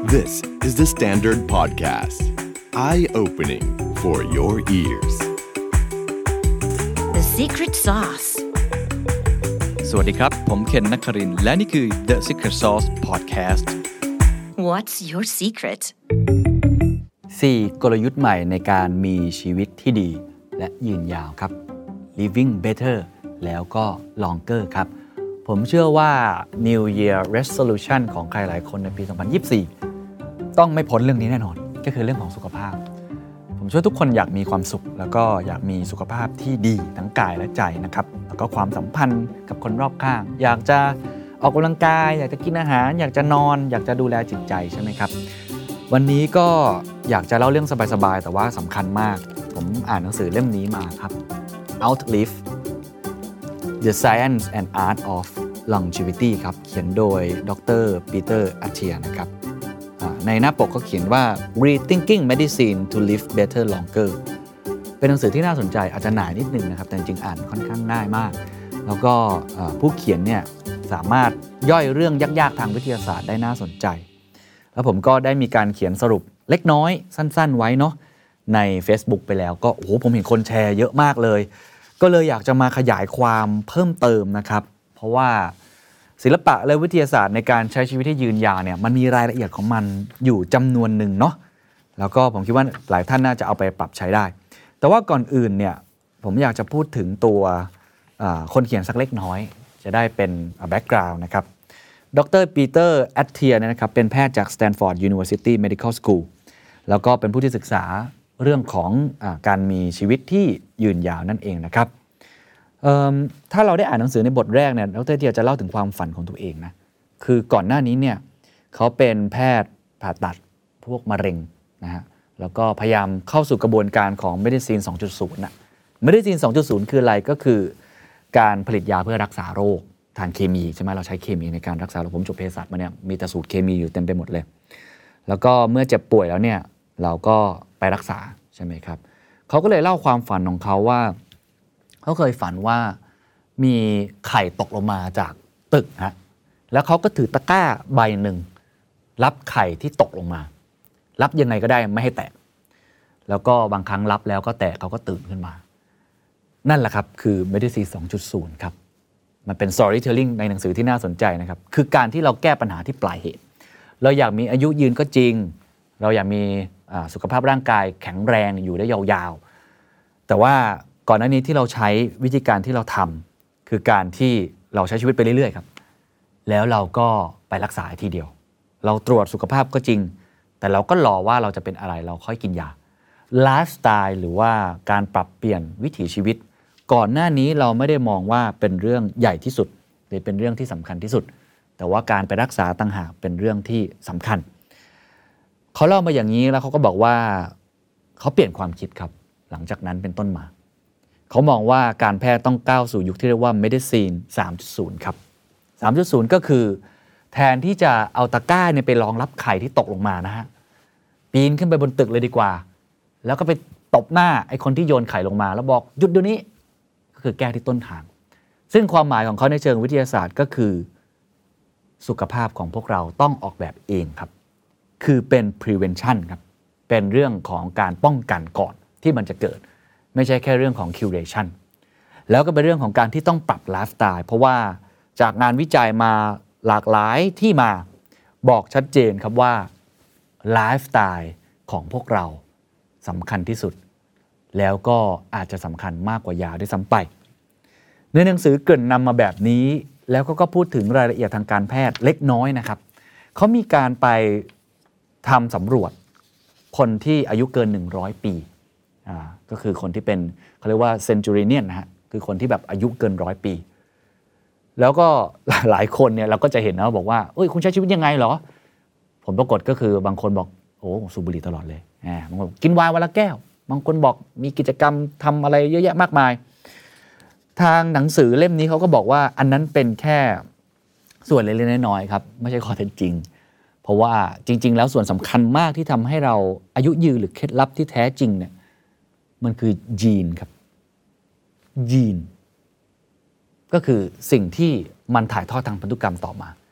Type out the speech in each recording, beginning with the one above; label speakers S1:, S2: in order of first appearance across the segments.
S1: This is the Standard Podcast. Eye-opening for your ears.
S2: The Secret Sauce.
S3: สวัสดีครับผมเคนนักครินทร์และนี่คือ The Secret Sauce Podcast.
S2: What's your secret?
S3: 4 กลยุทธ์ใหม่ในการมีชีวิตที่ดีและยืนยาวครับ Living Better แล้วก็ Longer ครับผมเชื่อว่า New Year Resolution ของใครหลายคนในปี 2024 ต้องไม่พ้นเรื่องนี้แน่นอนก็คือเรื่องของสุขภาพผมเชื่อทุกคนอยากมีความสุขแล้วก็อยากมีสุขภาพที่ดีทั้งกายและใจนะครับแล้วก็ความสัมพันธ์กับคนรอบข้างอยากจะออกกำลังกายอยากจะกินอาหารอยากจะนอนอยากจะดูแลจิตใจใช่ไหมครับวันนี้ก็อยากจะเล่าเรื่องสบายๆแต่ว่าสำคัญมากผมอ่านหนังสือเล่มนี้มาครับ Outlive The Science and Art of Longevity ครับเขียนโดยดร. ปีเตอร์ อัตเทียนะครับในหน้าปกเขาเขียนว่า Rethinking Medicine to Live Better Longer เป็นหนังสือที่น่าสนใจอาจจะหนานิดนึงนะครับแต่จริงๆอ่านค่อนข้างง่ายมากแล้วก็ผู้เขียนเนี่ยสามารถย่อยเรื่องยากๆทางวิทยาศาสตร์ได้น่าสนใจแล้วผมก็ได้มีการเขียนสรุปเล็กน้อยสั้นๆไว้เนาะใน Facebook ไปแล้วก็โอ้โหผมเห็นคนแชร์เยอะมากเลยก็เลยอยากจะมาขยายความเพิ่มเติมนะครับเพราะว่าศิลปะและวิทยาศาสตร์ในการใช้ชีวิตที่ยืนยาวเนี่ยมันมีรายละเอียดของมันอยู่จำนวนหนึ่งเนาะแล้วก็ผมคิดว่าหลายท่านน่าจะเอาไปปรับใช้ได้แต่ว่าก่อนอื่นเนี่ยผมอยากจะพูดถึงตัวคนเขียนสักเล็กน้อยจะได้เป็นแบ็กกราวด์นะครับดร. ปีเตอร์ อัตเทียนะครับเป็นแพทย์จาก Stanford University Medical School แล้วก็เป็นผู้ที่ศึกษาเรื่องของการมีชีวิตที่ยืนยาวนั่นเองนะครับถ้าเราได้อ่านหนังสือในบทแรกเนี่ยดร. เทียจะเล่าถึงความฝันของตัวเองนะคือก่อนหน้านี้เนี่ยเขาเป็นแพทย์ผ่าตัดพวกมะเร็งนะฮะแล้วก็พยายามเข้าสู่กระบวนการของ Medicine 2.0 นะ Medicine 2.0 คืออะไรก็คือการผลิตยาเพื่อรักษาโรคทางเคมีใช่ไหมเราใช้เคมีในการรักษาผมจบเภสัชมาเนี่ยมีแต่สูตรเคมีอยู่เต็มไปหมดเลยแล้วก็เมื่อเจ็บป่วยแล้วเนี่ยเราก็ไปรักษาใช่ไหมครับเขาก็เลยเล่าความฝันของเขาว่าเขาเคยฝันว่ามีไข่ตกลงมาจากตึกฮะแล้วเขาก็ถือตะกร้าใบหนึ่งรับไข่ที่ตกลงมารับยังไงก็ได้ไม่ให้แตกแล้วก็บางครั้งรับแล้วก็แตกเขาก็ตื่นขึ้นมานั่นแหละครับคือ Medicine 2.0 ครับมันเป็น storytelling ในหนังสือที่น่าสนใจนะครับคือการที่เราแก้ปัญหาที่ปลายเหตุเราอยากมีอายุยืนก็จริงเราอยากมีสุขภาพร่างกายแข็งแรงอยู่ได้ยาวๆแต่ว่าก่อนหน้านี้ที่เราใช้วิธีการที่เราทำคือการที่เราใช้ชีวิตไปเรื่อยๆครับแล้วเราก็ไปรักษาทีเดียวเราตรวจสุขภาพก็จริงแต่เราก็รอว่าเราจะเป็นอะไรเราค่อยกินยาไลฟ์สไตล์หรือว่าการปรับเปลี่ยนวิถีชีวิตก่อนหน้านี้เราไม่ได้มองว่าเป็นเรื่องใหญ่ที่สุดหรือเป็นเรื่องที่สำคัญที่สุดแต่ว่าการไปรักษาต่างหากเป็นเรื่องที่สำคัญเขาเล่ามาอย่างนี้แล้วเขาก็บอกว่าเขาเปลี่ยนความคิดครับหลังจากนั้นเป็นต้นมาเขามองว่าการแพทย์ต้องก้าวสู่ยุคที่เรียกว่า Medicine 3.0 ครับ 3.0 ก็คือแทนที่จะเอาตะกร้าเนี่ยไปรองรับไข่ที่ตกลงมานะฮะปีนขึ้นไปบนตึกเลยดีกว่าแล้วก็ไปตบหน้าไอ้คนที่โยนไข่ลงมาแล้วบอกหยุดเดี๋ยวนี้ก็คือแก้ที่ต้นทางซึ่งความหมายของเขาในเชิงวิทยาศาสตร์ก็คือสุขภาพของพวกเราต้องออกแบบเองครับคือเป็น prevention ครับเป็นเรื่องของการป้องกันก่อนที่มันจะเกิดไม่ใช่แค่เรื่องของ curation แล้วก็เป็นเรื่องของการที่ต้องปรับไลฟ์สไตล์เพราะว่าจากงานวิจัยมาหลากหลายที่มาบอกชัดเจนครับว่าไลฟ์สไตล์ของพวกเราสำคัญที่สุดแล้วก็อาจจะสำคัญมากกว่ายาด้วยซ้ำไปในหนังสือเกริ่นนำมาแบบนี้แล้วก็พูดถึงรายละเอียดทางการแพทย์เล็กน้อยนะครับเขามีการไปทำสำรวจคนที่อายุเกิน100ปีก็คือคนที่เป็นเขาเรียกว่าเซนจูเรียนนะฮะคือคนที่แบบอายุเกิน100ปีแล้วก็หลายคนเนี่ยเราก็จะเห็นนะบอกว่าเอ้ยคุณใช้ชีวิตยังไงเหรอผลปรากฏก็คือบางคนบอกโอ้สูบบุหรี่ตลอดเลยบางคนกินไวน์วันละแก้วบางคนบอกมีกิจกรรมทำอะไรเยอะแยะมากมายทางหนังสือเล่มนี้เขาก็บอกว่าอันนั้นเป็นแค่ส่วนเล็กๆน้อยๆครับไม่ใช่ข้อเท็จจริงเพราะว่าจริงๆแล้วส่วนสำคัญมากที่ทำให้เราอายุยืนหรือเคล็ดลับที่แท้จริงเนี่ยมันคือยีนครับยีนก็คือสิ่งที่มันถ่ายทอดทางพันธุกรรมต่อมา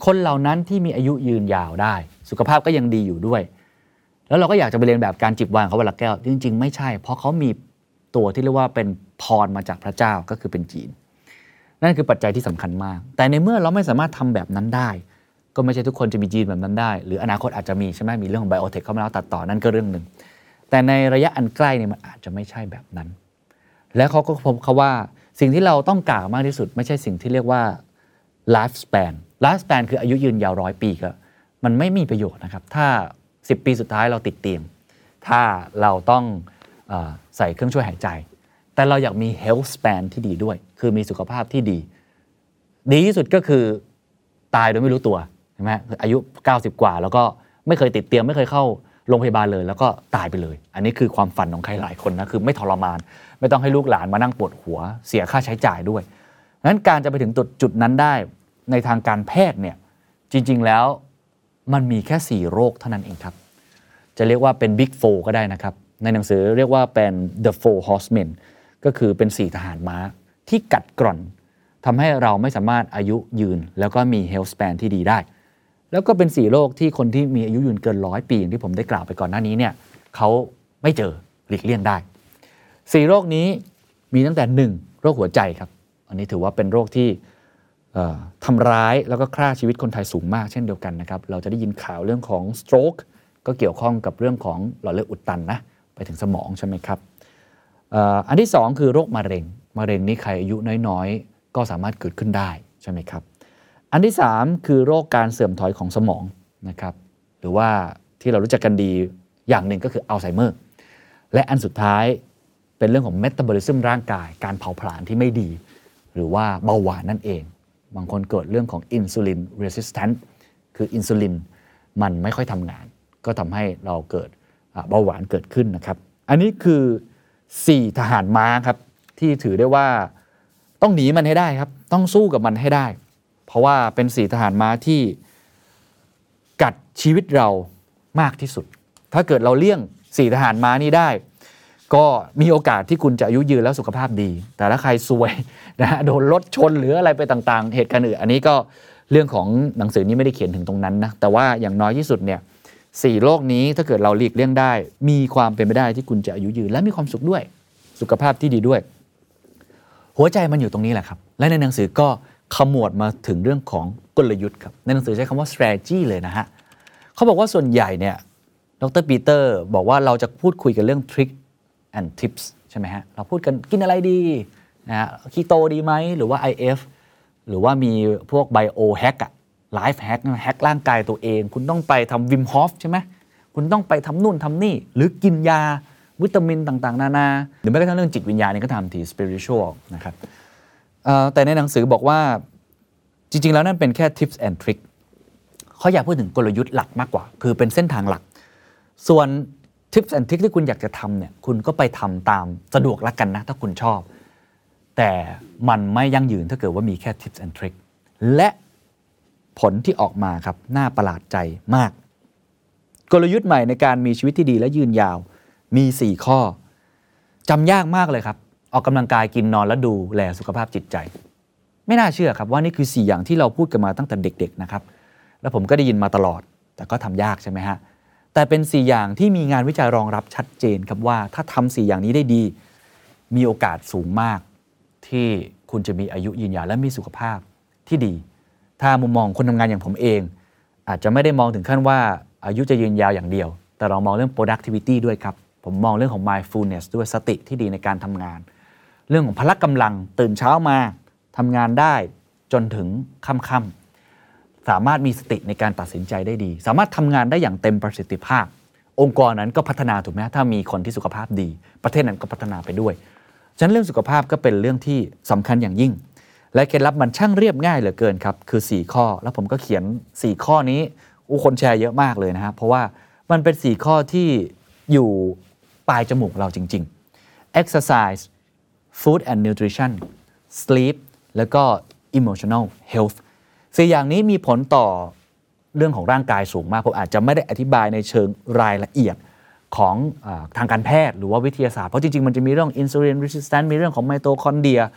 S3: คนเหล่านั้นที่มีอายุยืนยาวได้สุขภาพก็ยังดีอยู่ด้วยแล้วเราก็อยากจะไปเรียนแบบการจิบไวน์ของเขาวันละแก้วจริงๆไม่ใช่เพราะเขามีตัวที่เรียกว่าเป็นพรมาจากพระเจ้าก็คือเป็นจีนนั่นคือปัจจัยที่สำคัญมากแต่ในเมื่อเราไม่สามารถทำแบบนั้นได้ก็ไม่ใช่ทุกคนจะมีจีนแบบนั้นได้หรืออนาคตอาจจะมีใช่ไหมมีเรื่องของไบโอเทคเข้ามาแล้วตัดต่อนั่นก็เรื่องนึงแต่ในระยะอันใกล้เนี่ยมันอาจจะไม่ใช่แบบนั้นและเขาก็พบเขาว่าสิ่งที่เราต้องการมากที่สุดไม่ใช่สิ่งที่เรียกว่า life span คืออายุยืนยาว100 ปีก็มันไม่มีประโยชน์นะครับถ้า10 ปีสุดท้ายเราติดเตียงถ้าเราต้องใส่เครื่องช่วยหายใจแต่เราอยากมี health span ที่ดีด้วยคือมีสุขภาพที่ดีที่สุดก็คือตายโดยไม่รู้ตัวใช่ไหมอายุ90กว่าแล้วก็ไม่เคยติดเตียงไม่เคยเข้าโรงพยาบาลเลยแล้วก็ตายไปเลยอันนี้คือความฝันของใครหลายคนนะคือไม่ทรมานไม่ต้องให้ลูกหลานมานั่งปวดหัวเสียค่าใช้จ่ายด้วยงั้นการจะไปถึงจุดนั้นได้ในทางการแพทย์เนี่ยจริงๆแล้วมันมีแค่4โรคเท่านั้นเองครับจะเรียกว่าเป็น Big Four ก็ได้นะครับในหนังสือเรียกว่าเป็น The Four Horsemen ก็คือเป็น4ทหารม้าที่กัดกร่อนทำให้เราไม่สามารถอายุยืนแล้วก็มี health span ที่ดีได้แล้วก็เป็น4โรคที่คนที่มีอายุยืนเกิน100 ปีอย่างที่ผมได้กล่าวไปก่อนหน้านี้เนี่ยเขาไม่เจอหลีกเลี่ยงได้4โรคนี้มีตั้งแต่1โรคหัวใจครับอันนี้ถือว่าเป็นโรคที่ทำร้ายแล้วก็ฆ่าชีวิตคนไทยสูงมากเช่นเดียวกันนะครับเราจะได้ยินข่าวเรื่องของ stroke ก็เกี่ยวข้องกับเรื่องของหลอดเลือดอุดตันนะไปถึงสมองใช่ไหมครับอันที่2คือโรคมะเร็งนี่ใครอายุน้อยๆก็สามารถเกิดขึ้นได้ใช่ไหมครับอันที่3คือโรคการเสื่อมถอยของสมองนะครับหรือว่าที่เรารู้จักกันดีอย่างหนึ่งก็คืออัลไซเมอร์และอันสุดท้ายเป็นเรื่องของเมตาบอลิซึมร่างกายการเผาผลาญที่ไม่ดีหรือว่าเบาหวานนั่นเองบางคนเกิดเรื่องของอินซูลินเรสิสแตนต์คืออินซูลินมันไม่ค่อยทำงานก็ทำให้เราเกิดเบาหวานเกิดขึ้นนะครับอันนี้คือ4ทหารม้าครับที่ถือได้ว่าต้องหนีมันให้ได้ครับต้องสู้กับมันให้ได้เพราะว่าเป็น4ทหารม้าที่กัดชีวิตเรามากที่สุดถ้าเกิดเราเลี่ยง4ทหารม้านี้ได้ก็มีโอกาสที่คุณจะอายุยืนแล้วสุขภาพดีแต่ถ้าใครซวยนะโดนรถชนหรืออะไรไปต่างๆเหตุการณ์อื่นอันนี้ก็เรื่องของหนังสือนี้ไม่ได้เขียนถึงตรงนั้นนะแต่ว่าอย่างน้อยที่สุดเนี่ย4โรคนี้ถ้าเกิดเราหลีกเลี่ยงได้มีความเป็นไปได้ที่คุณจะอายุยืนและมีความสุขด้วยสุขภาพที่ดีด้วยหัวใจมันอยู่ตรงนี้แหละครับและในหนังสือก็ขมวดมาถึงเรื่องของกลยุทธ์ครับในหนังสือใช้คำว่า strategy เลยนะฮะเขาบอกว่าส่วนใหญ่เนี่ยดร.ปีเตอร์บอกว่าเราจะพูดคุยกันเรื่อง trick and tips ใช่ไหมฮะเราพูดกันกินอะไรดีนะฮะคีโตดีไหมหรือว่า IF หรือว่ามีพวก bio hack อะ life hack แฮกร่างกายตัวเองคุณต้องไปทำ Wim Hof ใช่ไหมคุณต้องไปทำนู่นทำนี่หรือกินยาวิตามินต่างๆนานาหรือแม้กระทั่งเรื่องจิตวิญญาณนี่ก็ทำที่ spiritual นะครับแต่ในหนังสือบอกว่าจริงๆแล้วนั่นเป็นแค่ tips and trick เขาอยากพูดถึงกลยุทธ์หลักมากกว่าคือเป็นเส้นทางหลักส่วน tips and trick ที่คุณอยากจะทำเนี่ยคุณก็ไปทำตามสะดวกละกันนะถ้าคุณชอบแต่มันไม่ยั่งยืนถ้าเกิดว่ามีแค่ tips and trick และผลที่ออกมาครับน่าประหลาดใจมากกลยุทธ์ใหม่ในการมีชีวิตที่ดีและยืนยาวมี4ข้อจำยากมากเลยครับออกกำลังกายกินนอนและดูแลสุขภาพจิตใจไม่น่าเชื่อครับว่านี่คือ4อย่างที่เราพูดกันมาตั้งแต่เด็กๆนะครับแล้วผมก็ได้ยินมาตลอดแต่ก็ทำยากใช่ไหมฮะแต่เป็น4อย่างที่มีงานวิจัยรองรับชัดเจนครับว่าถ้าทำ4อย่างนี้ได้ดีมีโอกาสสูงมากที่คุณจะมีอายุยืนยาวและมีสุขภาพที่ดีถ้ามุมมองคนทำงานอย่างผมเองอาจจะไม่ได้มองถึงขั้นว่าอายุจะยืนยาวอย่างเดียวแต่เรามองเรื่อง productivity ด้วยครับผมมองเรื่องของ mindfulness ด้วยสติที่ดีในการทำงานเรื่องของพละกำลังตื่นเช้ามาทำงานได้จนถึงค่ำๆสามารถมีสติในการตัดสินใจได้ดีสามารถทำงานได้อย่างเต็มประสิทธิภาพองค์กรนั้นก็พัฒนาถูกไหมถ้ามีคนที่สุขภาพดีประเทศนั้นก็พัฒนาไปด้วยฉะนั้นเรื่องสุขภาพก็เป็นเรื่องที่สำคัญอย่างยิ่งและเคล็ดลับมันช่างเรียบง่ายเหลือเกินครับคือ4ข้อแล้วผมก็เขียน4ข้อนี้คนแชร์เยอะมากเลยนะครับเพราะว่ามันเป็น4ข้อที่อยู่ปลายจมูกเราจริงๆ exercise food and nutrition sleep แล้วก็ emotional health 4อย่างนี้มีผลต่อเรื่องของร่างกายสูงมากผมอาจจะไม่ได้อธิบายในเชิงรายละเอียดของทางการแพทย์หรือว่าวิทยาศาสตร์เพราะจริงๆมันจะมีเรื่อง insulin resistance มีเรื่องของไมโตคอนเดรีย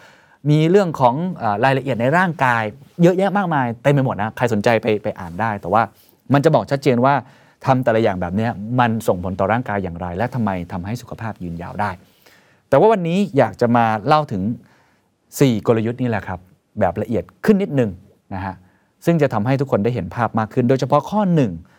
S3: มีเรื่องของรายละเอียดในร่างกายเยอะแยะมากมายเต็มไปหมดนะใครสนใจไปอ่านได้แต่ว่ามันจะบอกชัดเจนว่าทำแต่ละอย่างแบบนี้มันส่งผลต่อร่างกายอย่างไรและทำไมทำให้สุขภาพยืนยาวได้แต่ว่าวันนี้อยากจะมาเล่าถึง4กลยุทธ์นี่แหละครับแบบละเอียดขึ้นนิดนึงนะฮะซึ่งจะทำให้ทุกคนได้เห็นภาพมากขึ้นโดยเฉพาะข้อ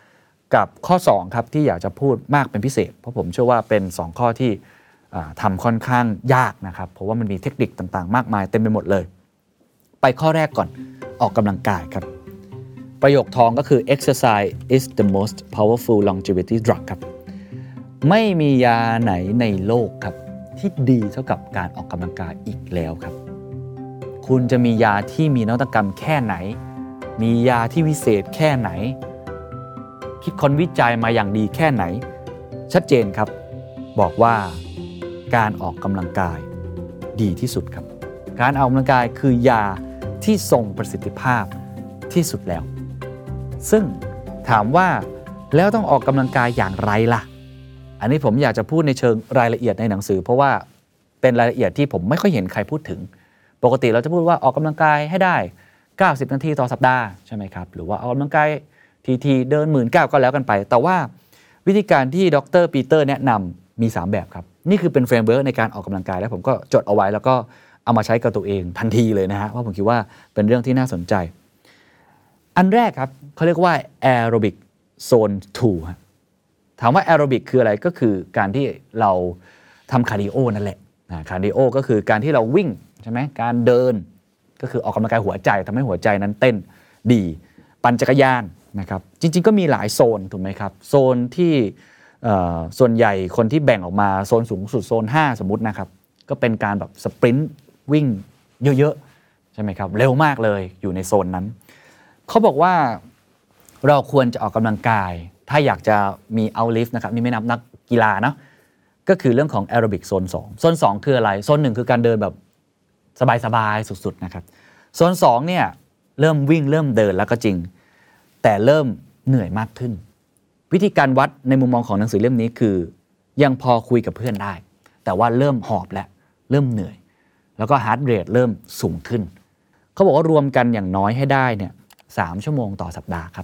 S3: 1กับข้อ2ครับที่อยากจะพูดมากเป็นพิเศษเพราะผมเชื่อว่าเป็น2ข้อที่ทำค่อนข้างยากนะครับเพราะว่ามันมีเทคนิคต่างๆมากมายเต็มไปหมดเลยไปข้อแรกก่อนออกกำลังกายครับประโยคทองก็คือ exercise is the most powerful longevity drug ครับไม่มียาไหนในโลกครับที่ดีเท่ากับการออกกำลังกายอีกแล้วครับคุณจะมียาที่มีนวัตกรรมแค่ไหนมียาที่วิเศษแค่ไหนคิดค้นวิจัยมาอย่างดีแค่ไหนชัดเจนครับบอกว่าการออกกำลังกายดีที่สุดครับการออกกำลังกายคือยาที่ทรงประสิทธิภาพที่สุดแล้วซึ่งถามว่าแล้วต้องออกกำลังกายอย่างไรล่ะอันนี้ผมอยากจะพูดในเชิงรายละเอียดในหนังสือเพราะว่าเป็นรายละเอียดที่ผมไม่ค่อยเห็นใครพูดถึงปกติเราจะพูดว่าออกกำลังกายให้ได้90นาทีต่อสัปดาห์ใช่ไหมครับหรือว่าออกกำลังกายทีเดิน 19,000 ก็แล้วกันไปแต่ว่าวิธีการที่ดร.ปีเตอร์แนะนำมี3แบบครับนี่คือเป็นเฟรมเวิร์คในการออกกำลังกายแล้วผมก็จดเอาไว้แล้วก็เอามาใช้กับตัวเองทันทีเลยนะฮะเพราะผมคิดว่าเป็นเรื่องที่น่าสนใจอันแรกครับเขาเรียกว่า Aerobic Zone 2 ฮะถามว่า Aerobic คืออะไรก็คือการที่เราทำคาร์ดิโอนั่นแหละคาร์ดิโอก็คือการที่เราวิ่งใช่ไหมการเดินก็คือออกกำลังกายหัวใจทำให้หัวใจนั้นเต้นดีปั่นจักรยานนะครับจริงๆก็มีหลายโซนถูกไหมครับโซนที่ส่วนใหญ่คนที่แบ่งออกมาโซนสูงสุดโซน5สมมุตินะครับก็เป็นการแบบสปรินต์วิ่งเยอะๆใช่ไหมครับเร็วมากเลยอยู่ในโซนนั้นเขาบอกว่าเราควรจะออกกำลังกายถ้าอยากจะมีเอาท์ลิฟต์นะครับนี่ไม่นับนักกีฬาเนาะก็คือเรื่องของแอโรบิกโซน2โซน2คืออะไรโซน1คือการเดินแบบสบายๆสุดๆนะครับโซน2เนี่ยเริ่มวิ่งเริ่มเดินแล้วก็จริงแต่เริ่มเหนื่อยมากขึ้นวิธีการวัดในมุมมองของหนังสือเล่มนี้คือยังพอคุยกับเพื่อนได้แต่ว่าเริ่มหอบแล้วเริ่มเหนื่อยแล้วก็ฮาร์ทเรทเริ่มสูงขึ้นเขาบอกว่ารวมกันอย่างน้อยให้ได้เนี่ย3 ชั่วโมงต่อสัปดาห์ครับ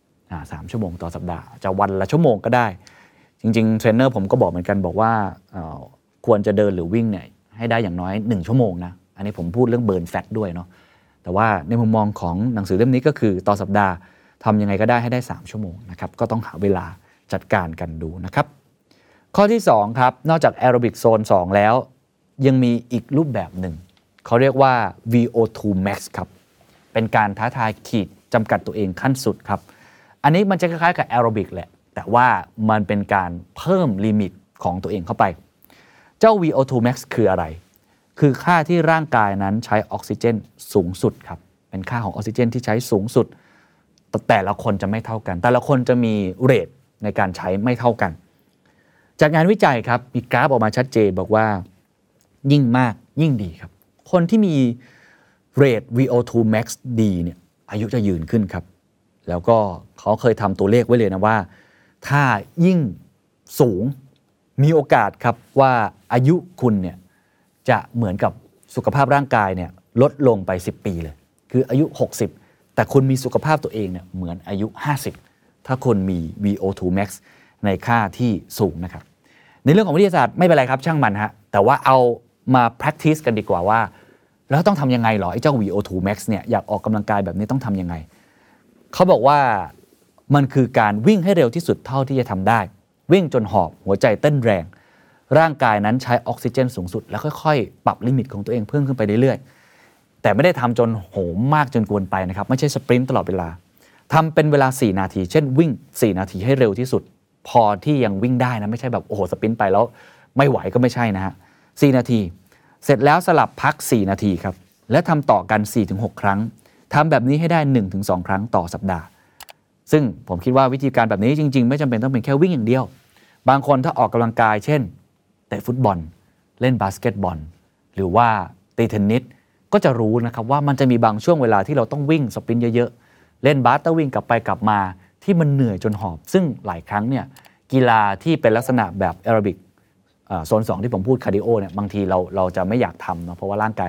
S3: 3 ชั่วโมงต่อสัปดาห์จะวันละชั่วโมงก็ได้จริงๆเทรนเนอร์ผมก็บอกเหมือนกันบอกว่าควรจะเดินหรือวิ่งเนี่ยให้ได้อย่างน้อย1 ชั่วโมงนะอันนี้ผมพูดเรื่องเบิร์นแฟตด้วยเนาะแต่ว่าในมุมมองของหนังสือเล่มนี้ก็คือต่อสัปดาห์ทำยังไงก็ได้ให้ได้3 ชั่วโมงนะครับก็ต้องหาเวลาจัดการกันดูนะครับข้อที่2ครับนอกจากแอโรบิกโซน2แล้วยังมีอีกรูปแบบหนึ่งเขาเรียกว่า VO2 max ครับเป็นการท้าทายขีดจำกัดตัวเองขั้นสุดครับอันนี้มันจะคล้ายๆกับแอโรบิกแหละแต่ว่ามันเป็นการเพิ่มลิมิตของตัวเองเข้าไปเจ้า VO2 max คืออะไรคือค่าที่ร่างกายนั้นใช้ออกซิเจนสูงสุดครับเป็นค่าของออกซิเจนที่ใช้สูงสุดแต่ละคนจะไม่เท่ากันแต่ละคนจะมีเรทในการใช้ไม่เท่ากันจากงานวิจัยครับมีกราฟออกมาชัดเจนบอกว่ายิ่งมากยิ่งดีครับคนที่มีเรท VO2 max ดีเนี่ยอายุจะยืนขึ้นครับแล้วก็เขาเคยทำตัวเลขไว้เลยนะว่าถ้ายิ่งสูงมีโอกาสครับว่าอายุคุณเนี่ยจะเหมือนกับสุขภาพร่างกายเนี่ยลดลงไป10 ปีเลยคืออายุ60แต่คุณมีสุขภาพตัวเองเนี่ยเหมือนอายุ50ถ้าคุณมี VO2 max ในค่าที่สูงนะครับในเรื่องของวิทยาศาสตร์ไม่เป็นไรครับช่างมันฮะแต่ว่าเอามา practice กันดีกว่าว่าแล้วต้องทำยังไงหรอไอ้เจ้า VO2 max เนี่ยอยากออกกำลังกายแบบนี้ต้องทำยังไงเขาบอกว่ามันคือการวิ่งให้เร็วที่สุดเท่าที่จะทำได้วิ่งจนหอบหัวใจเต้นแรงร่างกายนั้นใช้ออกซิเจนสูงสุดแล้วค่อยๆปรับลิมิตของตัวเองเพิ่มขึ้นไปเรื่อยๆแต่ไม่ได้ทำจนโหมมากจนเกินไปนะครับไม่ใช่สปรินต์ตลอดเวลาทำเป็นเวลา4 นาทีเช่นวิ่ง4 นาทีให้เร็วที่สุดพอที่ยังวิ่งได้นะไม่ใช่แบบโอ้โหสปรินต์ไปแล้วไม่ไหวก็ไม่ใช่นะฮะ4 นาทีเสร็จแล้วสลับพัก4 นาทีครับและทำต่อกัน 4-6 ครั้งทำแบบนี้ให้ได้ 1-2 ครั้งต่อสัปดาห์ซึ่งผมคิดว่าวิธีการแบบนี้จริงๆไม่จำเป็นต้องเป็นแค่วิ่งอย่างเดียวบางคนถ้าออกกำลังกายเช่นเตะฟุตบอลเล่นบาสเกตบอลหรือว่าตีเทนนิสก็จะรู้นะครับว่ามันจะมีบางช่วงเวลาที่เราต้องวิ่งสปรินต์เยอะๆเล่นบาสต้องวิ่งกลับไปกลับมาที่มันเหนื่อยจนหอบซึ่งหลายครั้งเนี่ยกีฬาที่เป็นลักษณะแบบแอโรบิกโซน2ที่ผมพูดคาร์ดิโอเนี่ยบางทีเราจะไม่อยากทำเนาะเพราะว่าร่างกายเรา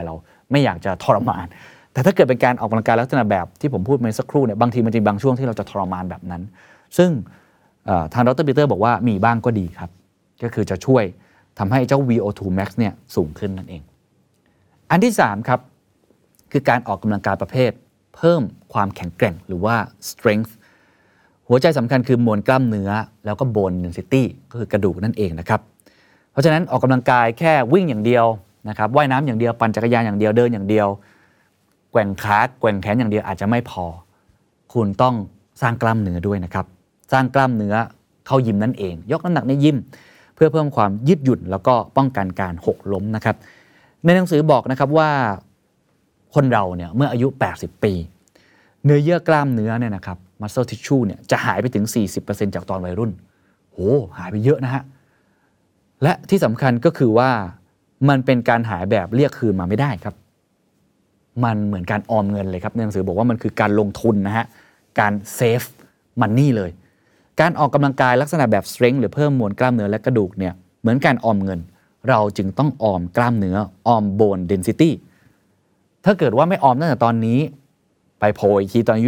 S3: ไม่อยากจะทรมานแต่ถ้าเกิดเป็นการออกกำลังกายลักษณะแบบที่ผมพูดมาสักครู่เนี่ยบางทีมันจะมีบางช่วงที่เราจะทรมานแบบนั้นซึ่งทางดร.ปีเตอร์บอกว่ามีบ้างก็ดีครับก็คือจะช่วยทำให้เจ้า VO2 max เนี่ยสูงขึ้นนั่นเองอันที่3ครับคือการออกกำลังกายประเภทเพิ่มความแข็งแกร่งหรือว่า strength หัวใจสำคัญคือมวลกล้ามเนื้อแล้วก็ bone density ก็คือกระดูกนั่นเองนะครับเพราะฉะนั้นออกกำลังกายแค่วิ่งอย่างเดียวนะครับว่ายน้ำอย่างเดียวปั่นจักรยานอย่างเดียวเดินอย่างเดียวแกว่งขาแกว่งแขนอย่างเดียวอาจจะไม่พอคุณต้องสร้างกล้ามเนื้อด้วยนะครับสร้างกล้ามเนื้อเข้ายิมนั่นเองยกน้ำหนักในยิมเพื่อเพิ่มความยืดหยุ่นแล้วก็ป้องกันการหกล้มนะครับในหนังสือบอกนะครับว่าคนเราเนี่ยเมื่ออายุ80ปีเนื้อเยื่อกล้ามเนื้อเนี่ยนะครับ muscle tissue เนี่ยจะหายไปถึง 40% จากตอนวัยรุ่นโหหายไปเยอะนะฮะและที่สำคัญก็คือว่ามันเป็นการหายแบบเรียกคืนมาไม่ได้ครับมันเหมือนการออมเงินเลยครับในหนังสือบอกว่ามันคือการลงทุนนะฮะการเซฟมันนี่เลยการออกกำลังกายลักษณะแบบ strength หรือเพิ่มมวลกล้ามเนื้อและกระดูกเนี่ยเหมือนการออมเงินเราจึงต้องออมกล้ามเนื้อออม bone density ถ้าเกิดว่าไม่ออมตั้งแต่ตอนนี้ไปโผล่อีกทีตอนอายุ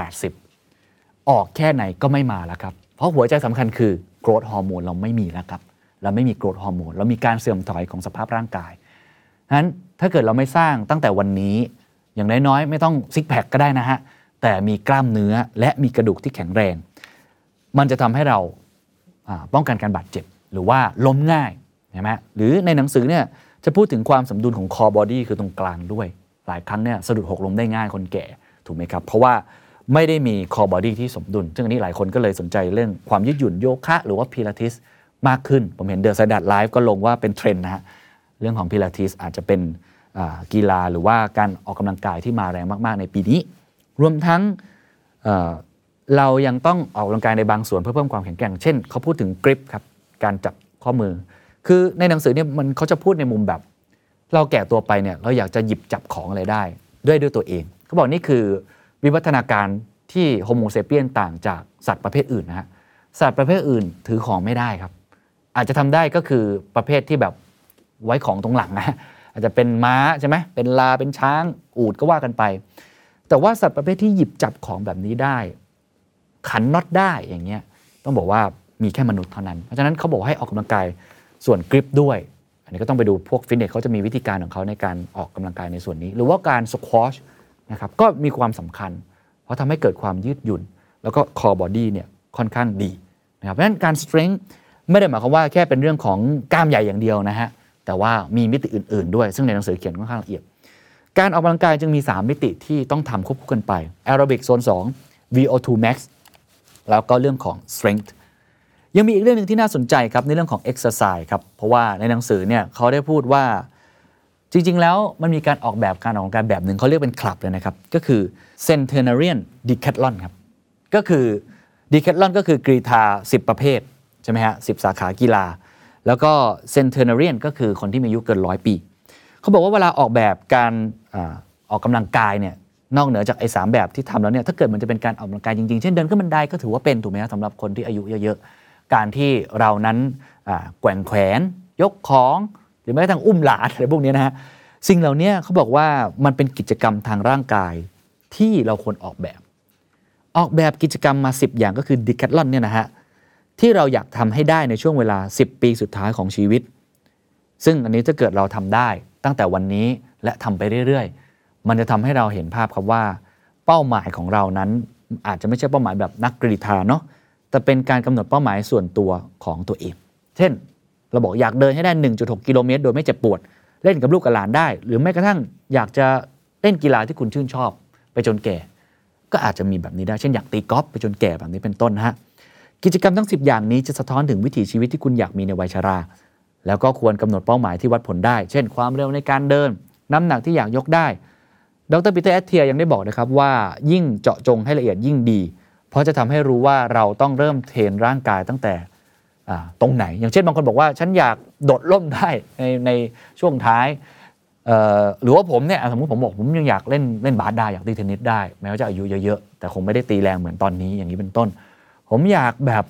S3: 70-80ออกแค่ไหนก็ไม่มาแล้วครับเพราะหัวใจสำคัญคือ growth hormone เราไม่มีแล้วครับเราไม่มี growth hormone เรามีการเสื่อมถอยของสภาพร่างกายฉะนั้นถ้าเกิดเราไม่สร้างตั้งแต่วันนี้อย่างน้อยๆไม่ต้องซิกแพคก็ได้นะฮะแต่มีกล้ามเนื้อและมีกระดูกที่แข็งแรงมันจะทำให้เราป้องกันการบาดเจ็บหรือว่าล้มง่ายใช่ไหมหรือในหนังสือเนี่ยจะพูดถึงความสมดุลของ core body คือตรงกลางด้วยหลายครั้งเนี่ยสะดุดหกล้มได้ง่ายคนแก่ถูกไหมครับเพราะว่าไม่ได้มี core body ที่สมดุลซึ่งอันนี้หลายคนก็เลยสนใจเรื่องความยืดหยุ่นโยคะหรือว่าพิลาทิสมากขึ้นผมเห็นเดอะสแตนดาร์ดไลฟ์ก็ลงว่าเป็นเทรนด์นะฮะเรื่องของพิลาทิสอาจจะเป็นกีฬาหรือว่าการออกกำลังกายที่มาแรงมากๆในปีนี้รวมทั้งเรายังต้องออกกำลังกายในบางส่วนเพื่อเพิ่มความแข็งแกร่งเช่นเขาพูดถึงกริปครับการจับข้อมือคือในหนังสือเนี่ยเขาจะพูดในมุมแบบเราแก่ตัวไปเนี่ยเราอยากจะหยิบจับของอะไรได้ด้วยตัวเองเขาบอกนี่คือวิวัฒนาการที่โฮโมเซเปียนต่างจากสัตว์ประเภทอื่นนะฮะสัตว์ประเภทอื่นถือของไม่ได้ครับอาจจะทำได้ก็คือประเภทที่แบบไว้ของตรงหลังนะอาจจะเป็นม้าใช่ไหมเป็นลาเป็นช้างอูฐก็ว่ากันไปแต่ว่าสัตว์ประเภทที่หยิบจับของแบบนี้ได้ขันน็อตได้อย่างเงี้ยต้องบอกว่ามีแค่มนุษย์เท่านั้นเพราะฉะนั้นเขาบอกให้ออกกำลังกายส่วนกริปด้วยอันนี้ก็ต้องไปดูพวกฟิตเนสเขาจะมีวิธีการของเขาในการออกกำลังกายในส่วนนี้หรือว่าการสควอชนะครับก็มีความสำคัญเพราะทำให้เกิดความยืดหยุ่นแล้วก็คอร์บอดี้เนี่ยค่อนข้างดีนะครับเพราะฉะนั้นการสเตรนท์ไม่ได้หมายความว่าแค่เป็นเรื่องของกล้ามใหญ่อย่างเดียวนะฮะแต่ว่ามีมิติอื่นๆด้วยซึ่งในหนังสือเขียนค่อนข้างละเอียดการออกกำลังกายจึงมี3มิติที่ต้องทำควบคู่กันไปแอโรบิกโซน2 VO2 max แล้วก็เรื่องของ strength ยังมีอีกเรื่องนึงที่น่าสนใจครับในเรื่องของ exercise ครับเพราะว่าในหนังสือเนี่ยเขาได้พูดว่าจริงๆแล้วมันมีการออกแบบการออกกำลังกายแบบหนึ่งเขาเรียกเป็นคลับเลยนะครับก็คือ Centenarian Decathlon ครับก็คือ Decathlon ก็คือกรีฑา10ประเภทใช่ไหมฮะ10สาขากีฬาแล้วก็ Centenarian ก็คือคนที่มีอายุเกิน100ปีเขาบอกว่าเวลาออกแบบการออกกำลังกายเนี่ยนอกเหนือจากไอ้3แบบที่ทำแล้วเนี่ยถ้าเกิดมันจะเป็นการออกกำลังกายจริงๆเช่นเดินขึ้นบันไดก็ถือว่าเป็นถูกไหมครับสำหรับคนที่อายุเยอะๆการที่เรานั้นแกว่งแขนยกของหรือแม้กระทั่งอุ้มหลานอะไรพวกนี้นะฮะสิ่งเหล่านี้เขาบอกว่ามันเป็นกิจกรรมทางร่างกายที่เราควรออกแบบกิจกรรมมา10อย่างก็คือ Decathlon เนี่ยนะฮะที่เราอยากทำให้ได้ในช่วงเวลา10ปีสุดท้ายของชีวิตซึ่งอันนี้ถ้าเกิดเราทำได้ตั้งแต่วันนี้และทำไปเรื่อยๆมันจะทำให้เราเห็นภาพครับว่าเป้าหมายของเรานั้นอาจจะไม่ใช่เป้าหมายแบบนักกรีฑาเนาะแต่เป็นการกำหนดเป้าหมายส่วนตัวของตัวเองเช่นเราบอกอยากเดินให้ได้ 1.6 กิโลเมตรโดยไม่เจ็บปวดเล่นกับลูกกับหลานได้หรือแม้กระทั่งอยากจะเล่นกีฬาที่คุณชื่นชอบไปจนแก่ก็อาจจะมีแบบนี้ได้เช่นอยากตีกอล์ฟไปจนแก่แบบนี้เป็นต้นนะฮะกิจกรรมทั้ง10อย่างนี้จะสะท้อนถึงวิถีชีวิตที่คุณอยากมีในวัยชราแล้วก็ควรกำหนดเป้าหมายที่วัดผลได้เช่นความเร็วในการเดินน้ำหนักที่อยากยกได้ดร.ปีเตอร์ แอตเทียยังได้บอกนะครับว่ายิ่งเจาะจงให้ละเอียดยิ่งดีเพราะจะทำให้รู้ว่าเราต้องเริ่มเทรนร่างกายตั้งแต่ตรงไหนอย่างเช่นบางคนบอกว่าฉันอยากโดดร่มได้ในช่วงท้ายหรือว่าผมเนี่ยสมมติผมบอกผมยังอยากเล่นบาสได้อยากตีเทนนิสได้แม้ว่าจะอายุเยอะๆแต่คงไม่ได้ตีแรงเหมือนตอนนี้อย่างนี้เป็นต้นผมอยากแบบ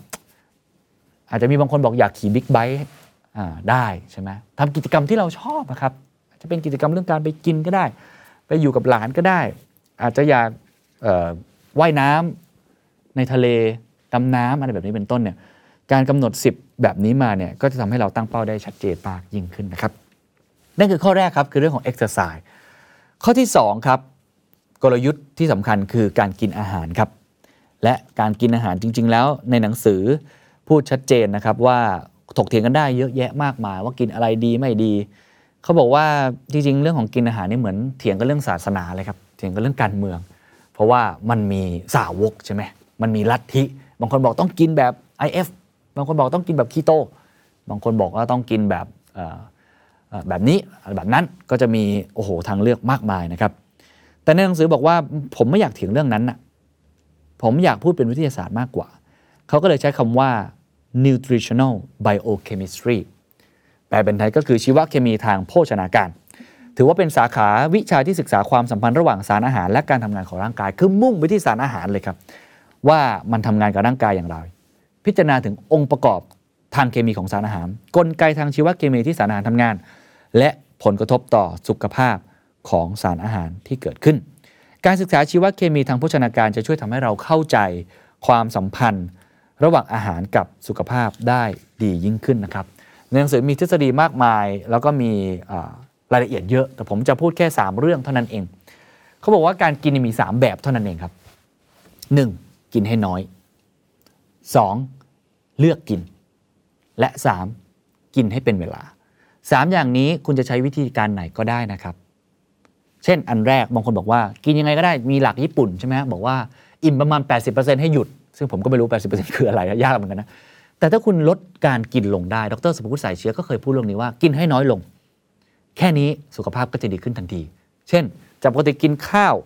S3: อาจจะมีบางคนบอกอยากขี่บิ๊กไบค์ได้ใช่ไหมทำกิจกรรมที่เราชอบนะครับจะเป็นกิจกรรมเรื่องการไปกินก็ได้ไปอยู่กับหลานก็ได้อาจจะอยากว่ายน้ำในทะเลดำน้ำอะไรแบบนี้เป็นต้นเนี่ยการกำหนด10แบบนี้มาเนี่ยก็จะทำให้เราตั้งเป้าได้ชัดเจนมากยิ่งขึ้นนะครับนั่นคือข้อแรกครับคือเรื่องของ exercise ข้อที่2ครับกลยุทธ์ที่สำคัญคือการกินอาหารครับและการกินอาหารจริงๆแล้วในหนังสือพูดชัดเจนนะครับว่าถกเถียงกันได้เยอะแยะมากมายว่ากินอะไรดีไม่ดีเขาบอกว่าจริงๆเรื่องของกินอาหารนี่เหมือนเถียงกันเรื่องศาสนาเลยครับเถียงกันเรื่องการเมืองเพราะว่ามันมีสาวกใช่ไหมมันมีลัทธิบางคนบอกต้องกินแบบ IF บางคนบอกต้องกินแบบคีโตบางคนบอกว่าต้องกินแบบแบบนี้แบบนั้นก็จะมีโอ้โหทางเลือกมากมายนะครับแต่ในหนังสือบอกว่าผมไม่อยากเถียงเรื่องนั้นนะผมอยากพูดเป็นวิทยาศาสตร์มากกว่าเขาก็เลยใช้คำว่า nutritional biochemistry แปลเป็นไทยก็คือชีวเคมีทางโภชนาการถือว่าเป็นสาขาวิชาที่ศึกษาความสัมพันธ์ระหว่างสารอาหารและการทำงานของร่างกายคือมุ่งไปที่สารอาหารเลยครับว่ามันทำงานกับร่างกายอย่างไรพิจารณาถึงองค์ประกอบทางเคมีของสารอาหารกลไกทางชีวเคมีที่สารอาหารทำงานและผลกระทบต่อสุขภาพของสารอาหารที่เกิดขึ้นการศึกษาชีวเคมีทางโภชนาการจะช่วยทำให้เราเข้าใจความสัมพันธ์ระหว่างอาหารกับสุขภาพได้ดียิ่งขึ้นนะครับในหนังสือมีทฤษฎีมากมายแล้วก็มีรายละเอียดเยอะแต่ผมจะพูดแค่3เรื่องเท่านั้นเองเขาบอกว่าการกินมี3แบบเท่านั้นเองครับ 1. กินให้น้อย 2. เลือกกินและ 3. กินให้เป็นเวลา3อย่างนี้คุณจะใช้วิธีการไหนก็ได้นะครับเช่นอันแรกบางคนบอกว่ากินยังไงก็ได้มีหลักญี่ปุ่นใช่ไหมบอกว่าอิ่มประมาณ 80% ให้หยุดซึ่งผมก็ไม่รู้ 80% คืออะไรยากเหมือนกันนะแต่ถ้าคุณลดการกินลงได้ดร.สุภวุฒิสายเชื้อก็เคยพูดเรื่องนี้ว่ากินให้น้อยลงแค่นี้สุขภาพก็จะดีขึ้นทันทีเช่นจากปกติกินข้าว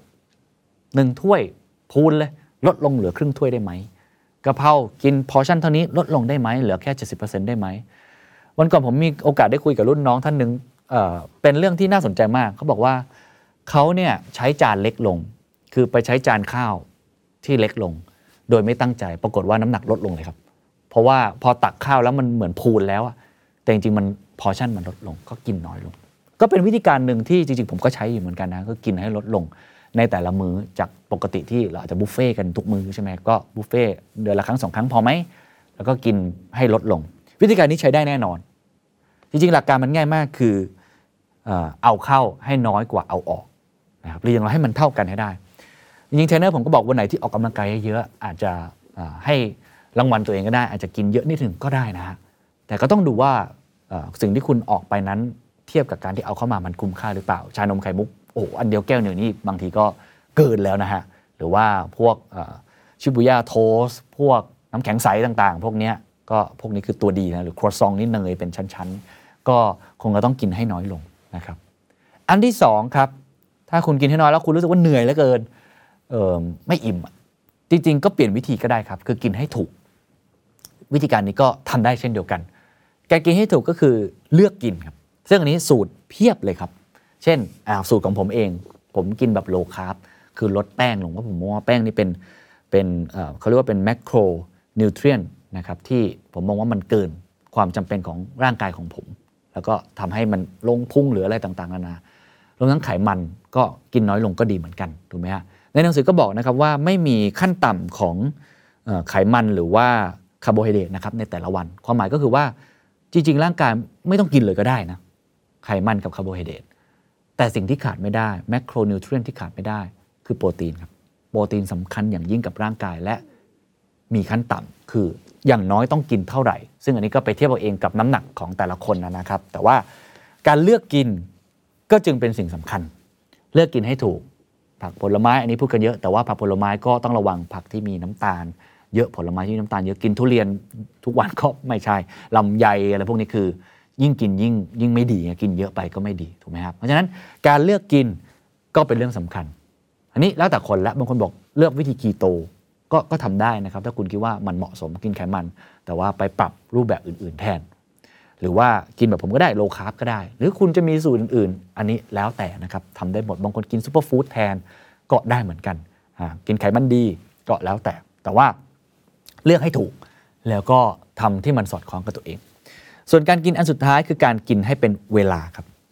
S3: 1ถ้วยพูนเลยลดลงเหลือครึ่งถ้วยได้ไหมกะเพรากินพอร์ชั่นเท่านี้ลดลงได้ไหมเหลือแค่ 70% ได้ไหมวันก่อนผมมีโอกาสได้คุยกับรุ่นน้องท่านหนึ่งเป็นเรื่องที่น่าสนใจมากเขาบอกว่าเขาเนี่ยใช้จานเล็กลงคือไปใช้จานข้าวที่เล็กลงโดยไม่ตั้งใจปรากฏว่าน้ำหนักลดลงเลยครับเพราะว่าพอตักข้าวแล้วมันเหมือนพูนแล้วแต่จริงๆมันพอร์ชั่นมันลดลงก็กินน้อยลงก็เป็นวิธีการหนึ่งที่จริงๆผมก็ใช้อยู่เหมือนกันนะก็กินให้ลดลงในแต่ละมื้อจากปกติที่เราอาจจะบุฟเฟ่กันทุกมื้อใช่ไหมก็บุฟเฟ่เดือนละครั้ง2ครั้งพอไหมแล้วก็กินให้ลดลงวิธีการนี้ใช้ได้แน่นอนจริงๆหลักการมันง่ายมากคือเอาเข้าให้น้อยกว่าเอาออกนะครับหรืออย่างไรให้มันเท่ากันให้ได้จริงๆเทรนเนอร์ผมก็บอกวันไหนที่ออกกำลังกายเยอะอาจจะให้รางวัลตัวเองก็ได้อาจจะกินเยอะนิดหนึ่งก็ได้นะฮะแต่ก็ต้องดูว่าสิ่งที่คุณออกไปนั้นเทียบกับการที่เอาเข้ามามันคุ้มค่าหรือเปล่าชานมไข่มุกโอ้โหอันเดียวแก้วหนึ่งนี่บางทีก็เกินแล้วนะฮะหรือว่าพวกชิบูย่าโทสพวกน้ำแข็งใสต่างๆพวกนี้ก็พวกนี้คือตัวดีนะหรือครัวซองนี่เนยเป็นชั้นๆก็คงจะต้องกินให้น้อยลงนะครับอันที่2ครับถ้าคุณกินให้น้อยแล้วคุณรู้สึกว่าเหนื่อยเหลือเกินไม่อิ่มจริงๆก็เปลี่ยนวิธีก็ได้ครับคือกินให้ถูกวิธีการนี้ก็ทำได้เช่นเดียวกันการกินให้ถูกก็คือเลือกกินครับซึ่งอันนี้สูตรเพียบเลยครับเช่นสูตรของผมเองผมกินแบบโลคาร์บคือลดแป้งลงเพราะผมมองว่าแป้งนี่เป็นเขาเรียกว่าเป็นแมคโครนิวเทรียนนะครับที่ผมมองว่ามันเกินความจำเป็นของร่างกายของผมแล้วก็ทำให้มันลงพุ่งหรืออะไรต่างๆนานารวมทั้งไขมันก็กินน้อยลงก็ดีเหมือนกันถูกไหมฮะในหนังสือก็บอกนะครับว่าไม่มีขั้นต่ำของไขมันหรือว่าคาร์โบไฮเดรตนะครับในแต่ละวันความหมายก็คือว่าจริงๆร่างกายไม่ต้องกินเลยก็ได้นะไขมันกับคาร์โบไฮเดรตแต่สิ่งที่ขาดไม่ได้แมคโครนิวเทรียนที่ขาดไม่ได้คือโปรตีนครับโปรตีนสำคัญอย่างยิ่งกับร่างกายและมีขั้นต่ำคืออย่างน้อยต้องกินเท่าไหร่ซึ่งอันนี้ก็ไปเทียบเอาเองกับน้ำหนักของแต่ละคนนะครับแต่ว่าการเลือกกินก็จึงเป็นสิ่งสำคัญเลือกกินให้ถูกผักผลไม้อันนี้พูดกันเยอะแต่ว่าผักผลไม้ก็ต้องระวังผักที่มีน้ำตาลเยอะผลไม้ที่มีน้ำตาลเยอะกินทุเรียนทุกวันก็ไม่ใช่ลำไยอะไรพวกนี้คือยิ่งกินยิ่งไม่ดีกินเยอะไปก็ไม่ดีถูกไหมครับเพราะฉะนั้นการเลือกกินก็เป็นเรื่องสำคัญอันนี้แล้วแต่คนละบางคนบอกเลือกวิธีคีโตก็ทำได้นะครับถ้าคุณคิดว่ามันเหมาะสมกินไขมันแต่ว่าไปปรับรูปแบบอื่นๆแทนหรือว่ากินแบบผมก็ได้โลคาร์บก็ได้หรือคุณจะมีสูตรอื่นๆอันนี้แล้วแต่นะครับทำได้หมดบางคนกินซุปเปอร์ฟู้ดแทนก็ได้เหมือนกันกินไขมันดีก็แล้วแต่ว่าเลือกให้ถูกแล้วก็ทำที่มันสอดคล้องกับตัวเองส่วนการกินอันสุดท้ายคือการกินให้เป็นเวลาครับ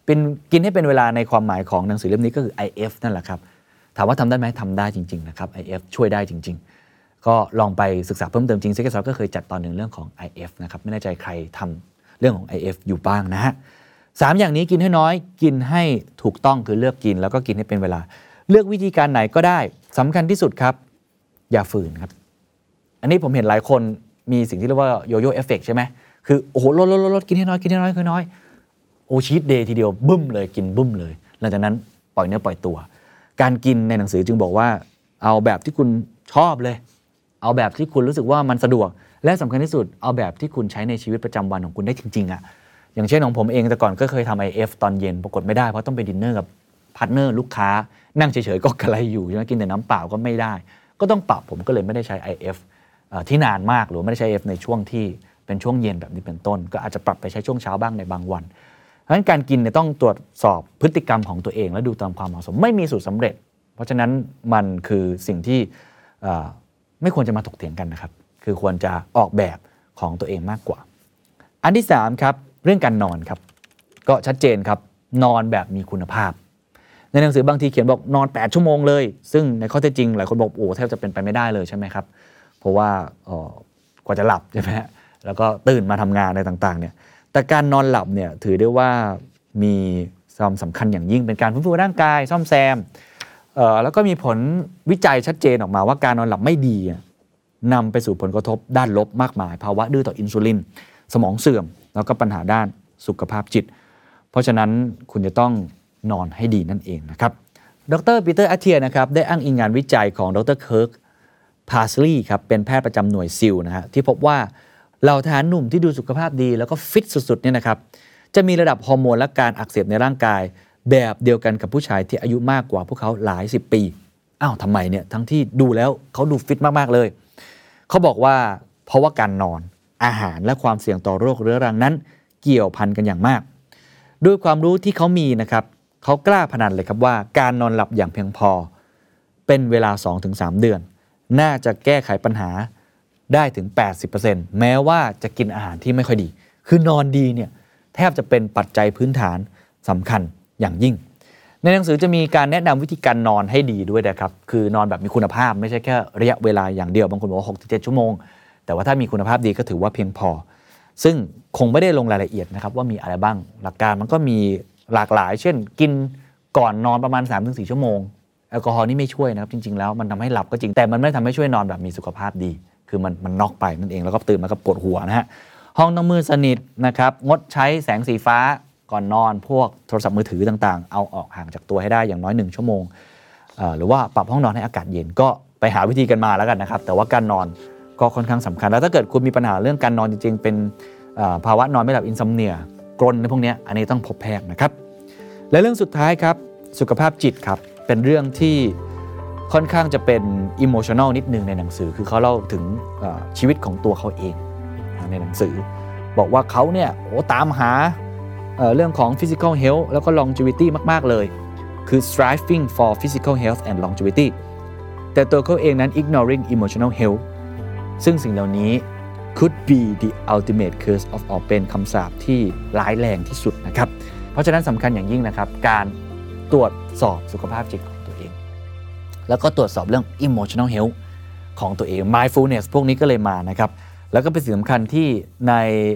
S3: เป็นกินให้เป็นเวลาในความหมายของหนังสือเล่มนี้ก็คือ IF นั่นแหละครับถามว่าทำได้ไหมทำได้จริงๆนะครับ IF ช่วยได้จริงๆก็ลองไปศึกษาเพิ่มเติมจริงSecret Sauceก็เคยจัดตอนหนึ่งเรื่องของ IF นะครับไม่แน่ใจใครทำเรื่องของ IF อยู่บ้างนะฮะ3อย่างนี้กินให้น้อยกินให้ถูกต้องคือเลือกกินแล้วก็กินให้เป็นเวลาเลือกวิธีการไหนก็ได้สำคัญที่สุดครับอย่าฝืนครับอันนี้ผมเห็นหลายคนมีสิ่งที่เรียกว่าโยโย่เอฟเฟกต์ใช่ไหมคือโอ้โหลดกินให้น้อยกินให้น้อยคือน้อยโอชีทเดย์ทีเดียวบึ้มเลยกินบึ้มเลยหลังจากนั้นปล่อยเนื้อปล่อยตัวการกินในหนังสือจึงบอกว่าเอาแบบที่คุณชอบเลยเอาแบบที่คุณรู้สึกว่ามันสะดวกและสำคัญที่สุดเอาแบบที่คุณใช้ในชีวิตประจำวันของคุณได้จริงๆอ่ะอย่างเช่นของผมเองแต่ก่อนก็เคยทำ IF ตอนเย็นปรากฏไม่ได้เพราะต้องไปดินเนอร์กับพาร์ทเนอร์ลูกค้านั่งเฉยๆก็กระไรอยู่ใช่ไหมกินแต่น้ำเปล่าก็ไม่ได้ก็ต้องปรับผมก็เลยไม่ได้ใช้ IF ที่นานมากหรือไม่ได้ใช้ IF ในช่วงที่เป็นช่วงเย็นแบบนี้เป็นต้นก็อาจจะปรับไปใช้ช่วงเช้าบ้างในบางวันเพราะฉะนั้นการกินเนี่ยต้องตรวจสอบพฤติกรรมของตัวเองและดูตามความเหมาะสมไม่มีสูตรสำเร็จเพราะฉะนั้นมันคือสิ่งที่ไม่ควรจะมาถกเถียงกันนะครับคือควรจะออกแบบของตัวเองมากกว่าอันที่3ครับเรื่องการนอนครับก็ชัดเจนครับนอนแบบมีคุณภาพในหนังสือบางทีเขียนบอกนอน8ชั่วโมงเลยซึ่งในข้อเท็จจริงหลายคนบอกโอ้แทบจะเป็นไปไม่ได้เลยใช่ไหมครับเพราะว่ากว่าจะหลับใช่ไหมแล้วก็ตื่นมาทำงานอะไรต่างๆเนี่ยแต่การนอนหลับเนี่ยถือได้ว่ามีความสำคัญอย่างยิ่งเป็นการฟื้นฟูร่างกายซ่อมแซมแล้วก็มีผลวิจัยชัดเจนออกมาว่าการนอนหลับไม่ดีนำไปสู่ผลกระทบด้านลบมากมายภาวะดื้อต่ออินซูลินสมองเสื่อมแล้วก็ปัญหาด้านสุขภาพจิตเพราะฉะนั้นคุณจะต้องนอนให้ดีนั่นเองนะครับดร.ปีเตอร์ อัทเทียนะครับได้อ้างอิงงานวิจัยของดร.เคิร์ก พาสลีย์ครับเป็นแพทย์ประจำหน่วยซิลนะฮะที่พบว่าเหล่าทหารหนุ่มที่ดูสุขภาพดีแล้วก็ฟิตสุดๆเนี่ยนะครับจะมีระดับฮอร์โมนและการอักเสบในร่างกายแบบเดียวกันกับผู้ชายที่อายุมากกว่าพวกเขาหลาย10 ปีอ้าวทำไมเนี่ยทั้งที่ดูแล้วเขาดูฟิตมากๆเลยเขาบอกว่าเพราะว่าการนอนอาหารและความเสี่ยงต่อโรคเรื้อรังนั้นเกี่ยวพันกันอย่างมากด้วยความรู้ที่เขามีนะครับเขากล้าพนันเลยครับว่าการนอนหลับอย่างเพียงพอเป็นเวลา 2-3 เดือนน่าจะแก้ไขปัญหาได้ถึง 80% แม้ว่าจะกินอาหารที่ไม่ค่อยดีคือนอนดีเนี่ยแทบจะเป็นปัจจัยพื้นฐานสำคัญอย่างยิ่งในหนังสือจะมีการแนะนำวิธีการนอนให้ดีด้วยนะครับคือนอนแบบมีคุณภาพไม่ใช่แค่ระยะเวลาอย่างเดียวบางคนบอกว่า 6-7 ชั่วโมงแต่ว่าถ้ามีคุณภาพดีก็ถือว่าเพียงพอซึ่งคงไม่ได้ลงรายละเอียดนะครับว่ามีอะไรบ้างหลักการมันก็มีหลากหลายเช่นกินก่อนนอนประมาณ 3-4 ชั่วโมงแอลกอฮอล์นี่ไม่ช่วยนะครับจริงๆแล้วมันทำให้หลับก็จริงแต่มันไม่ทำให้ช่วยนอนแบบมีสุขภาพดีคือมันน็อกไปนั่นเองแล้วก็ตื่นมาก็ปวดหัวนะฮะห้องต้องมืดสนิทนะครับงดใช้แสงสีฟ้าก่อนนอนพวกโทรศัพท์มือถือต่างๆเอาออกห่างจากตัวให้ได้อย่างน้อย1 ชั่วโมงหรือว่าปรับห้องนอนให้อากาศเย็นก็ไปหาวิธีกันมาแล้วกันนะครับแต่ว่าการนอนก็ค่อนข้างสำคัญแล้วถ้าเกิดคุณมีปัญหาเรื่องการนอนจริงๆเป็นภาวะนอนไม่หลับอินซัมเนียกรนในพวกนี้อันนี้ต้องพบแพทย์นะครับและเรื่องสุดท้ายครับสุขภาพจิตครับเป็นเรื่องที่ค่อนข้างจะเป็นอิโมชันแนลนิดนึงในหนังสือคือเขาเล่าถึงชีวิตของตัวเขาเองในหนังสือบอกว่าเขาเนี่ยตามหาเรื่องของ physical health แล้วก็ longevity มากๆเลยคือ striving for physical health and longevity แต่ตัวเขาเองนั้น ignoring emotional health ซึ่งสิ่งเหล่านี้ could be the ultimate curse of all เป็นคำสาปที่ร้ายแรงที่สุดนะครับเพราะฉะนั้นสำคัญอย่างยิ่งนะครับการตรวจสอบสุขภาพจิตของตัวเองแล้วก็ตรวจสอบเรื่อง emotional health ของตัวเอง mindfulness พวกนี้ก็เลยมานะครับแล้วก็เป็นสิ่งสำคัญที่ใน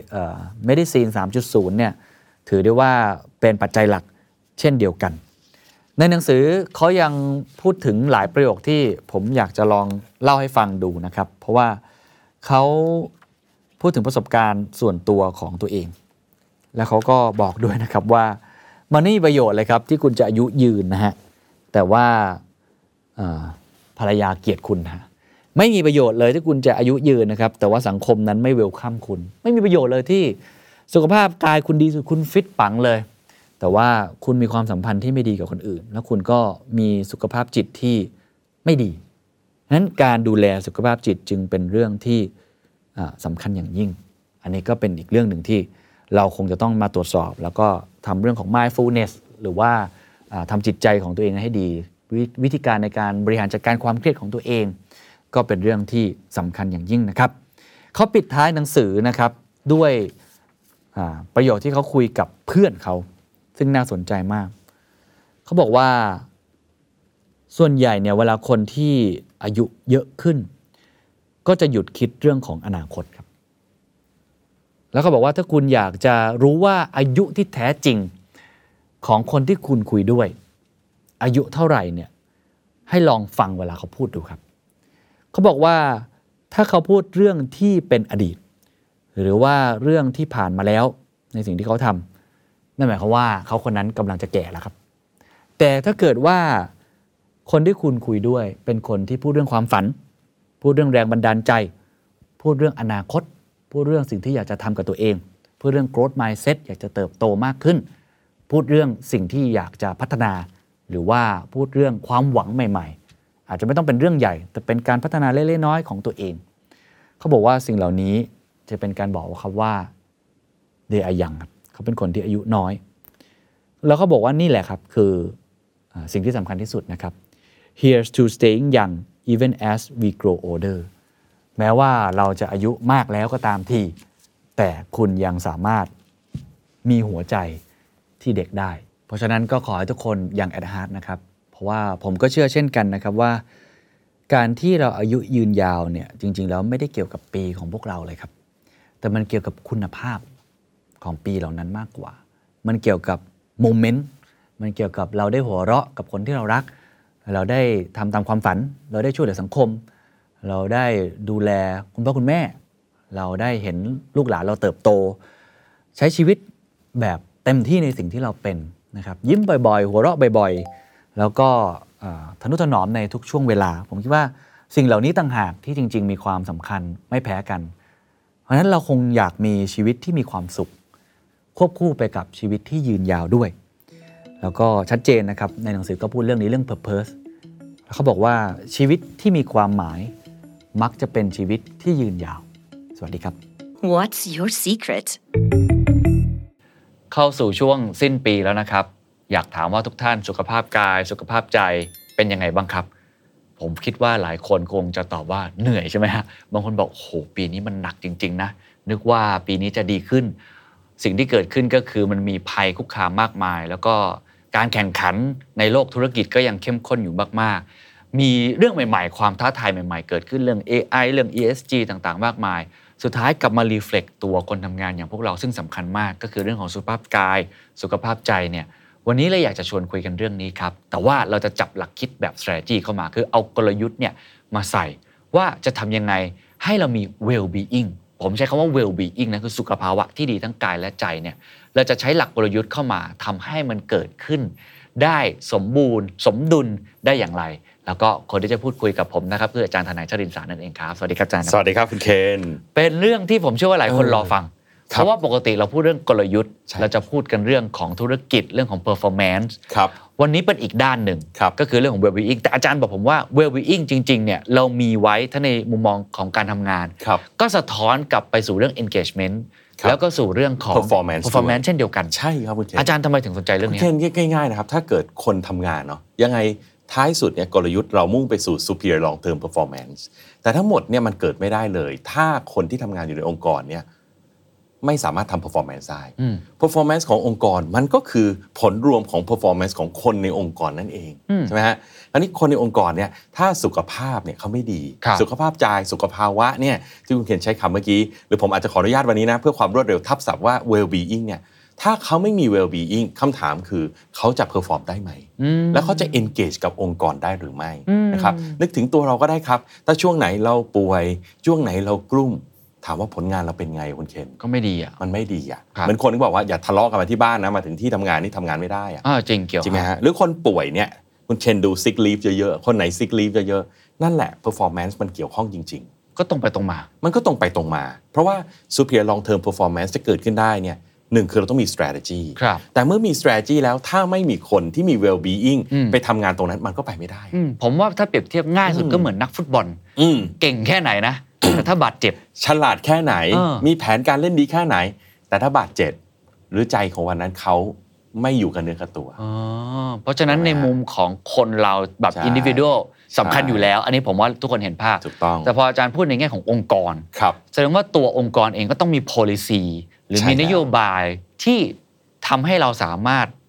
S3: medicine 3.0 เนี่ยถือได้ว่าเป็นปัจจัยหลักเช่นเดียวกันในหนังสือเขายังพูดถึงหลายประโยคที่ผมอยากจะลองเล่าให้ฟังดูนะครับเพราะว่าเขาพูดถึงประสบการณ์ส่วนตัวของตัวเองแล้วเขาก็บอกด้วยนะครับว่ามันไม่มีประโยชน์เลยครับที่คุณจะอายุยืนนะฮะแต่ว่าภรรยาเกลียดคุณนะไม่มีประโยชน์เลยที่คุณจะอายุยืนนะครับแต่ว่าสังคมนั้นไม่เวลคัมคุณไม่มีประโยชน์เลยที่สุขภาพกายคุณดีสุดคุณฟิตปังเลยแต่ว่าคุณมีความสัมพันธ์ที่ไม่ดีกับคนอื่นแล้วคุณก็มีสุขภาพจิตที่ไม่ดีฉะนั้นการดูแลสุขภาพจิตจึงเป็นเรื่องที่สำคัญอย่างยิ่งอันนี้ก็เป็นอีกเรื่องหนึ่งที่เราคงจะต้องมาตรวจสอบแล้วก็ทำเรื่องของ mindfulness หรือว่าทำจิตใจของตัวเองให้ดีวิธีการในการบริหารจัดการความเครียดของตัวเองก็เป็นเรื่องที่สำคัญอย่างยิ่งนะครับเขาปิดท้ายหนังสือนะครับด้วยประโยคที่เขาคุยกับเพื่อนเขาซึ่งน่าสนใจมากเขาบอกว่าส่วนใหญ่เนี่ยเวลาคนที่อายุเยอะขึ้นก็จะหยุดคิดเรื่องของอนาคตครับแล้วเขาบอกว่าถ้าคุณอยากจะรู้ว่าอายุที่แท้จริงของคนที่คุณคุยด้วยอายุเท่าไหร่เนี่ยให้ลองฟังเวลาเขาพูดดูครับเขาบอกว่าถ้าเขาพูดเรื่องที่เป็นอดีตหรือว่าเรื่องที่ผ่านมาแล้วในสิ่งที่เขาทำนั่นหมายความว่าเขาคนนั้นกำลังจะแก่แล้วครับแต่ถ้าเกิดว่าคนที่คุณคุยด้วยเป็นคนที่พูดเรื่องความฝันพูดเรื่องแรงบันดาลใจพูดเรื่องอนาคตพูดเรื่องสิ่งที่อยากจะทำกับตัวเองพูดเรื่อง growth mindset อยากจะเติบโตมากขึ้นพูดเรื่องสิ่งที่อยากจะพัฒนาหรือว่าพูดเรื่องความหวังใหม่ๆอาจจะไม่ต้องเป็นเรื่องใหญ่แต่เป็นการพัฒนาเล็กๆน้อยๆของตัวเองเขาบอกว่าสิ่งเหล่านี้จะเป็นการบอกว่าครับว่า they are young ครับเขาเป็นคนที่อายุน้อยแล้วเขาบอกว่านี่แหละครับคือสิ่งที่สำคัญที่สุดนะครับ here's to staying young even as we grow older แม้ว่าเราจะอายุมากแล้วก็ตามทีแต่คุณยังสามารถมีหัวใจที่เด็กได้เพราะฉะนั้นก็ขอให้ทุกคนยัง at heart นะครับเพราะว่าผมก็เชื่อเช่นกันนะครับว่าการที่เราอายุยืนยาวเนี่ยจริงๆแล้วไม่ได้เกี่ยวกับปีของพวกเราเลยครับแต่มันเกี่ยวกับคุณภาพของปีเหล่านั้นมากกว่ามันเกี่ยวกับโมเมนต์มันเกี่ยวกับเราได้หัวเราะกับคนที่เรารักเราได้ทำตามความฝันเราได้ช่วยเหลือสังคมเราได้ดูแลคุณพ่อคุณแม่เราได้เห็นลูกหลานเราเติบโตใช้ชีวิตแบบเต็มที่ในสิ่งที่เราเป็นนะครับยิ้มบ่อยๆหัวเราะบ่อยๆแล้วก็ทนุถนอมในทุกช่วงเวลาผมคิดว่าสิ่งเหล่านี้ต่างหากที่จริงๆมีความสำคัญไม่แพ้กันเพราะฉะนั้นเราคงอยากมีชีวิตที่มีความสุขควบคู่ไปกับชีวิตที่ยืนยาวด้วยแล้วก็ชัดเจนนะครับในหนังสือก็พูดเรื่องนี้เรื่อง purpose แล้วเขาบอกว่าชีวิตที่มีความหมายมักจะเป็นชีวิตที่ยืนยาวสวัสดีครับ
S2: What's your secret?
S3: เข้าสู่ช่วงสิ้นปีแล้วนะครับอยากถามว่าทุกท่านสุขภาพกายสุขภาพใจเป็นยังไงบ้างครับผมคิดว่าหลายคนคงจะตอบว่าเหนื่อยใช่ไหมฮะบางคนบอกโอ้โหปีนี้มันหนักจริงๆนะนึกว่าปีนี้จะดีขึ้นสิ่งที่เกิดขึ้นก็คือมันมีภัยคุกคามมากมายแล้วก็การแข่งขันในโลกธุรกิจก็ยังเข้มข้นอยู่มากๆมีเรื่องใหม่ๆความท้าทายใหม่ๆเกิดขึ้นเรื่อง AI เรื่อง ESG ต่างๆมากมายสุดท้ายกลับมารีเฟล็กตัวคนทำงานอย่างพวกเราซึ่งสำคัญมากก็คือเรื่องของสุขภาพกายสุขภาพใจเนี่ยวันนี้เลยอยากจะชวนคุยกันเรื่องนี้ครับแต่ว่าเราจะจับหลักคิดแบบ strategy เข้ามาคือเอากลยุทธ์เนี่ยมาใส่ว่าจะทำยังไงให้เรามี well being ผมใช้คำว่า well being นะคือสุขภาวะที่ดีทั้งกายและใจเนี่ยเราจะใช้หลักกลยุทธ์เข้ามาทำให้มันเกิดขึ้นได้สมบูรณ์สมดุลได้อย่างไรแล้วก็คนที่จะพูดคุยกับผมนะครับคืออาจารย์ธนายชรินทร์สารนั่นเองครับสวัสดีครับอาจารย์
S4: สวัสดีครับคุณเคน
S3: เป็นเรื่องที่ผมเชื่อว่าหลายคนรอฟังเพราะว่าปกติเราพูดเรื่องกลยุทธ์เราจะพูดกันเรื่องของธุรกิจเรื่องของ performance
S4: ครับ
S3: วันนี้เป็นอีกด้านหนึ่งก็คือเรื่องของ well being แต่อาจารย์บอกผมว่า well being จริงๆเนี่ยเรามีไว้ทั้งในมุมมองของการทำงานก็สะท้อนกลับไปสู่เรื่อง engagement แล้วก็สู่เรื่องของ performance เช่นเดียวกัน
S4: ใช่ครับคุณเคน
S3: อาจารย์ทำไมถึงสนใจเรื่องนี้
S4: คุณเคนง่ายๆนะครับถ้าเกิดคนทำงานเนาะยังไงท้ายสุดเนี่ยกลยุทธ์เรามุ่งไปสู่ superior long term performance แต่ทั้งหมดเนี่ยมันเกิดไม่ได้เลยถ้าคนที่ทำงานอยู่ในองค์กรเนี่ยไม่สามารถทำ performance ได้ performance ขององค์กรมันก็คือผลรวมของ performance ของคนในองค์กรนั่นเองใช่ไหมฮะอันนี้คนในองค์กรเนี่ยถ้าสุขภาพเนี่ยเขาไม่ดีสุขภาพใจสุขภาวะเนี่ยที่คุณเคนใช้คำเมื่อกี้หรือผมอาจจะขออนุญาตวันนี้นะเพื่อความรวดเร็วทับศัพท์ว่า well being เนี่ยถ้าเขาไม่มี well being คำถามคือเขาจะ perform ได้ไหมแล้วเขาจะ engage กับองค์กรได้หรือไม่นะครับนึกถึงตัวเราก็ได้ครับถ้าช่วงไหนเราป่วยช่วงไหนเรากลุ้มถามว่าผลงานเราเป็นไงคุณเคน
S3: ก็ไม่ดีอ่ะ
S4: มันไม่ดีอ่ะเหมือนคนที่บอกว่าอย่าทะเลาะกันมาที่บ้านนะมาถึงที่ทำงานนี่ทำงานไม่ได้อ่ะ
S3: จริงเกี่ยว
S4: จริงไหมฮะหรือคนป่วยเนี่ยคุณเคนดู sick leave เยอะๆคนไหน sick leave เยอะๆนั่นแหละ performance มันเกี่ยวข้องจริง
S3: ๆก็ตรงไปตรงมา
S4: มันก็ตรงไปตรงมาเพราะว่า superior long term performance จะเกิดขึ้นได้เนี่ยหนึ่งคือเราต้องมี strategy แต่เมื่อมี strategy แล้วถ้าไม่มีคนที่มี well being ไปทำงานตรงนั้นมันก็ไปไม่ได้
S3: ผมว่าถ้าเปรียบเทียบง่ายสุดก็เหมือนนักฟุตบอลเก่งแค่ไหนนะแต่ถ้าบาดเจ็บ
S4: ฉลาดแค่ไหนมีแผนการเล่นดีแค่ไหนแต่ถ้าบาดเจ็บหรือใจของวันนั้นเขาไม่อยู่กับเนื้อกับตัว
S3: เพราะฉะนั้นในมุมของคนเราแบบ individual สำคัญอยู่แล้วอันนี้ผมว่าทุกคนเห็นภาพ
S4: ถูกต้อง
S3: แต่พออาจารย์พูดในแง่ขององค์กรแสดงว่าตัวองค์กรเองก็ต้องมี policy หรือมีนโยบายที่ทำให้เราสามารถ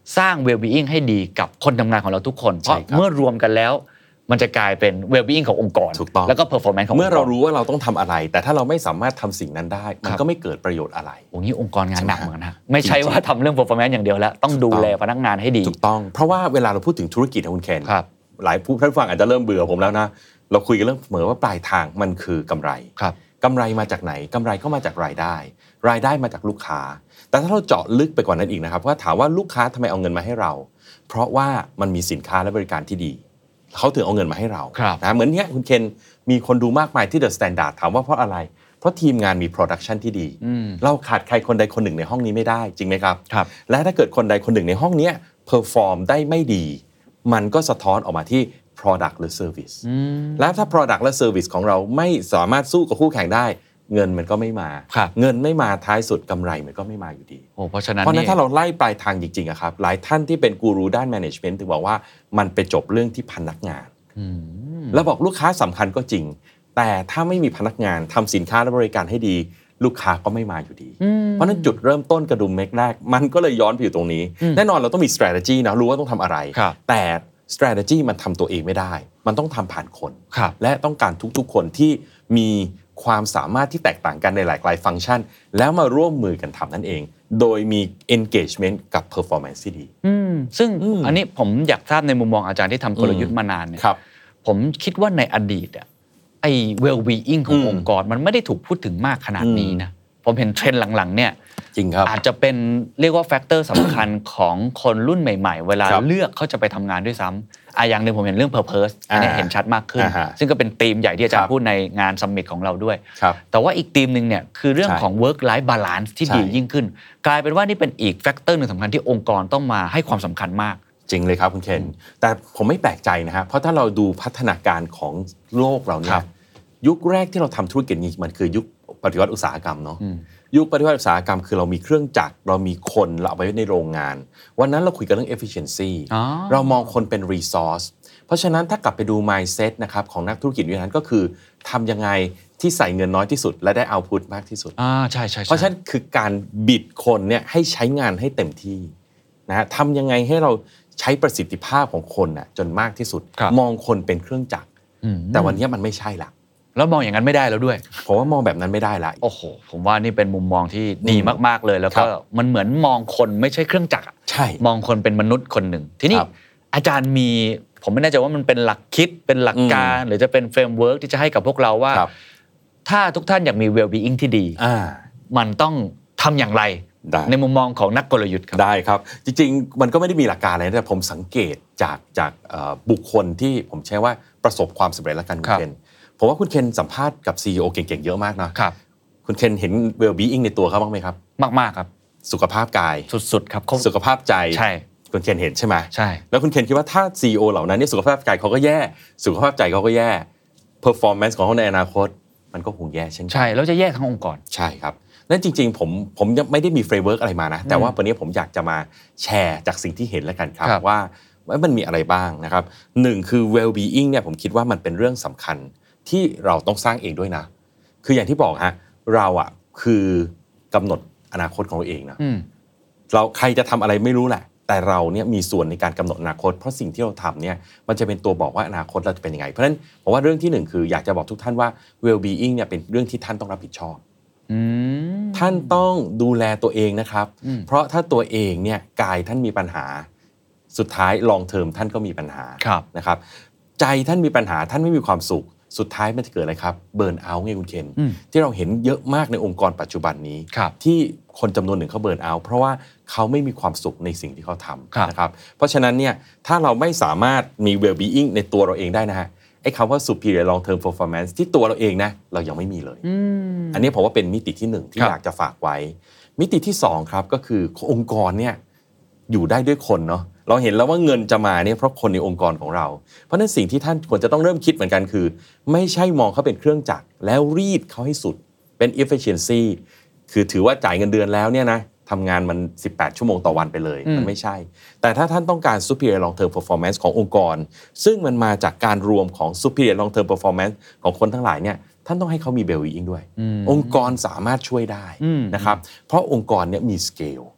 S3: สร้าง well-being ให้ดีกับคนทำงานของเราทุกคนเพราะเมื่อรวมกันแล้วมันจะกลายเป็น well-being ขององค์กรแล้วก็ performance ขององค์กร
S4: เมื่อเรารู้ว่าเราต้องทำอะไรแต่ถ้าเราไม่สามารถทำสิ่งนั้นได้มันก็ไม่เกิดประโยชน์อะไร
S3: โอ้นี่องค์กรงานหนักเหมือนกันนะไม่ใช่ว่าทำเรื่อง performance อย่างเดียวแล้วต้องดูแลพนักงานให้ดี
S4: ถูกต้องเพราะว่าเวลาเราพูดถึงธุรกิจของคุณเคนหลายผู้ฟังอาจจะเริ่มเบื่อผมแล้วนะเราคุยกันเรื่องเสมอว่าปลายทางมันคือกำไรกำไรมาจากไหนกำไรก็มาจากรายได้มาจากลูกค้าแต่ถ้าเราเจาะลึกไปกว่านั้นอีกนะครับว่าถามว่าลูกค้าทำไมเอาเงินมาให้เราเพราะว่ามันมีสินค้าและบริการที่ดีเขาถึงเอาเงินมาให้เรานะเหมือนเนี้ยคุณเคนมีคนดูมากมายที่ The Standard ถามว่าเพราะอะไรเพราะทีมงานมี production ที่ดีเราขาดใครคนใดคนหนึ่งในห้องนี้ไม่ได้จริงไหมครับและถ้าเกิดคนใดคนหนึ่งในห้องนี้ perform ได้ไม่ดีมันก็สะท้อนออกมาที่ product หรือ service และถ้า product และ service ของเราไม่สามารถสู้กับคู่แข่งได้เงินมันก็ไม่มาเงินไม่มาท้ายสุดกำไรมันก็ไม่มาอยู่ดี
S3: เพราะฉะนั้น
S4: ถ้าเราไล่ปลายทางจริงๆครับหลายท่านที่เป็นกูรูด้าน management ถึงบอกว่ามันไปจบเรื่องที่พนักงานแล้วบอกลูกค้าสำคัญก็จริงแต่ถ้าไม่มีพนักงานทำสินค้าและบริการให้ดีลูกค้าก็ไม่มาอยู่ดีเพราะนั้นจุดเริ่มต้นกระดุมเม็ดแรกมันก็เลยย้อนไปอยู่ตรงนี้แน่นอนเราต้องมี strategy นะรู้ว่าต้องทำอะไรแต่ strategy มันทำตัวเองไม่ได้มันต้องทำผ่านคนและต้องการทุกๆคนที่มีความสามารถที่แตกต่างกันในหลากหลายฟังก์ชันแล้วมาร่วมมือกันทำนั่นเองโดยมี engagement กับ performance ที่ดี
S3: ซึ่งอันนี้ผมอยากทราบในมุมมองอาจารย์ที่ทำกลยุทธ์มานานเนี่ยผมคิดว่าในอดีตไอ้ well-being ขององค์กรมันไม่ได้ถูกพูดถึงมากขนาดนี้นะผมเห็นเทรนด์หลังๆเนี่ย
S4: จริงครับ
S3: อาจจะเป็นเรียกว่าแฟกเตอร์สำคัญของคนรุ่นใหม่ๆเวลาเลือกเขาจะไปทำงานด้วยซ้ำอย่างหนึ่งผมเห็นเรื่อง purpose อันนี้เห็นชัดมากขึ้นซึ่งก็เป็นธีมใหญ่ที่อาจารย์พูดในงาน summit ของเราด้วยแต่ว่าอีกธีมนึงเนี่ยคือเรื่องของ work life balance ที่ดียิ่งขึ้นกลายเป็นว่านี่เป็นอีกแฟกเตอร์นึงสำคัญที่องค์กรต้องมาให้ความสำคัญมาก
S4: จริงเลยครับคุณเคนแต่ผมไม่แปลกใจนะฮะเพราะถ้าเราดูพัฒนาการของโลกเราเนี่ยยุคแรกที่เราทำธุรกิจนี้มันคือยุคปฏิวัติอุตสาหกรรมเนาะยุคปฏิวัติอุตสาหกรรมคือเรามีเครื่องจักรเรามีคนเราเอาไปไว้ในโรงงานวันนั้นเราคุยกันเรื่อง efficiency เรามองคนเป็น resource เพราะฉะนั้นถ้ากลับไปดู mindset นะครับของนักธุรกิจยุคนั้นก็คือทำยังไงที่ใส่เงินน้อยที่สุดและได้ output มากที่สุด
S3: ใช่
S4: เพราะฉะนั้นคือการบิดคนเนี่ยให้ใช้งานให้เต็มที่นะทำยังไงให้เราใช้ประสิทธิภาพของคนน่ะจนมากที่สุดมองคนเป็นเครื่องจักรแต่วันนี้มันไม่ใช่ละ
S3: แล้วมองอย่างนั้นไม่ได้แล้วด้วย
S4: ผมว่ามองแบบนั้นไม่ได้ละ
S3: โอ้โหผมว่านี่เป็นมุมมองที่ดีมากๆเลยแล้วก็มันเหมือนมองคนไม่ใช่เครื่องจักร
S4: ใช่
S3: มองคนเป็นมนุษย์คนหนึ่งทีนี้อาจารย์มีผมไม่แน่ใจว่ามันเป็นหลักคิดเป็นหลักการหรือจะเป็นเฟรมเวิร์กที่จะให้กับพวกเราว่าถ้าทุกท่านอยากมี well-being ที่ดีมันต้องทำอย่างไรในมุมมองของนักกลยุทธ์ครับ
S4: ได้ครับจริงๆมันก็ไม่ได้มีหลักการอะไรแต่ผมสังเกตจากบุคคลที่ผมใช้ว่าประสบความสำเร็จแล้วกันคุณเคนผมว่าคุณเคนสัมภาษณ์กับ CEO เก่งๆเยอะมากนะครับคุณเคนเห็น well-being ในตัวเขาบ้างไหมครับ
S3: มากๆครับ
S4: สุขภาพกาย
S3: สุดๆครับ
S4: สุขภาพใจ
S3: ใช่
S4: คุณเคนเห็นใช่ไหม
S3: ใช่
S4: แล้วคุณเคนคิดว่าถ้า CEO เหล่านั้นเนี่ยสุขภาพกายเขาก็แย่สุขภาพใจเขาก็แย่ performance ของเขาในอนาคตมันก็คงแย่เช่นกัน
S3: ใช่แล้วจะแย่ทั้งองค์กร
S4: ใช่ครับนั่นจริงๆผมยังไม่ได้มีเฟรมเวิร์กอะไรมานะแต่ว่าวันนี้ผมอยากจะมาแชร์จากสิ่งที่เห็นแล้วกันครับว่ามันมีอะไรบ้างนะครับ1คือ well-being เนี่ยผมคิดว่ามันเป็นเรื่องสำคัญที่เราต้องสร้างเองด้วยนะคืออย่างที่บอกฮะเราคือกำหนดอนาคตของเราเองนะเราใครจะทำอะไรไม่รู้แหละแต่เราเนี่ยมีส่วนในการกำหนดอนาคตเพราะสิ่งที่เราทำเนี่ยมันจะเป็นตัวบอกว่าอนาคตเราจะเป็นยังไงเพราะฉะนั้นผมว่าเรื่องที่1คืออยากจะบอกทุกท่านว่า well-being เนี่ยเป็นเรื่องที่ท่านต้องรับผิดชอบท่านต้องดูแลตัวเองนะครับเพราะถ้าตัวเองเนี่ยกายท่านมีปัญหาสุดท้าย long term ท่านก็มีปัญหานะครับใจท่านมีปัญหาท่านไม่มีความสุขสุดท้ายมันจะเกิดอะไรครับเบิร์นเอาท์ไงคุณเคนที่เราเห็นเยอะมากในองค์กรปัจจุบันนี้ที่คนจำนวนหนึ่งเขาเบิร์นเอาท์เพราะว่าเขาไม่มีความสุขในสิ่งที่เขาทำนะครับเพราะฉะนั้นเนี่ยถ้าเราไม่สามารถมี well-being ในตัวเราเองได้นะฮะไอ้คำว่า superior long term performance ที่ตัวเราเองนะเรายังไม่มีเลยอันนี้ผมว่าเป็นมิติที่1ที่อยากจะฝากไว้มิติที่2ครับก็คือองค์กรเนี่ยอยู่ได้ด้วยคนเนาะเราเห็นแล้วว่าเงินจะมาเนี่ยเพราะคนในองค์กรของเราเพราะฉะนั้นสิ่งที่ท่านควรจะต้องเริ่มคิดเหมือนกันคือไม่ใช่มองเขาเป็นเครื่องจักรแล้วรีดเขาให้สุดเป็น efficiency คือถือว่าจ่ายเงินเดือนแล้วเนี่ยนะทำงานมัน18ชั่วโมงต่อวันไปเลยมันไม่ใช่แต่ถ้าท่านต้องการ superior long term performance ขององค์กรซึ่งมันมาจากการรวมของ superior long term performance ของคนทั้งหลายเนี่ยท่านต้องให้เขามี well-being ด้วยองค์กรสามารถช่วยได้นะครับเพราะองค์กรเนี่ยมี scale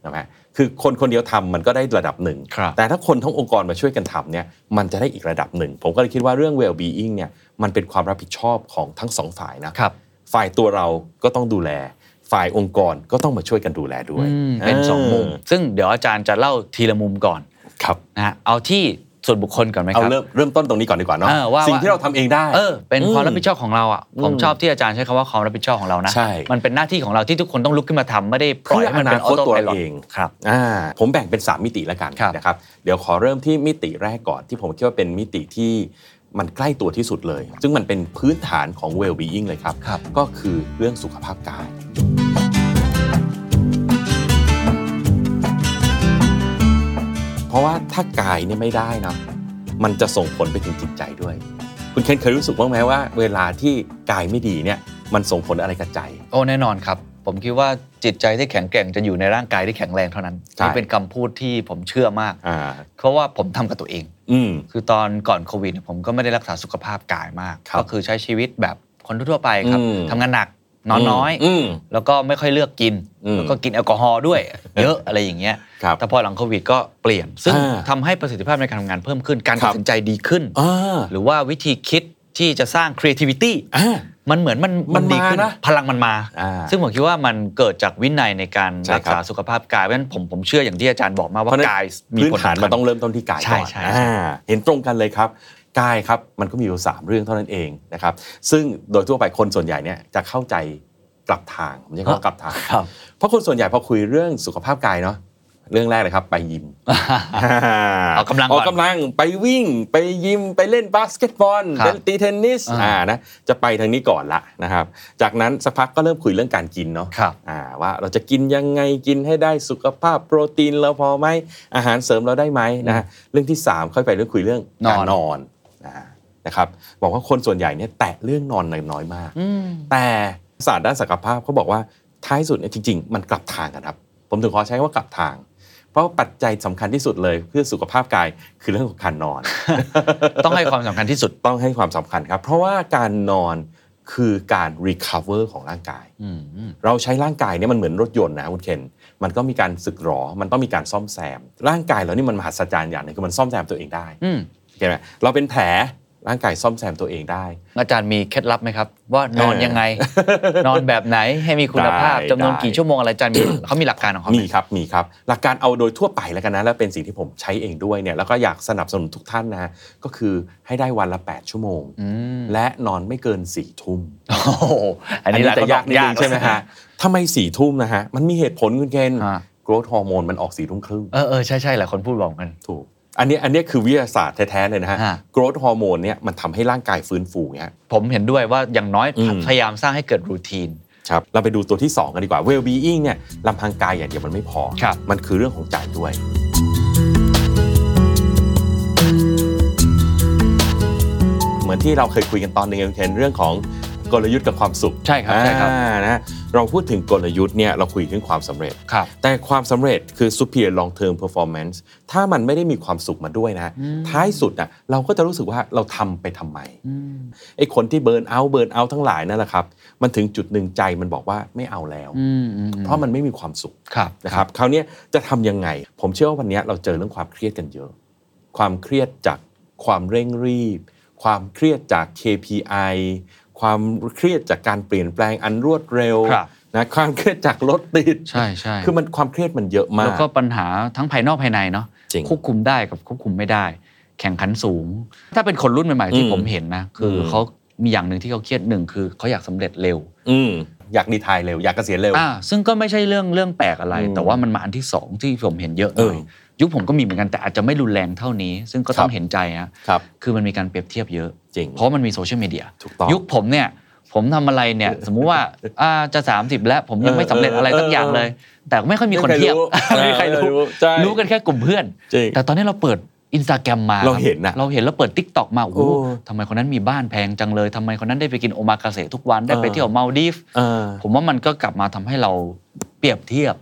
S4: นะฮะคือคนคนเดียวทำมันก็ได้ระดับหนึ่งแต่ถ้าคนทั้งองค์กรมาช่วยกันทำเนี่ยมันจะได้อีกระดับหนึ่งผมก็เลยคิดว่าเรื่อง well-being เนี่ยมันเป็นความรับผิดชอบของทั้งสองฝ่ายนะฝ่ายตัวเราก็ต้องดูแลฝ่ายองค์กรก็ต้องมาช่วยกันดูแลด้วย
S3: เป็น2มุมซึ่งเดี๋ยวอาจารย์จะเล่าทีละมุมก่อน
S4: ครับ
S3: นะฮะเอาที่ส่วนบุคคลก่อนไหมครับ
S4: เอาเริ่มต้นตรงนี้ก่อนดีกว่าเนาะสิ่งที่เราทำเองได้
S3: เป็นความรับผิดชอบของเราอ่ะผมชอบที่อาจารย์ใช้คำว่าความรับผิดชอบของเรานะมันเป็นหน้าที่ของเราที่ทุกคนต้องลุกขึ้นมาทำไม่ได้ปล่อยให้มันเป็นออโต้ไพลอต
S4: ครับผมแบ่งเป็น3มิติแล้วกันนะครับเดี๋ยวขอเริ่มที่มิติแรกก่อนที่ผมคิดว่าเป็นมิติที่มันใกล้ตัวที่สุดเลยซึ่งมันเป็นพื้นฐานของ well-being เลยครับก็คือเรื่องสุขภาพกายเพราะว่าถ้ากายเนี่ยไม่ได้นะมันจะส่งผลไปถึงจิตใจด้วยคุณเคนเคยรู้สึกบ้างไหมว่าเวลาที่กายไม่ดีเนี่ยมันส่งผลอะไรกับใจ
S3: แน่นอนครับผมคิดว่าจิตใจที่แข็งแกร่งจะอยู่ในร่างกายที่แข็งแรงเท่านั้นนี่เป็นคำพูดที่ผมเชื่อมากเพราะว่าผมทำกับตัวเองคือตอนก่อนโควิดผมก็ไม่ได้รักษาสุขภาพกายมากก็คือใช้ชีวิตแบบคนทั่วไปครับทำงานหนักนอนน้อยแล้วก็ไม่ค่อยเลือกกินแล้วก็กินแอลกอฮอล์ด้วยเยอะอะไรอย่างเงี้ยแต่พอหลังโควิดก็เปลี่ยนซึ่งทำให้ประสิทธิภาพในการทำงานเพิ่มขึ้นการตัดสินใจดีขึ้นหรือว่าวิธีคิดที่จะสร้าง creativity มันเหมือนมันดีขึ้นพลังมันมาซึ่งผมคิดว่ามันเกิดจากวินัยในการรักษาสุขภาพกายเพราะฉะนั้นผมเชื่ออย่างที่อาจารย์บอกมาว่ากายมี
S4: พื้นฐานมันต้องเริ่มต้นที่กายก่อนเห็นตรงกันเลยครับกายครับมันก็มีอยู่3เรื่องเท่านั้นเองนะครับซึ่งโดยทั่วไปคนส่วนใหญ่เนี่ยจะเข้าใจกลับทางผมใช้คำว่ากลับทางเพราะคนส่วนใหญ่พอคุยเรื่องสุขภาพกายเนาะเรื่องแรกเลยครับไปยิม
S3: ออกกำ
S4: ลังไปวิ่งไปยิมไปเล่นบาสเกตบอลเล่นตีเทนนิสนะจะไปทางนี้ก่อนละนะครับจากนั้นสักพักก็เริ่มคุยเรื่องการกินเนาะว่าเราจะกินยังไงกินให้ได้สุขภาพโปรตีนเราพอไหมอาหารเสริมเราได้ไหมนะเรื่องที่3ค่อยไปเรื่องคุยเรื่องการนอนนะครับบอกว่าคนส่วนใหญ่เนี่ยแตะเรื่องนอนน้อยมากแต่ศาสตร์ด้านสุขภาพเขาบอกว่าท้ายสุดเนี่ยจริงๆมันกลับทางกันครับผมถึงขอใช้ว่ากลับทางเพราะปัจจัยสำคัญที่สุดเลยเพื่อสุขภาพกายคือเรื่องของการนอน
S3: ต้องให้ความสำคัญที่สุด
S4: ต้องให้ความสำคัญครับเพราะว่าการนอนคือการ recover ของร่างกายเราใช้ร่างกายเนี่ยมันเหมือนรถยนต์นะคุณเคนมันก็มีการสึกหรอมันต้องมีการซ่อมแซมร่างกายเรานี่มันมหัศจรรย์อย่างนึงคือมันซ่อมแซมตัวเองได้เห็นไหมเราเป็นแผลร่างกายซ่อมแซมตัวเองได้
S3: อาจารย์มีเคล็ดลับไหมครับว่านอนยังไง นอนแบบไหนให้มีคุณภาพจำนวนกี่ชั่วโมงอะไรอาจารย์มีเขามีหลักการของเขา
S4: มีครับหลักการเอาโดยทั่วไปแล้วกันนะแล้วเป็นสิ่งที่ผมใช้เองด้วยเนี่ยแล้วก็อยากสนับสนุนทุกท่านนะก็คือให้ได้วันละ8ชั่วโมงและนอนไม่เกิน4ทุ่ม
S3: อันนี้จะยาก
S4: ใช่ไหมฮะทำไม4ทุ่มนะฮะมันมีเหตุผลคุณเคนโกรทฮอร์โมนมันออก4ทุ่มครึ่ง
S3: ใช่หลายคนพูดบอกกัน
S4: ถูกอันนี้คือวิทยาศาสตร์แท้ๆเลยนะฮะ growth hormone เนี่ยมันทำให้ร่างกายฟื้นฟูเนี่ย
S3: ผมเห็นด้วยว่าอย่างน้อยพยายามสร้างให้เกิดรูทีน
S4: ครับเราไปดูตัวที่2กันดีกว่า well-being เนี่ยลำพังกายอย่างเดียวมันไม่พอมันคือเรื่องของใจด้วยเหมือนที่เราเคยคุยกันตอนนึงเรื่องของกลยุทธ์กับความสุข
S3: ใช่ครับ
S4: นะเราพูดถึงกลยุทธ์เนี่ยเราคุยถึงความสำเร็จแต่ความสำเร็จคือ superior long term performance ถ้ามันไม่ได้มีความสุขมาด้วยนะท้ายสุดนะเราก็จะรู้สึกว่าเราทำไปทำไมไอ้คนที่เบิร์นเอาท์ทั้งหลายนั่นแหละครับมันถึงจุดหนึ่งใจมันบอกว่าไม่เอาแล้วเพราะมันไม่มีความสุขนะครับคราวนี้จะทำยังไงผมเชื่อว่าวันนี้เราเจอเรื่องความเครียดกันเยอะความเครียดจากความเร่งรีบความเครียดจาก KPIความเครียดจากการเปลี่ยนแปลงอันรวดเร็วนะความเครียดจากรถติด
S3: ใช่
S4: คือมันความเครียดมันเยอะมาก
S3: แล้วก็ปัญหาทั้งภายนอกภายในเนาะควบคุมได้กับควบคุมไม่ได้แข่งขันสูงถ้าเป็นคนรุ่นใหม่ๆที่ผมเห็นนะคือเขามีอย่างนึงที่เขาเครียด1คือเขาอยากสำเร็จเร็ว
S4: อยากรีไทร์เร็วอยากเกษียณเร็ว
S3: ซึ่งก็ไม่ใช่เรื่องแปลกอะไรแต่ว่ามันมาอันที่2ที่ผมเห็นเยอะเลยยุคผมก็มีเหมือนกันแต่อาจจะไม่รุนแรงเท่านี้ซึ่งก็ต้องเห็นใจคือมันมีการเปรียบเทียบเยอะเพราะมันมีโซเชียลมีเดียยุคผมเนี่ยผมทำอะไรเนี่ยสมมุติว่าจะ30แล้วผมยังไม่สำเร็จอะไรสักอย่างเลยแต่ไม่ค่อยมีคนเทียบไม่มีใครรู้กันแค่กลุ่มเพื่อนแต่ตอนนี้เราเปิด Instagram มา
S4: เราเห็น
S3: แล้วเปิด TikTok มาโอ้ทำไมคนนั้นมีบ้านแพงจังเลยทำไมคนนั้นได้ไปกินโอมากาเสะทุกวันได้ไปเที่ยวมัลดีฟผมว่ามันก็กลับมาทำให้เราเปรียบเทียบ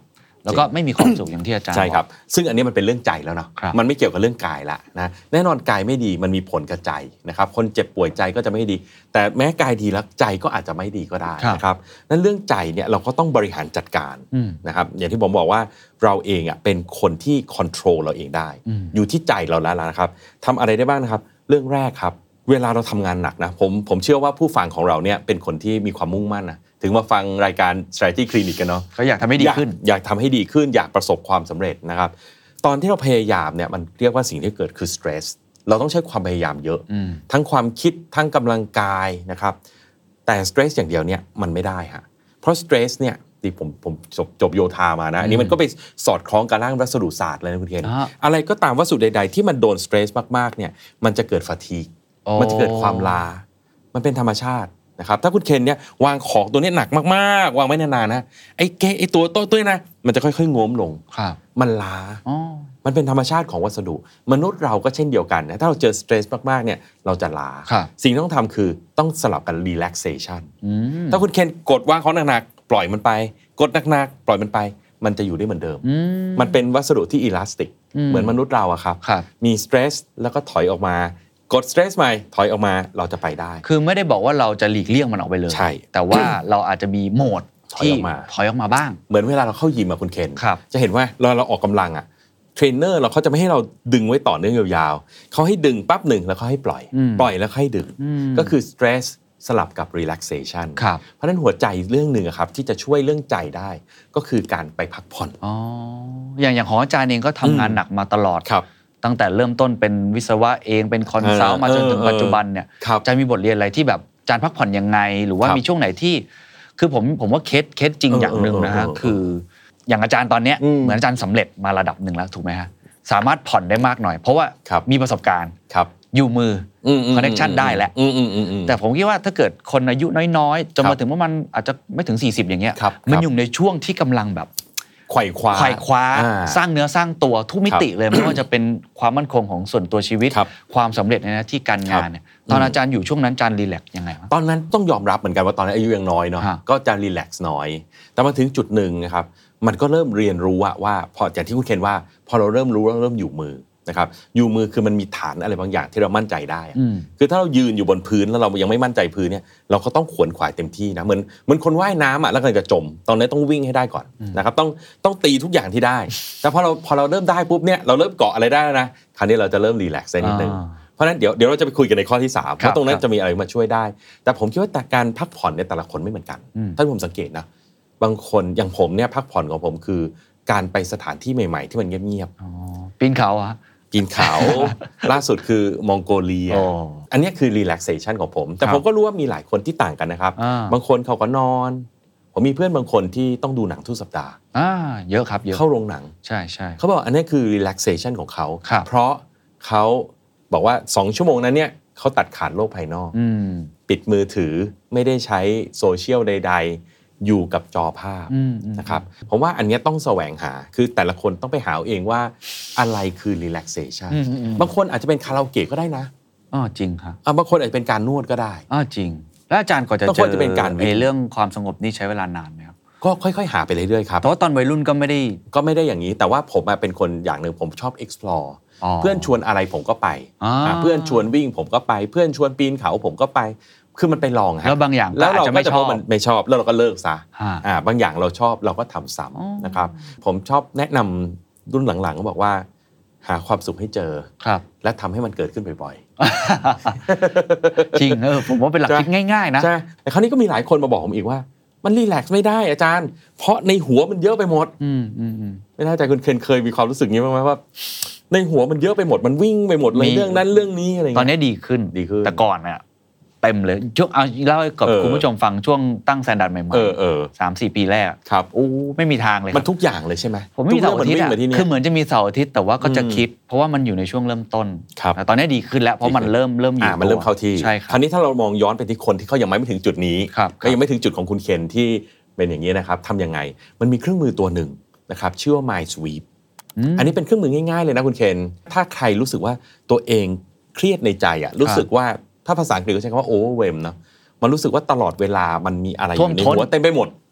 S3: แล้วก็ไม่มีความสุขอย่างที่อาจารย์
S4: ใช่ครับ
S3: อก
S4: ซึ่งอันนี้มันเป็นเรื่องใจแล้วเนาะ
S3: ครับ
S4: มันไม่เกี่ยวกับเรื่องกายละนะแน่นอนกายไม่ดีมันมีผลกับใจนะครับคนเจ็บป่วยใจก็จะไม่ดีแต่แม้กายดีแล้วใจก็อาจจะไม่ดีก็ได้นะครับนั้นเรื่องใจเนี่ยเราก็ต้องบริหารจัดการนะครับอย่างที่ผมบอกว่าเราเองอ่ะเป็นคนที่คอนโทรลเราเองได้อยู่ที่ใจเราแล้วนะครับทำอะไรได้บ้างนะครับเรื่องแรกครับเวลาเราทำงานหนักนะผมเชื่อว่าผู้ฟังของเราเนี่ยเป็นคนที่มีความมุ่งมั่นนะถึงมาฟังรายการ Strategy Clinic กันเนาะ
S3: ก็อยากทำให้ดีขึ้น
S4: อยากทำให้ดีขึ้นอยากประสบความสำเร็จนะครับตอนที่เราพยายามเนี่ยมันเรียกว่าสิ่งที่เกิดคือ stress เราต้องใช้ความพยายามเยอะทั้งความคิดทั้งกำลังกายนะครับแต่ stress อย่างเดียวเนี่ยมันไม่ได้ฮะเพราะ stress เนี่ยที่ผมจบโยธามานะอันนี้มันก็ไปสอดคล้องกับร่างวัสดุศาสตร์เลยนะคุณเคนอะไรก็ตามวัสดุใดๆที่มันโดน stress มากๆเนี่ยมันจะเกิด fatigue มันจะเกิดความล้ามันเป็นธรรมชาตินะครับถ้าคุณเคนเนี่ยวางของตัวนี้หนักมากๆวางไว้นานๆนะไอ้ตัวนะมันจะค่อยๆโง้มลงมันล้ามันเป็นธรรมชาติของวัสดุมนุษย์เราก็เช่นเดียวกันนะถ้าเราเจอสเตรสมากๆเนี่ยเราจะล้าสิ่งที่ต้องทำคือต้องสลับกัน relaxation ถ้าคุณเคนกดวางของหนักๆปล่อยมันไปกดหนักๆปล่อยมันไปมันจะอยู่ได้เหมือนเดิมมันเป็นวัสดุที่ elastic เหมือนมนุษย์เราอะครับมีสเตรสแล้วก็ถอยออกมากดสเตรสใหม่ถอยออกมาเราจะไปได้
S3: คือไม่ได้บอกว่าเราจะหลีกเลี่ยงมันออกไปเลย
S4: ใช่
S3: แต่ว่าเราอาจจะมีโหมดที่ถอยออกมาบ้าง
S4: เหมือนเวลาเราเข้ายิมคุณเคนจะเห็นว่าเราออกกำลังอะเทรนเนอร์เขาจะไม่ให้เราดึงไว้ต่อเนื่องยาวๆเขาให้ดึงปั๊บหนึ่งแล้วเขาให้ปล่อยแล้วให้ดึงก็คือสเตรสสลับกับ relaxation เพราะฉะนั้นหัวใจเรื่องหนึ่งครับที่จะช่วยเรื่องใจได้ก็คือการไปพักผ่อน
S3: อย่างของอาจารย์เองก็ทำงานหนักมาตลอดตั้งแต่เริ่มต้นเป็นวิศวะเองเป็นคอนซัลท์มาจนถึงปัจจุบันเนี่ยจะมีบทเรียนอะไรที่แบบอาจารย์พักผ่อนยังไงหรือว่ามีช่วงไหนที่คือผมว่าเคสจริงอย่างนึงนะฮะคืออย่างอาจารย์ตอนเนี้ยเหมือนอาจารย์สำเร็จมาระดับหนึ่งแล้วถูกไหมฮะสามารถผ่อนได้มากหน่อยเพราะว่ามีประสบการณ์อยู่มือคอนเนคชั่นได้แล้วแต่ผมคิดว่าถ้าเกิดคนอายุน้อยๆจนมาถึงว่ามันอาจจะไม่ถึง40อย่างเงี้ยมันอยู่ในช่วงที่กำลังแบบ
S4: ไขว่คว้า
S3: สร้างเนื้อสร้างตัวทุกมิติเลยไม่ว่าจะเป็นความมั่นคงของส่วนตัวชีวิตความสำเร็จในหน้าที่การงานเนี่ยตอนอาจารย์อยู่ช่วงนั้นอาจารย์รีแลกซ์ยังไง
S4: ตอนนั้นต้องยอมรับเหมือนกันว่าตอนนั้นอายุยังน้อยเนาะก็จะรีแลกซ์น้อยแต่มาถึงจุดหนึ่งนะครับมันก็เริ่มเรียนรู้ว่าพออย่างที่คุณเคนว่าพอเราเริ่มรู้เราเริ่มอยู่มือนะครับอยู่มือคือมันมีฐานอะไรบางอย่างที่เรามั่นใจได้คือถ้าเรายืนอยู่บนพื้นแล้วเรายังไม่มั่นใจพื้นเนี่ยเราก็ต้องขวนขวายเต็มที่นะเหมือนคนว่ายน้ำแล้วกำลังจะจมตอนนี้ต้องวิ่งให้ได้ก่อนนะครับต้องตีทุกอย่างที่ได้แต่พอเราเริ่มได้ปุ๊บเนี่ยเราเริ่มเกาะอะไรได้แล้วนะคราวนี้เราจะเริ่มรีแลกซ์ได้นิดนึงเพราะฉะนั้นเดี๋ยวเราจะไปคุยกันในข้อที่3เพราะตรงนั้นจะมีอะไรมาช่วยได้แต่ผมคิดว่าการพักผ่อนในแต่ละคนไม่เหมือนกันถ้าผมสังเกตนะบางคนอย่างผมเนี่ยพักผ่อนของผมคือการไปสถานที่ใหม่ๆที่มันเงียบ
S3: ๆปีนเขาอะ
S4: ปีนเขาล่าสุดคือมองโกเลียอันนี้คือ relaxation ของผมแต่ผมก็รู้ว่ามีหลายคนที่ต่างกันนะครับบางคนเขาก็นอนผมมีเพื่อนบางคนที่ต้องดูหนังทุกสัปดาห์
S3: เยอะครับเยอะ
S4: เข้าโรงหนัง
S3: ใช่
S4: เขาบอกอันนี้คือ relaxation ของเขาเพราะเขาบอกว่า2ชั่วโมงนั้นเนี่ยเขาตัดขาดโลกภายนอกปิดมือถือไม่ได้ใช้โซเชียลใดๆอยู่กับจอภาพนะครับผมว่าอันนี้ต้องแสวงหาคือแต่ละคนต้องไปหาเองว่าอะไรคือ relaxation บางคนอาจจะเป็นคาราโอเกะก็ได้นะ
S3: จริงครับ
S4: บางคนอาจจะเป็นการนวดก็ได้
S3: จริงแล้วอาจารย์ก่อนจะเจอเรื่องความสงบนี่ใช้เวลานานไหมครับ
S4: ก็ค่อยๆหาไปเรื่อยๆครับ
S3: เพราะตอนวัยรุ่นก็ไม่ได้
S4: อย่างนี้แต่ว่าผมเป็นคนอย่างหนึ่งผมชอบ explore เพื่อนชวนอะไรผมก็ไปเพื่อนชวนวิ่งผมก็ไปเพื่อนชวนปีนเขาผมก็ไปคือมันไปลองฮะ
S3: แล้วบางอย่าง
S4: แล้วเราก็จะพบมันไม่ชอบแล้วเราก็เลิกซะบางอย่างเราชอบเราก็ทำซ้ำนะครับผมชอบแนะนำรุ่นหลังๆก็บอกว่าหาความสุขให้เจอและทำให้มันเกิดขึ้นบ่อย
S3: ๆจริงผมว่าเป็นหลักคิดง่ายๆนะ
S4: ใช่แต่คราวนี้ก็มีหลายคนมาบอกผมอีกว่ามันรีแลกซ์ไม่ได้อาจารย์เพราะในหัวมันเยอะไปหมดไม่แน่ใจคุณเคนเคยมีความรู้สึกนี้บ้างไหมว่าในหัวมันเยอะไปหมดมันวิ่งไปหมดเลยเรื่องนั้นเรื่องนี้อะไร
S3: ตอนนี้ดีขึ้นแต่ก่อนเนี่ยเต็มเลยช่วงเอาเล่าให้กับคุณผู้ชมฟังช่วงตั้งสแตนดาร์ดใหม่ๆ3-4 ปีแรก
S4: ครับ
S3: โอ้ไม่มีทางเลย
S4: มันทุกอย่างเลยใช่ไหม
S3: ผมไม่มีเสาร์อาทิตย์คือเหมือนจะมีเสาร์อาทิตย์แต่ว่าก็จะคิดเพราะว่ามันอยู่ในช่วงเริ่มต้นแต่ตอนนี้ดีขึ้นแล้วเพราะมันเริ่มอยู่
S4: มันเริ่มเข้าที่
S3: ใช่ครับ
S4: คราวนี้ถ้าเรามองย้อนไปที่คนที่เขายังไม่ถึงจุดนี้ก็ยังไม่ถึงจุดของคุณเคนที่เป็นอย่างนี้นะครับทำยังไงมันมีเครื่องมือตัวหนึ่งนะครับชื่อว่า Mind Sweep อันนี้เป็นเครื่องมือง่ายๆเลยนะคุณเคนถ้าใครรู้สึกว่าตัวเองเครียดในใจรู้สึกว่าถ้าภาษาอังกฤษเขาใช้คำว่า overwhelm เนาะมันรู้สึกว่าตลอดเวลามันมีอะไรอยู่ในหัวเต็มไปหมด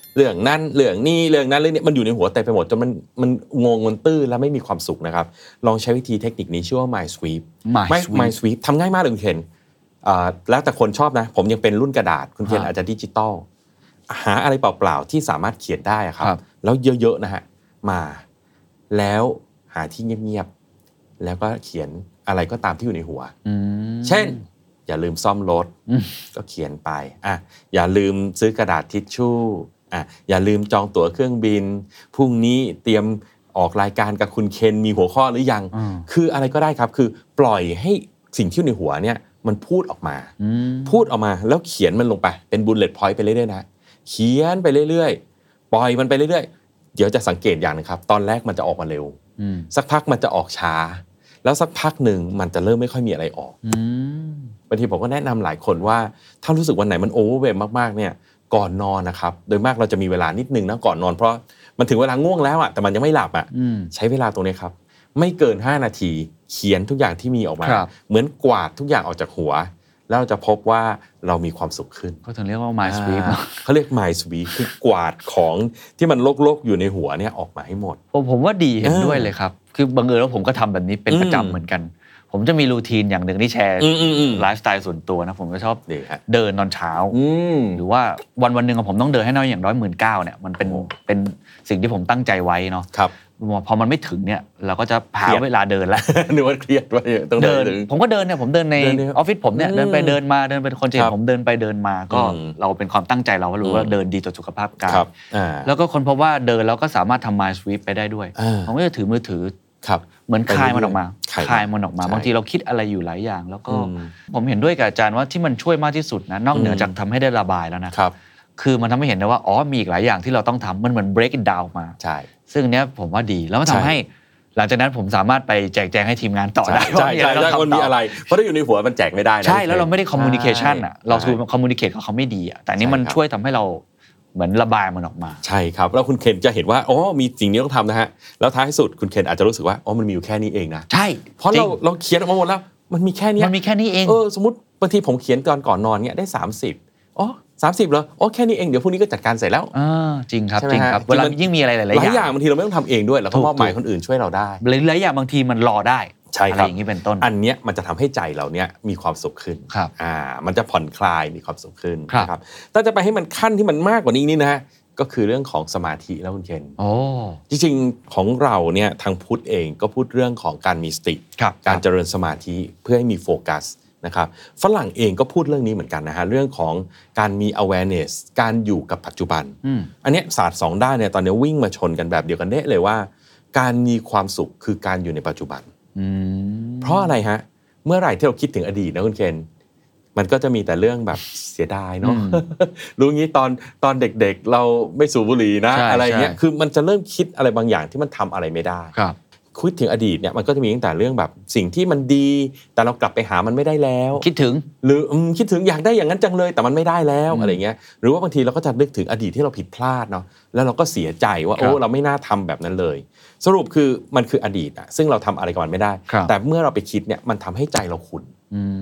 S4: เรื่องนั้นเรื่องนี้เรื่องนั้นเรื่องนี้มันอยู่ในหัวเต็มไปหมดจนมันงงมันตื้อแล้วไม่มีความสุขนะครับลองใช้วิธีเทคนิคนี้ชื่อว่า Mind Sweep Mind Sweep ทำง่ายมากเลยคุณเคนแล้วแต่คนชอบนะผมยังเป็นรุ่นกระดาษคุณเคนอาจจะดิจิตอลหาอะไรเปล่าๆที่สามารถเขียนได้ครับแล้วเยอะๆนะฮะมาแล้วหาที่เงียบๆแล้วก็เขียนอะไรก็ตามที่อยู่ในหัวเช่นอย่าลืมซ่อมรถก็เขียนไปอย่าลืมซื้อกระดาษทิชชู่อย่าลืมจองตั๋วเครื่องบินพรุ่งนี้เตรียมออกรายการกับคุณเคนมีหัวข้อหรือยังคืออะไรก็ได้ครับคือปล่อยให้สิ่งที่อยู่ในหัวเนี่ยมันพูดออกมาแล้วเขียนมันลงไปเป็นบุลเลต์พอยต์ไปเรื่อยๆนะเขียนไปเรื่อยๆปล่อยมันไปเรื่อยๆเดี๋ยวจะสังเกตอย่างนึงครับตอนแรกมันจะออกมาเร็วสักพักมันจะออกช้าแล้วสักพักหนึ่งมันจะเริ่มไม่ค่อยมีอะไรออกบางทีผมก็แนะนำหลายคนว่าถ้ารู้สึกวันไหนมันโอเวอร์เวมมากๆเนี่ยก่อนนอนนะครับโดยมากเราจะมีเวลานิดนึงนะก่อนนอนเพราะมันถึงเวลาง่วงแล้วแต่มันยังไม่หลับใช้เวลาตรงนี้ครับไม่เกิน5นาทีเขียนทุกอย่างที่มีออกมาเหมือนกวาดทุกอย่างออกจากหัวแล้วเราจะพบว่าเรามีความสุขขึ้น
S3: ก็ถึงเรียกว่า Mind Sweep
S4: เขาเรียก Mind Sweep คือกวาดของที่มันรกๆอยู่ในหัวเนี่ยออกมาให้หมด
S3: ผมว่าดีเห็นด้วยเลยครับคือบังเอิญแล้วผมก็ทำแบบนี้เป็นประจำเหมือนกันผมจะมีรูทีนอย่างหนึ่งที่แชร์ไลฟ์สไตล์ส่วนตัวนะผมก็ชอบเดินตอนเช้าหรือว่าวันนึงผมต้องเดินให้น้อยอย่างน้อย 19,000 เนี่ยมันเป็นสิ่งที่ผมตั้งใจไว้เนาะพอมันไม่ถึงเนี่ยเราก็จะหาเวลาเดินแล้ว
S4: นึกว่าเครียดว่าต้องเดิน
S3: ผมก็เดินเนี่ยผมเดินในออฟฟิศผมเนี่ยเดินไปเดินมาเดินเป็นคนเจนผมเดินไปเดินมาก็เราเป็นความตั้งใจเรารู้ว่าเดินดีต่อสุขภาพกายแล้วก็คนพบว่าเดินแล้วก็สามารถทำ Mind Sweep ไปได้ด้วยผมก็จะถือมือถือเหมือนคลายมันออกมาบางทีเราคิดอะไรอยู่หลายอย่างแล้วก็ผมเห็นด้วยกับอาจารย์ว่าที่มันช่วยมากที่สุดนะนอกเหนือจากทำให้ได้ระบายแล้วนะคือมันทำให้เห็นได้ว่ามีอีกหลายอย่างที่เราต้องทำมันเหมือน break it down มา
S4: ใช่
S3: ซึ่งเนี้ยผมว่าดีแล้วมันทำให้หลังจากนั้นผมสามารถไปแจกแจงให้ทีมงานต่อได้
S4: ใช่แล้วมันมีอะไรเพราะถ้าอยู่ในหัวมันแจกไม่ได้นะ
S3: ใช่แล้วเราไม่ได้ communication เราคือ communicate กับเขาไม่ดีแต่นี้มันช่วยทำให้เราเหมือนระบายมันออกมา
S4: ใช่ครับแล้วคุณเคนจะเห็นว่ามีสิ่งนี้ต้องทำนะฮะแล้วท้ายสุดคุณเคนอาจจะรู้สึกว่ามันมีอยู่แค่นี้เองนะ
S3: ใช่
S4: เพราะเราเขียนออกมาหมดแล้วมันมีแค่นี้
S3: เอง
S4: สมมติบางทีผมเขียนก่อนนอนเนี่ยได้30เหรอแค่นี้เองเดี๋ยวพรุ่งนี้ก็จัดการเสร็จแล้ว
S3: จริงครับเวลายิ่งมีอะไรหลาย
S4: อย่างบางทีเราไม่ต้องทำเองด้วยแล้วก็มอบหมายคนอื่นช่วยเราได้
S3: หลายอย่างบางทีมันรอได้
S4: ใช่ครับ
S3: อย่างนี้เป็นต้น
S4: อันเนี้ยมันจะทำให้ใจเราเนี่ยมีความสุขขึ้นมันจะผ่อนคลายมีความสุขขึ้นนะครับถ้าจะไปให้มันขั้นที่มันมากกว่านี้นี่นะก็คือเรื่องของสมาธิแล้วคุณเคนจริงๆของเราเนี่ยทางพุทธเองก็พูดเรื่องของการมีสติการเจริญสมาธิเพื่อให้มีโฟกัสนะครับฝรั่งเองก็พูดเรื่องนี้เหมือนกันนะฮะเรื่องของการมี awareness การอยู่กับปัจจุบันอันนี้ศาสตร์2ด้านเนี่ยตอนนี้วิ่งมาชนกันแบบเดียวกันเด้เลยว่าการมีความสุขคือการอยู่ในปัจจุบันเพราะอะไรฮะเมื่อไหร่ที่เราคิดถึงอดีตนะคุณเคนมันก็จะมีแต่เรื่องแบบเสียดายเนาะรู้งี้ตอนเด็กๆเราไม่สูบบุหรี่นะอะไรเงี้ยคือมันจะเริ่มคิดอะไรบางอย่างที่มันทำอะไรไม่ได้คิดถึงอดีตเนี่ยมันก็จะมีตั้งแต่เรื่องแบบสิ่งที่มันดีแต่เรากลับไปหามันไม่ได้แล้ว
S3: คิดถึง
S4: หรือคิดถึงอยากได้อย่างนั้นจังเลยแต่มันไม่ได้แล้วอะไรเงี้ยหรือว่าบางทีเราก็จะนึกถึงอดีตที่เราผิดพลาดเนาะแล้วเราก็เสียใจว่าเราไม่น่าทำแบบนั้นเลยสรุปคือมันคืออดีตซึ่งเราทำอะไรกับมันไม่ได้แต่เมื่อเราไปคิดเนี่ยมันทำให้ใจเราขุ่น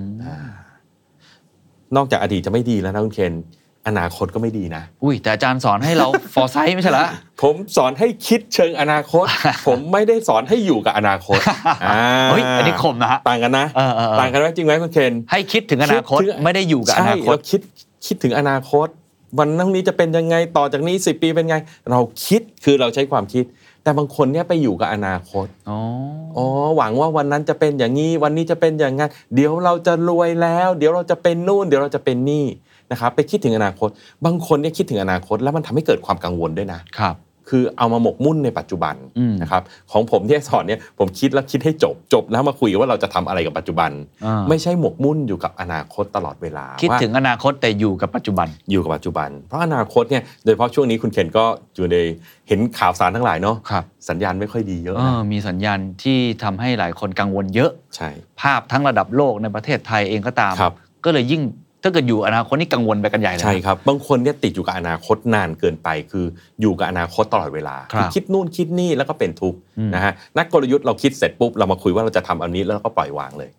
S4: นอกจากอดีตจะไม่ดีแล้วนะคุณเคนอนาคตก็ไม่ดีนะ
S3: แต่อาจารย์สอนให้เรา foresight ไม่ใช่เหรอ
S4: ผมสอนให้คิดเชิงอนาคต ผมไม่ได้สอนให้อยู่กับอนาคต
S3: อันนี้คมนะฮะ
S4: ต่างกันนะต่างกันไหมจริงไหมคุณเคน
S3: ให้คิดถึงอนาคตไม่ได้อยู่กับอนาคต
S4: เราคิดถึงอนาคตวันพรุ่งนี้จะเป็นยังไงต่อจากนี้10 ปีเป็นไงเราคิดคือเราใช้ความคิดแต่บางคนเนี่ยไปอยู่กับอนาคตหวังว่าวันนั้นจะเป็นอย่างนี้วันนี้จะเป็นอย่างงั้นเดี๋ยวเราจะรวยแล้วเดี๋ยวเราจะเป็นนู่นเดี๋ยวเราจะเป็นนี่นะครับไปคิดถึงอนาคตบางคนเนี่ยคิดถึงอนาคตแล้วมันทำให้เกิดความกังวลด้วยนะครับคือเอามาหมกมุ่นในปัจจุบันนะครับของผมที่สอนเนี่ยผมคิดแล้วคิดให้จบแล้วมาคุยว่าเราจะทำอะไรกับปัจจุบันไม่ใช่หมกมุ่นอยู่กับอนาคตตลอดเวลา
S3: คิดถึงอนาคตแต่อยู่กับปัจจุบัน
S4: เพราะอนาคตเนี่ยโดยเฉพาะช่วงนี้คุณเคนก็อยู่ในเห็นข่าวสารทั้งหลายเนาะสัญญาณไม่ค่อยดีเยอะ
S3: มีสัญญาณที่ทำให้หลายคนกังวลเยอะ
S4: ใช่
S3: ภาพทั้งระดับโลกในประเทศไทยเองก็ตามก็เลยยิ่งถ้าเกิดอยู่อนาคตนี่กังวลไปกันใหญ่เลย
S4: ใช่ครับบางคนเนี่ยติดอยู่กับอนาคตนานเกินไปคืออยู่กับอนาคตตลอดเวลาคิดนู่นคิดนี่แล้วก็เป็นทุกข์นะฮะนักกลยุทธ์เราคิดเสร็จปุ๊บเรามาคุยว่าเราจะทำอันนี้แล้วก็ปล่อยวางเลย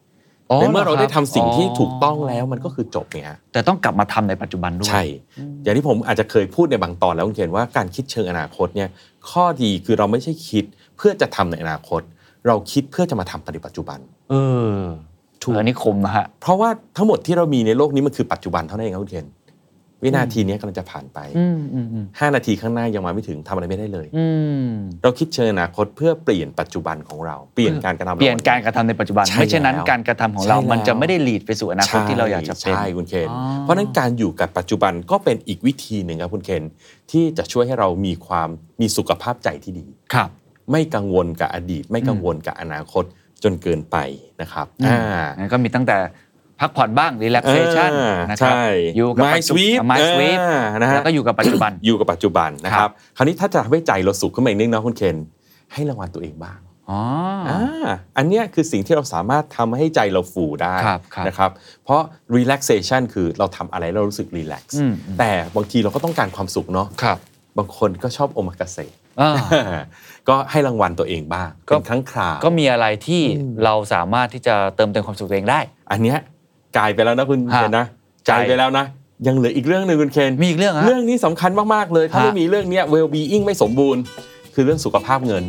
S4: ในเมื่อเราได้ทำสิ่งที่ถูกต้องแล้วมันก็คือจบเนี่ย
S3: แต่ต้องกลับมาทำในปัจจุบันด้วย
S4: ใช่อย่างที่ผมอาจจะเคยพูดในบางตอนแล้วคุณเขียนว่าการคิดเชิงอนาคตเนี่ยข้อดีคือเราไม่ใช่คิดเพื่อจะทำในอนาคตเราคิดเพื่อจะมาทำในปัจจุบัน
S3: ถูกอันนี้คมนะฮะ
S4: เพราะว่าทั้งหมดที่เรามีในโลกนี้มันคือปัจจุบันเท่านั้นเองครับคุณเขียนวินาทีนี้กำลังจะผ่านไป5 นาทีข้างหน้ายังมาไม่ถึงทำอะไรไม่ได้เลยเราคิดเชิงอนาคตเพื่อเปลี่ยนปัจจุบันของเราเปลี่ยนการกระทำ
S3: ในปัจจุบันไม่เช่นนั้นการกระทำของเรามันจะไม่ได้ลีดไปสู่อนาคตที่เราอยากจะเป็น
S4: ใช่คุณเคนเพราะฉะนั้นการอยู่กับปัจจุบันก็เป็นอีกวิธีหนึ่งครับคุณเคนที่จะช่วยให้เรามีสุขภาพใจที่ดี
S3: ครับ
S4: ไม่กังวลกับอดีตไม่กังวลกับอนาคตจนเกินไปนะครับ
S3: งั้นก็มีตั้งแต่พักผ่อนบ้าง relaxation นะครับ
S4: อยู่กับ
S3: mind sweep นะฮะแล้วก็อยู่กับปัจจุบัน
S4: อยู่กับปัจจุบันนะครับคราวนี้ถ้าจะทำให้ใจเราสุขขึ้นมาอีกนิดนะคุณเคนให้รางวัลตัวเองบ้างอันนี้คือสิ่งที่เราสามารถทำให้ใจเราฟูได้นะครับเพราะ relaxation คือเราทำอะไรเรารู้สึก relax แต่บางทีเราก็ต้องการความสุขเนาะบางคนก็ชอบโอมากาเสะก็ให้รางวัลตัวเองบ้างเป็นครั้งคราว
S3: ก็มีอะไรที่เราสามารถที่จะเติมเต็มความสุขตัวเองได้
S4: อันเนี้ยกายไปแล้วนะคุณเคนนะใจไปแล้วนะยังเหลืออีกเรื่องนึงคุณเคน
S3: มีอีกเรื่อง
S4: นี้สำคัญมากๆเลยถ้าไม่มีเรื่องนี้ well being ไม่สมบูรณ์คือเรื่องสุขภาพเงิน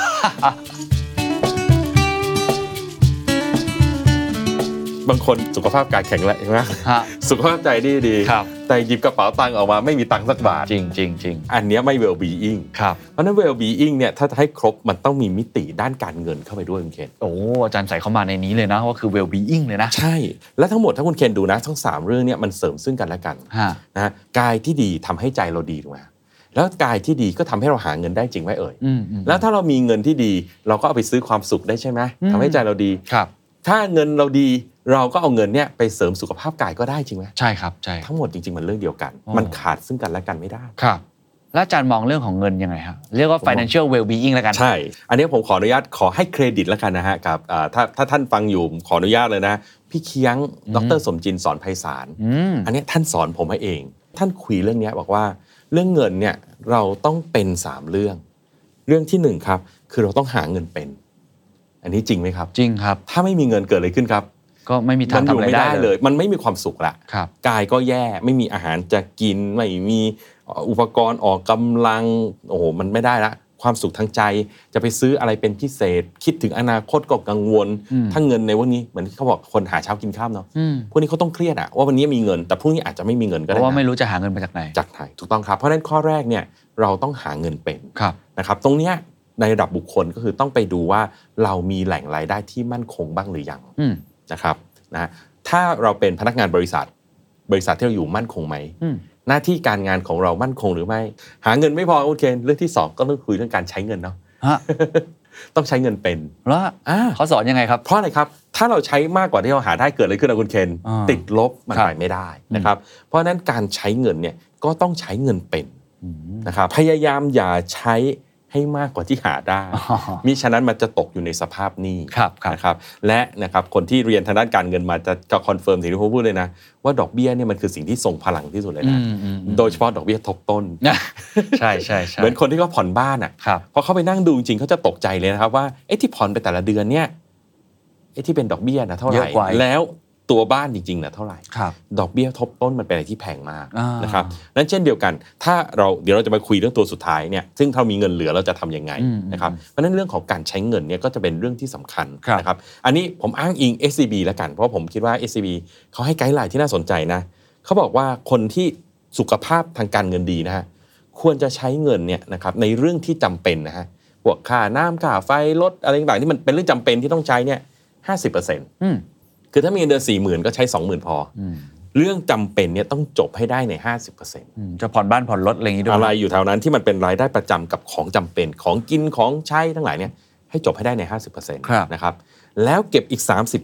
S4: บางคนสุขภาพกายแข็งแรงใช่ไหมสุขภาพใจดีแต่หยิบกระเป๋าตังค์ออกมาไม่มีตังค์สักบาท
S3: จริง
S4: อันนี้ไม่ well being เพราะนั้น well being เนี่ยถ้าจะให้ครบมันต้องมีมิติด้านการเงินเข้าไปด้วยคุณเคน
S3: โอ้อาจารย์ใส่เข้ามาในนี้เลยนะว่าคือ well being เลยนะ
S4: ใช่และทั้งหมดถ้าคุณเคนดูนะทั้ง3เรื่องเนี่ยมันเสริมซึ่งกันและกันนะกายที่ดีทำให้ใจเราดีถูกไหมแล้วกายที่ดีก็ทำให้เราหาเงินได้จริงไหมแล้วถ้าเรามีเงินที่ดีเราก็เอาไปซื้อความสุขได้ใช่ไหมทำให้ใจเราดีถ้าเงินเราดีเราก็เอาเงินเนี่ยไปเสริมสุขภาพกายก็ได้จริงไหม
S3: ใช่ครับใช่
S4: ทั้งหมดจริงๆมันเรื่องเดียวกันมันขาดซึ่งกันและกันไม่ได้
S3: ครับแล้วอาจารย์มองเรื่องของเงินยังไงครับเรียกว่า financial well being แล้วกัน
S4: ใช่อันนี้ผมขออนุญาตขอให้เครดิตแล้วกันนะฮะกับถ้าท่านฟังอยู่ขออนุญาตเลยนะพี่เคียงดร.สมจินต์สอนไพศาลอันนี้ท่านสอนผมมาเองท่านคุยเรื่องนี้บอกว่าเรื่องเงินเนี่ยเราต้องเป็น3เรื่องที่1ครับคือเราต้องหาเงินเป็นอันนี้จริงไหมครับ
S3: จริงครับ
S4: ถ้าไม่มีเงินเกิดอะไรขึ้นครับ
S3: ก็ไม่มีทางทำอะไรได้เลย
S4: มันไม่มีความสุขละกายก็แย่ไม่มีอาหารจะกินไม่มีอุปกรณ์ออกกำลังโอ้โหมันไม่ได้ละความสุขทางใจจะไปซื้ออะไรเป็นพิเศษคิดถึงอนาคตก็กังวลถ้าเงินในวันนี้เหมือนที่เขาบอกคนหาเช้ากินข้ามเนาะพวกนี้เขาต้องเครียดอะว่าวันนี้มีเงินแต่พรุ่งนี้อาจจะไม่มีเงินก็ได้
S3: เพราะว่าไม่รู้จะหาเงินมาจากไหน
S4: ถูกต้องครับเพราะฉะนั้นข้อแรกเนี่ยเราต้องหาเงินเป็นนะครับตรงเนี้ยในระดับบุคคลก็คือต้องไปดูว่าเรามีแหล่งรายได้ที่มั่นคงบ้างหรือยังนะครับนะถ้าเราเป็นพนักงานบริษัทที่เราอยู่มั่นคงไหมหน้าที่การงานของเรามั่นคงหรือไม่หาเงินไม่พอโอเคเรื่องที่2ก็ต้องคุยเรื่องการใช้เงินเนาะ ต้องใช้เงินเป็น
S3: แล้วเขาสอนยังไงครับ
S4: เพราะอะไรครับถ้าเราใช้มากกว่าที่เราหาได้เกิดอะไรขึ้นนะคุณเคนติดลบมันไปไม่ได้นะครับเพราะฉะนั้นการใช้เงินเนี่ยก็ต้องใช้เงินเป็นนะครับพยายามอย่าใช้ให้มากกว่าที่หาได้มิฉะนั้นมันจะตกอยู่ในสภาพหนี้นะครับและนะครับคนที่เรียนทางด้านการเงินมาจะคอนเฟิร์มสิ่งที่ผมพูดเลยนะว่าดอกเบี้ยเนี่ยมันคือสิ่งที่ทรงพลังที่สุดเลยนะโดยเฉพาะดอกเบี้ยทบต้น
S3: ใช่ใช่
S4: เหมือนคนที่เขาผ่อนบ้านอ่ะพอเขาไปนั่งดูจริงเขาจะตกใจเลยนะครับว่าไอ้ที่ผ่อนไปแต่ละเดือนเนี่ยไอ้ที่เป็นดอกเบี้ยนะเท่าไหร่แล้วตัวบ้านจริงๆนะเท่าไหร่ดอกเบี้ยทบต้นมันเป็นอะไรที่แพงมากนะครับนั้นเช่นเดียวกันถ้าเดี๋ยวเราจะมาคุยเรื่องตัวสุดท้ายเนี่ยซึ่งถ้ามีเงินเหลือเราจะทำยังไงนะครับเพราะนั้นเรื่องของการใช้เงินเนี่ยก็จะเป็นเรื่องที่สำคัญนะครับอันนี้ผมอ้างอิง SCB แล้วกันเพราะผมคิดว่า SCB เขาให้ไกด์ไลน์ที่น่าสนใจนะเขาบอกว่าคนที่สุขภาพทางการเงินดีนะฮะควรจะใช้เงินเนี่ยนะครับในเรื่องที่จำเป็นนะฮะพวกค่าน้ำค่าไฟรถอะไรต่างๆที่มันเป็นเรื่องจำเป็นที่ต้องใช้เนี่ย 50%คือถ้ามีเงินเดือน 40,000 ก็ใช้ 20,000 พอเรื่องจำเป็นเนี่ยต้องจบให้ได้ใน 50%
S3: จะผ่อนบ้านผ่อนรถอะไรอย่างนี้ด้วย
S4: อะไรอยู่แถวนั้นที่มันเป็นรายได้ประจำกับของจำเป็นของกินของใช้ทั้งหลายเนี่ยให้จบให้ได้ใน 50% นะครับแล้วเก็บอีก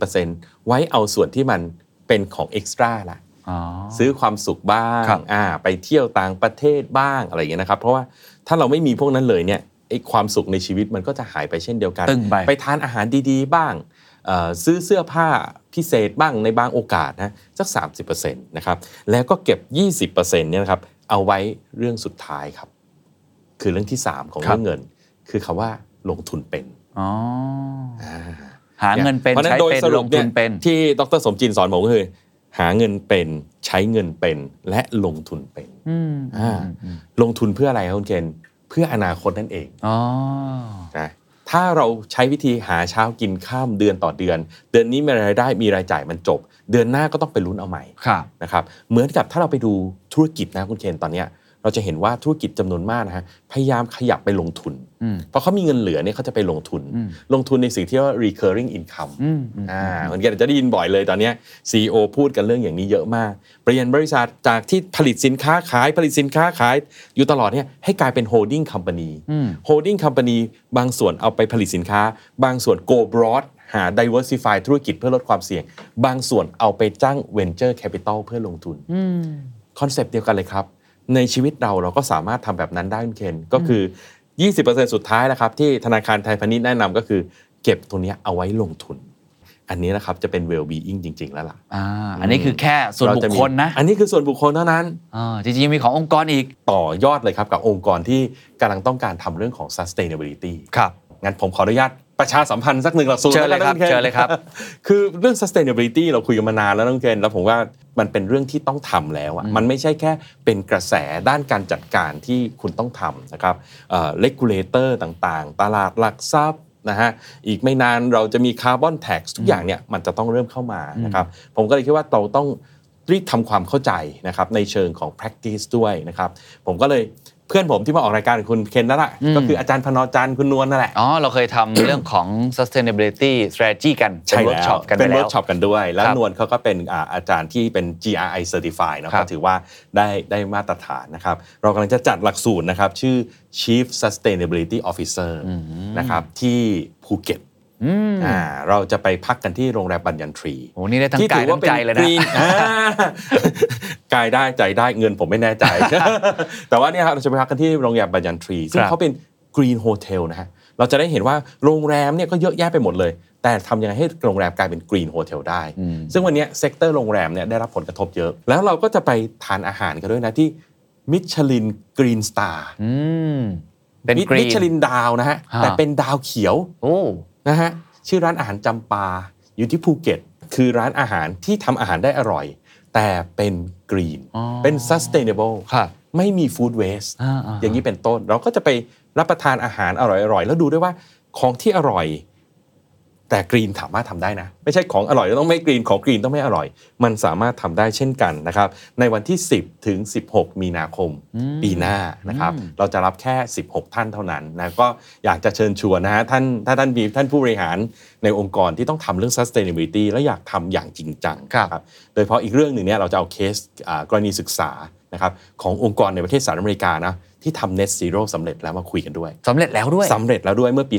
S4: 30% ไว้เอาส่วนที่มันเป็นของเอ็กซ์ตร้าละซื้อความสุขบ้างไปเที่ยวต่างประเทศบ้างอะไรอย่างเงี้ยนะครับเพราะว่าถ้าเราไม่มีพวกนั้นเลยเนี่ยไอ้ความสุขในชีวิตมันก็จะหายไปเช่นเดียวกันไปทานอาหารดีๆบ้างซื้อเสื้อผ้าพิเศษบ้างในบางโอกาสนะสัก 30% นะครับแล้วก็เก็บ 20% เนี่ยนะครับเอาไว้เรื่องสุดท้ายครับคือเรื่องที่3ของเรื่องเงินคือคำว่าลงทุนเป็น
S3: หาเงินเป็น
S4: พราะฉะ
S3: ใช้
S4: โดย
S3: เป็น
S4: ส
S3: ล
S4: รุป
S3: ง
S4: เนี่
S3: ทุ
S4: ย
S3: นเป็น
S4: ที่ดร.สมจินสอนผมก็คือหาเงินเป็นใช้เงินเป็นและลงทุนเป็นลงทุนเพื่ออะไรครับคุณเคนเพื่ออนาคตนั่นเองนะถ้าเราใช้วิธีหาเช้ากินข้ามเดือนต่อเดือนเดือนนี้มีรายได้มีรายจ่ายมันจบเดือนหน้าก็ต้องไปลุ้นเอาใหม่นะครับเหมือนกับถ้าเราไปดูธุรกิจนะคุณเคนตอนนี้เราจะเห็นว่าธุรกิจจำนวนมากนะฮะพยายามขยับไปลงทุนเพราะเขามีเงินเหลือเนี่ยเขาจะไปลงทุนในสิ่งที่เรียกว่า recurring income เหมือนกันจะได้ยินบ่อยเลยตอนนี้ CEO พูดกันเรื่องอย่างนี้เยอะมากเปลี่ยนบริษัทจากที่ผลิตสินค้าขายอยู่ตลอดเนี่ยให้กลายเป็น holding company holding company บางส่วนเอาไปผลิตสินค้าบางส่วน go broad หา diversify ธุรกิจเพื่อลดความเสี่ยงบางส่วนเอาไปจ้าง venture capital เพื่อลงทุนคอนเซปต์เดียวกันเลยครับในชีวิตเราก็สามารถทำแบบนั้นได้คุณเคนก็คือ 20% สุดท้ายนะครับที่ธนาคารไทยพาณิชย์แนะนำก็คือเก็บตัวนี้เอาไว้ลงทุนอันนี้นะครับจะเป็น well being จริงๆแล้วล่ะ
S3: อันนี้คือแค่ส่วนบุคคลนะ
S4: อันนี้คือส่วนบุคคลเท่านั้น
S3: จริงๆมีขององค์กรอีก
S4: ต่อยอดเลยครับกับองค์กรที่กำลังต้องการทำเรื่องของ sustainability
S3: ครับ
S4: งั้นผมขออนุญาตประชาสัมพันธ์สักหนึ่งหลักสูตร
S3: เชิญเลยครับ
S4: คือเรื่อง sustainability เราคุยกันมานานแล้วน้องเคนแล้วผมว่ามันเป็นเรื่องที่ต้องทำแล้วมันไม่ใช่แค่เป็นกระแสด้านการจัดการที่คุณต้องทำนะครับregulator ต่างๆตลาดหลักทรัพย์นะฮะอีกไม่นานเราจะมี carbon tax ทุกอย่างเนี่ยมันจะต้องเริ่มเข้ามานะครับผมก็เลยคิดว่าเราต้องรีบทำความเข้าใจนะครับในเชิงของ practice ด้วยนะครับผมก็เลยเพื่อนผมที่มาออกรายการคุณเคนนั่นแหละก็คืออาจารย์พนจันทร์คุณนวลนั่นแหละ
S3: เราเคยทำ เรื่องของ sustainability strategy กัน
S4: เป็นเวิร์กช็อปกันด้วยแล้วนวลเขาก็เป็นอาจารย์ที่เป็น GRI certified นะก็ถือว่าได้มาตรฐานนะครับเรากำลังจะจัดหลักสูตรนะครับชื่อ Chief Sustainability Officer นะครับที่ภูเก็ตเราจะไปพักกันที่โรงแรมบัญญันทรี
S3: โอ้นี่ได้ทั้งกายทั้งใจเลยนะ
S4: กายได้ใจได้เงินผมไม่แน่ใจ แต่ว่าเนี่ยครับเราจะไปพักกันที่โรงแรมบัญญันทรีซึ่งเขาเป็นกรีนโฮเทลนะฮะเราจะได้เห็นว่าโรงแรมเนี่ยก็เยอะแยะไปหมดเลยแต่ทำยังไงให้โรงแรมกลายเป็นกรีนโฮเทลได้ซึ่งวันนี้เซกเตอร์โรงแรมเนี่ยได้รับผลกระทบเยอะแล้วเราก็จะไปทานอาหารกันด้วยนะที่มิชลินกรีนสตาร์
S3: เป็น
S4: มิชลินดาวนะฮะแต่เป็นดาวเขียวนะฮะชื่อร้านอาหารจำปาอยู่ที่ภูเก็ตคือร้านอาหารที่ทำอาหารได้อร่อยแต่เป็นกรีนเป็น sustainable ไม่มี food waste อย่างนี้เป็นต้นเราก็จะไปรับประทานอาหารอร่อยๆแล้วดูด้วยว่าของที่อร่อยแต่กรีนสามารถทำได้นะไม่ใช่ของอร่อยแล้วต้องไม่กรีนของกรีนต้องไม่อร่อยมันสามารถทำได้เช่นกันนะครับในวันที่10ถึง16มีนาคมปีหน้านะครับเราจะรับแค่16ท่านเท่านั้นนะก็อยากจะเชิญชวนนะฮะถ้าท่านมีท่านผู้บริหารในองค์กรที่ต้องทำเรื่อง sustainability แล้วอยากทำอย่างจริงจังครับโดยเฉพาะอีกเรื่องหนึ่งเนี่ยเราจะเอาเคสกรณีศึกษานะครับขององค์กรในประเทศสหรัฐอเมริกานะที่ทำ net zero สำเร็จแล้วมาคุยกันด้วย
S3: สำเร็จแล้วด้วย
S4: เมื่อปี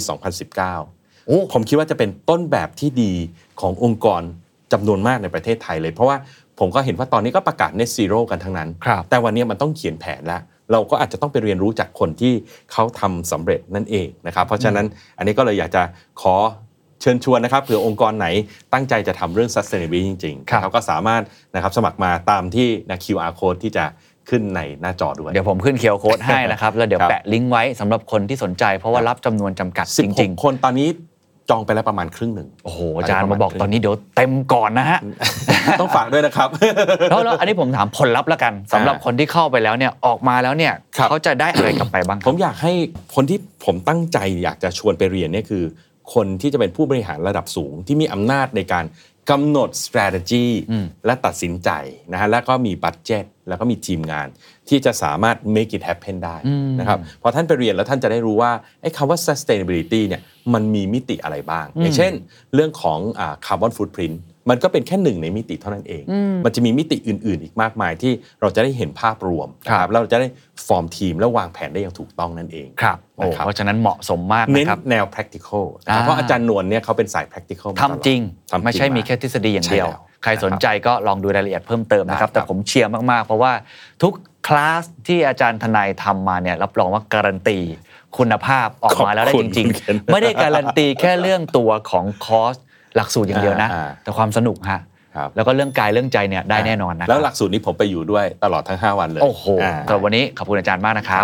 S4: 2019ผมคิดว่าจะเป็นต้นแบบที่ดีขององค์กรจำนวนมากในประเทศไทยเลยเพราะว่าผมก็เห็นว่าตอนนี้ก็ประกาศ net zero กันทั้งนั้นแต่วันนี้มันต้องเขียนแผนแล้วเราก็อาจจะต้องไปเรียนรู้จากคนที่เขาทำสำเร็จนั่นเองนะครับเพราะฉะนั้นอันนี้ก็เลยอยากจะขอเชิญชวนนะครับเผื่อองค์กรไหนตั้งใจจะทำเรื่อง sustainability จริงๆเขาก็สามารถนะครับสมัครมาตามที่ QR code ที่จะขึ้นในหน้าจอด้วย
S3: เดี๋ยวผมขึ้น QR code ให้นะครับแล้วเดี๋ยวแปะลิงก์ไว้สำหรับคนที่สนใจเพราะว่ารับจำนวนจำกัดจริง
S4: ๆคนตอนนี้จองไปแล้วประมาณครึ่งหนึ่ง
S3: โอ้โหอาจารย์มาบอกตอนนี้เดี๋ยวเต็มก่อนนะฮะ
S4: ต้องฝากด้วยนะครับ
S3: แล้วอันนี้ผมถามผลลัพธ์แล้วกันสำหรับคนที่เข้าไปแล้วเนี่ยออกมาแล้วเนี่ยเขาจะได้อะไรกลับไปบ้าง
S4: ผมอยากให้คนที่ผมตั้งใจอยากจะชวนไปเรียนเนี่ยคือคนที่จะเป็นผู้บริหารระดับสูงที่มีอำนาจในการกำหนด strategy และตัดสินใจนะฮะแล้วก็มีบัดเจ็ตแล้วก็มีทีมงานที่จะสามารถ make it happen ได้นะครับพอท่านไปเรียนแล้วท่านจะได้รู้ว่าไอ้คำว่า sustainability เนี่ยมันมีมิติอะไรบ้างอย่างเช่นเรื่องของcarbon footprint มันก็เป็นแค่หนึ่งในมิติเท่านั้นเองมันจะมีมิติอื่นๆอีกมากมายที่เราจะได้เห็นภาพรวมนะครับเราจะได้ฟอร์มทีมและวางแผนได้อย่างถูกต้องนั่นเอง
S3: ครับเพราะฉะนั้นเหมาะสมมากนะครับ
S4: เน้นแนว practical นะครับเพราะอาจารย์นวลเนี่ยเขาเป็นสาย practical
S3: ทำจริงไม่ใช่มีแค่ทฤษฎีอย่างเดียวใครสนใจก็ลองดูรายละเอียดเพิ่มเติมนะครับแต่ผมเชียร์มากๆเพราะว่าทุกคลาสที่อาจารย์ทนายทำมาเนี่ยรับรองว่าการันตีคุณภาพออกมาแล้วได้จริงๆไม่ได้การันตีแค่เรื่องตัวของคอร์สหลักสูตรอย่างเดียวนะแต่ความสนุกฮะแล้วก็เรื่องกายเรื่องใจเนี่ยได้แน่นอนนะ
S4: แล้วหลักสูตรนี้ผมไปอยู่ด้วยตลอดทั้ง5วันเลย
S3: โอ้โหแต่วันนี้ขอบคุณอาจารย์มากนะครับ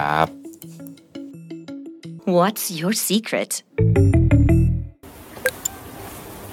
S2: What's your secret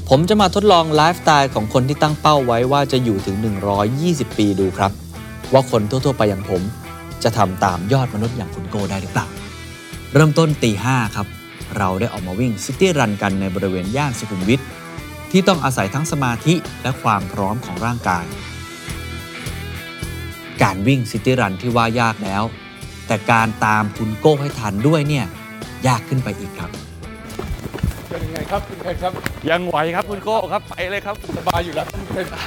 S3: ผมจะมาทดลองไลฟ์สไตล์ของคนที่ตั้งเป้าไว้ว่าจะอยู่ถึง120 ปีดูครับว่าคนทั่วๆไปอย่างผมจะทำตามยอดมนุษย์อย่างคุณโก้ได้หรือเปล่าเริ่มต้นตี 5 ครับเราได้ออกมาวิ่งซิตี้รันกันในบริเวณย่านสุขุมวิทที่ต้องอาศัยทั้งสมาธิและความพร้อมของร่างกายการวิ่งซิตี้รันที่ว่ายากแล้วแต่การตามคุณโก้ให้ทันด้วยเนี่ยยากขึ้นไปอีกครับ
S5: เป็นยังไงครับคุณเพชรครับ
S6: ยังไหวครับคุณโก้ครับไปเลยครับ
S5: สบายอยู่แล้วคุณเพชร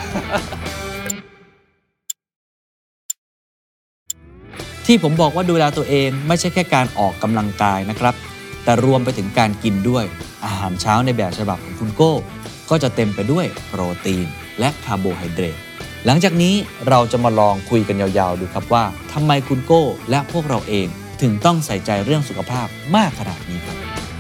S3: ที่ผมบอกว่าดูแลตัวเองไม่ใช่แค่การออกกำลังกายนะครับแต่รวมไปถึงการกินด้วยอาหารเช้าในแบบฉบับของคุณโก้ก็จะเต็มไปด้วยโปรตีนและคาร์โบไฮเดรตหลังจากนี้เราจะมาลองคุยกันยาวๆดูครับว่าทำไมคุณโก้และพวกเราเองถึงต้องใส่ใจเรื่องสุขภาพมากขนาดนี้ครับ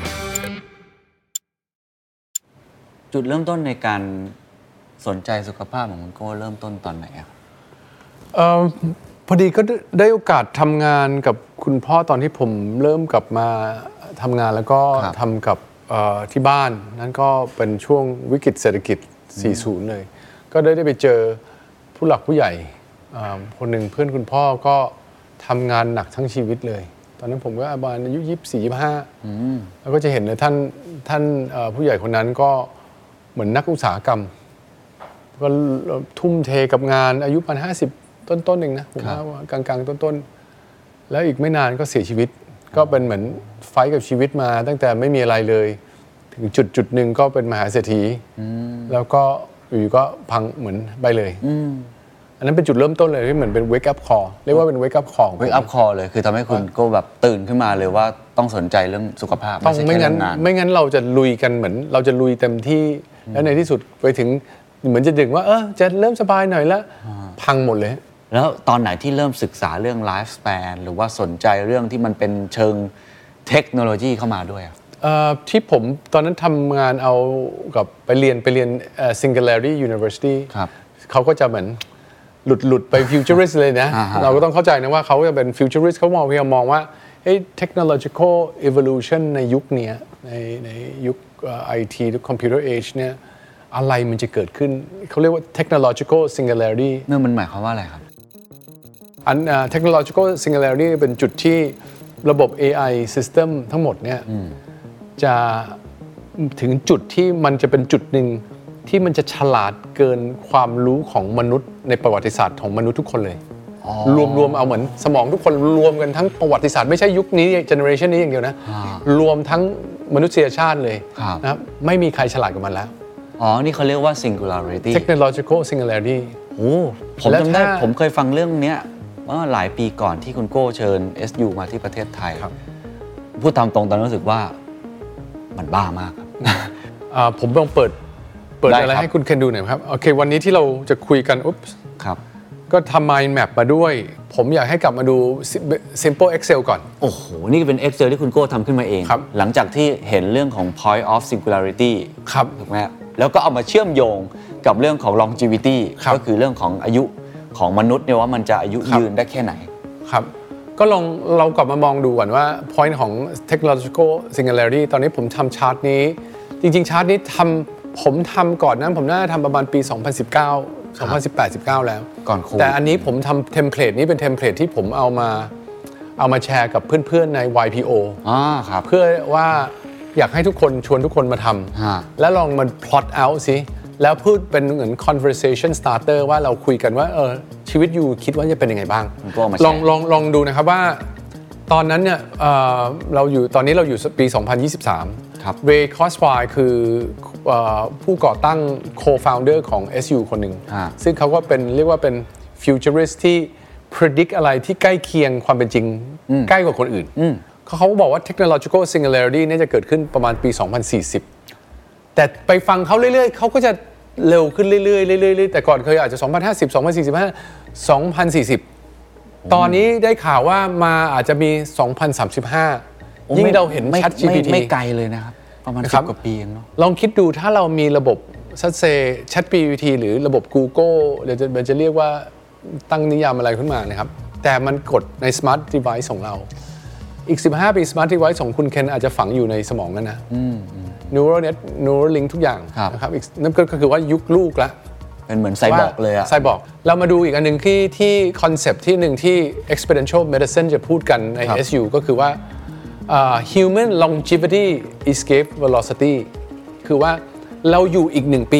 S3: จุดเริ่มต้นในการสนใจสุขภาพของคุณโก้เริ่มต้นตอนไหนครับ
S5: พอดีก็ได้โอกาสทำงานกับคุณพ่อตอนที่ผมเริ่มกลับมาทำงานแล้วก็ทำกับที่บ้านนั้นก็เป็นช่วงวิกฤตเศรษฐกิจ 40 เลยก็ได้ไปเจอผู้หลักผู้ใหญ่คนหนึ่งเพื่อนคุณพ่อก็ทำงานหนักทั้งชีวิตเลยตอนนั้นผมก็ประมาณอายุ 24-25 แล้วก็จะเห็นเลยท่านผู้ใหญ่คนนั้นก็เหมือนนักอุตสาหกรรมก็ทุ่มเทกับงานอายุประมาณ50ต้นๆเองนะผมว่ากลางๆต้นๆแล้วอีกไม่นานก็เสียชีวิตก็เป็นเหมือนไฟท์กับชีวิตมาตั้งแต่ไม่มีอะไรเลยถึงจุดหนึ่งก็เป็นมหาเศรษฐีแล้วก็อยู่ก็พังเหมือนไปเลยอันนั้นเป็นจุดเริ่มต้นเลยที่เหมือนเป็น wake up call เรียกว่าเป็น wake up call
S3: wake up call เลยคือทำให้คุณก็แบบตื่นขึ้นมาเลยว่าต้องสนใจเรื่องสุขภาพ
S5: ต้องไม่งั้นเราจะลุยกันเหมือนเราจะลุยเต็มที่แล้วในที่สุดไปถึงเหมือนจะดึงว่าจะเริ่มสบายหน่อยแล้วพังหมดเลย
S3: แล้วตอนไหนที่เริ่มศึกษาเรื่องไลฟ์สแปนหรือว่าสนใจเรื่องที่มันเป็นเชิงเทคโนโลยีเข้ามาด้วย
S5: ที่ผมตอนนั้นทำงานเอากับไปเรียนSingularity University เขาก็จะเหมือนหลุดไป futurist เลยนะ เราก็ต้องเข้าใจนะว่าเขาจะเป็น futurist เขาพยายามมองว่า technological evolution ในยุคนี้ในยุค IT หรือ computer age เนี่ยอะไรมันจะเกิดขึ้นเขาเรียกว่า technological singularity
S3: มันหมายความว่าอะไรครับ
S5: technological singularity เป็นจุดที่ระบบ AI system ทั้งหมดเนี่ยจะถึงจุดที่มันจะเป็นจุดหนึ่งที่มันจะฉลาดเกินความรู้ของมนุษย์ในประวัติศาสตร์ของมนุษย์ทุกคนเลยรวมเอาเหมือนสมองทุกคนรวมกันทั้งประวัติศาสตร์ไม่ใช่ยุคนี้เจเนอเรชันนี้อย่างเดียวนะรวมทั้งมนุษยชาติเลยนะครับไม่มีใครฉลาดกับมันแล้ว
S3: นี่เขาเรียกว่า singularity
S5: technological singularity
S3: ผมจำได้ผมเคยฟังเรื่องนี้ว่าหลายปีก่อนที่คุณโก้เชิญ SU มาที่ประเทศไทยพูดตามตรงตอนนั้นรู้สึกว่ามันบ้ามากครับ
S5: ผมลองเปิดอะไรให้คุณเคนดูหน่อยครับโอเควันนี้ที่เราจะคุยกัน
S3: ครับ
S5: ก็ทำ mind map มาด้วยผมอยากให้กลับมาดู simple Excel ก่อน
S3: โอ้โหนี่เป็น Excel ที่คุณโก้ทำขึ้นมาเองหลังจากที่เห็นเรื่องของ point of singularity
S5: ครับ
S3: ถูกไหมแล้วก็เอามาเชื่อมโยงกับเรื่องของ longevity ก็คือเรื่องของอายุของมนุษย์เนี่ยว่ามันจะอายุยืนได้แค่ไหน
S5: ครับก็ลองเรากลับมามองดูก่อนว่า point ของ technological singularity ตอนนี้ผมทำชาร์ตนี้จริงๆชาร์ตนี้ผมทำก่อนนั้นผมน่าจะทำประมาณปี 2018-19 แล้ว
S3: ก่อนโควิด
S5: แต่อันนี้ผมทำเทมเพลตนี้เป็นเทมเพลตที่ผมเอามาแชร์กับเพื่อนๆใน YPO เพื่อว่าอยากให้ทุกคนชวนทุกคนมาทำแล้วลองมัน plot out สิแล้วพูดเป็นเหมือน conversation starter ว่าเราคุยกันว่าชีวิตอยู่คิดว่าจะเป็นยังไงบ้างลองดูนะครับว่าตอนนั้นเนี่ยตอนนี้เราอยู่ปี 2023 Ray Kurzweil คือผู้ก่อตั้ง co-founder ของ SU คนหนึ่งซึ่งเขาก็เรียกว่าเป็น futurist ที่ predict อะไรที่ใกล้เคียงความเป็นจริงใกล้กว่าคนอื่นเขาบอกว่า technological singularity เนี่ยจะเกิดขึ้นประมาณปี 2040แต่ไปฟังเขาเรื่อยๆเขาก็จะเร็วขึ้นเรื่อยๆแต่ก่อนเคยอาจจะ2050 2045 2040ตอนนี้ได้ข่าวว่ามาอาจจะมี2035ยิ่งเราเห็น ChatGPT
S3: ไม่ไกลเลยนะครับประมาณ10 กว่าปีเองเนาะ
S5: ลองคิดดูถ้าเรามีระบบChatGPT หรือระบบ Google เดี๋ยวมันจะเรียกว่าตั้งนิยามอะไรขึ้นมานะครับแต่มันกดใน Smart Device ของเราอีก15 ปี Smart Device ของคุณเคนอาจจะฝังอยู่ในสมองแล้วนะ Neural Net Neural Link ทุกอย่างนะครับนั่นก็คือว่ายุคลูกละ
S3: เป็นเหมือนไซบอร์กเลยอะ
S5: ไซบอร์กเรามาดูอีกอันหนึ่งที่คอนเซปต์ที่หนึ่งที่ Exponential Medicine จะพูดกันใน SU ก็คือว่าHuman Longevity Escape Velocity คือว่าเราอยู่อีก1 ปี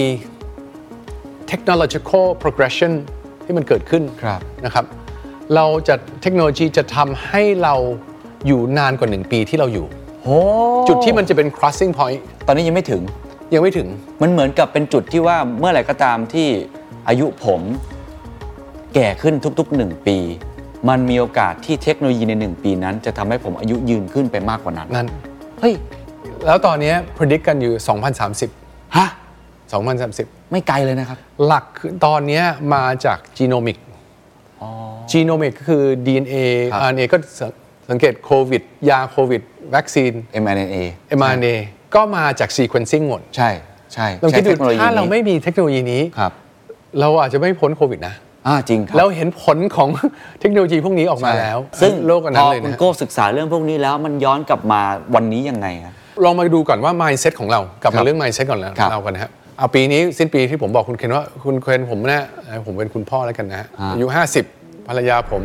S5: Technological Progression ที่มันเกิดขึ้นนะครับเราจะเทคโนโลยีจะทำให้เราอยู่นานกว่า1 ปีที่เราอยู่จุดที่มันจะเป็น crossing point
S3: ตอนนี้ยังไม่ถึง
S5: มัน
S3: เหมือนกับเป็นจุดที่ว่าเมื่อไหร่ก็ตามที่อายุผมแก่ขึ้นทุกๆ1 ปีมันมีโอกาสที่เทคโนโลยีใน1 ปีนั้นจะทำให้ผมอายุยืนขึ้นไปมากกว่านั้นเฮ้ย
S5: แล้วตอนนี้ predict กันอยู่2030
S3: ฮะ
S5: 2030
S3: ไม่ไกลเลยนะครับ
S5: หลักตอนนี้มาจาก genomic genomic ก็คือ DNA RNA ก็สังเกตโควิดยาโควิดวัคซีน mRNA ก็มาจาก sequencing หมด
S3: ใช่
S5: ลองคิดดูถ้าเราไม่มีเทคโนโลยีนี้เราอาจจะไม่พ้นโควิดนะ
S3: จริงครับ
S5: เราเห็นผลของเทคโนโลยีพวกนี้ออกมาแล้ว
S3: ซึ่ง
S5: โลกอันนั้นเลยนะ
S3: คุณโก้ศึกษาเรื่องพวกนี้แล้วมันย้อนกลับมาวันนี้ยังไงครับ
S5: ลองมาดูก่อนว่า mindset ของเรากลับมาเรื่อง mindset ก่อนแล้วเรากันนะครับเอาปีนี้สิ้นปีที่ผมบอกคุณเคนว่าคุณเคนผมเนี่ยผมเป็นคุณพ่อแล้วกันนะอายุ50ภรรยาผม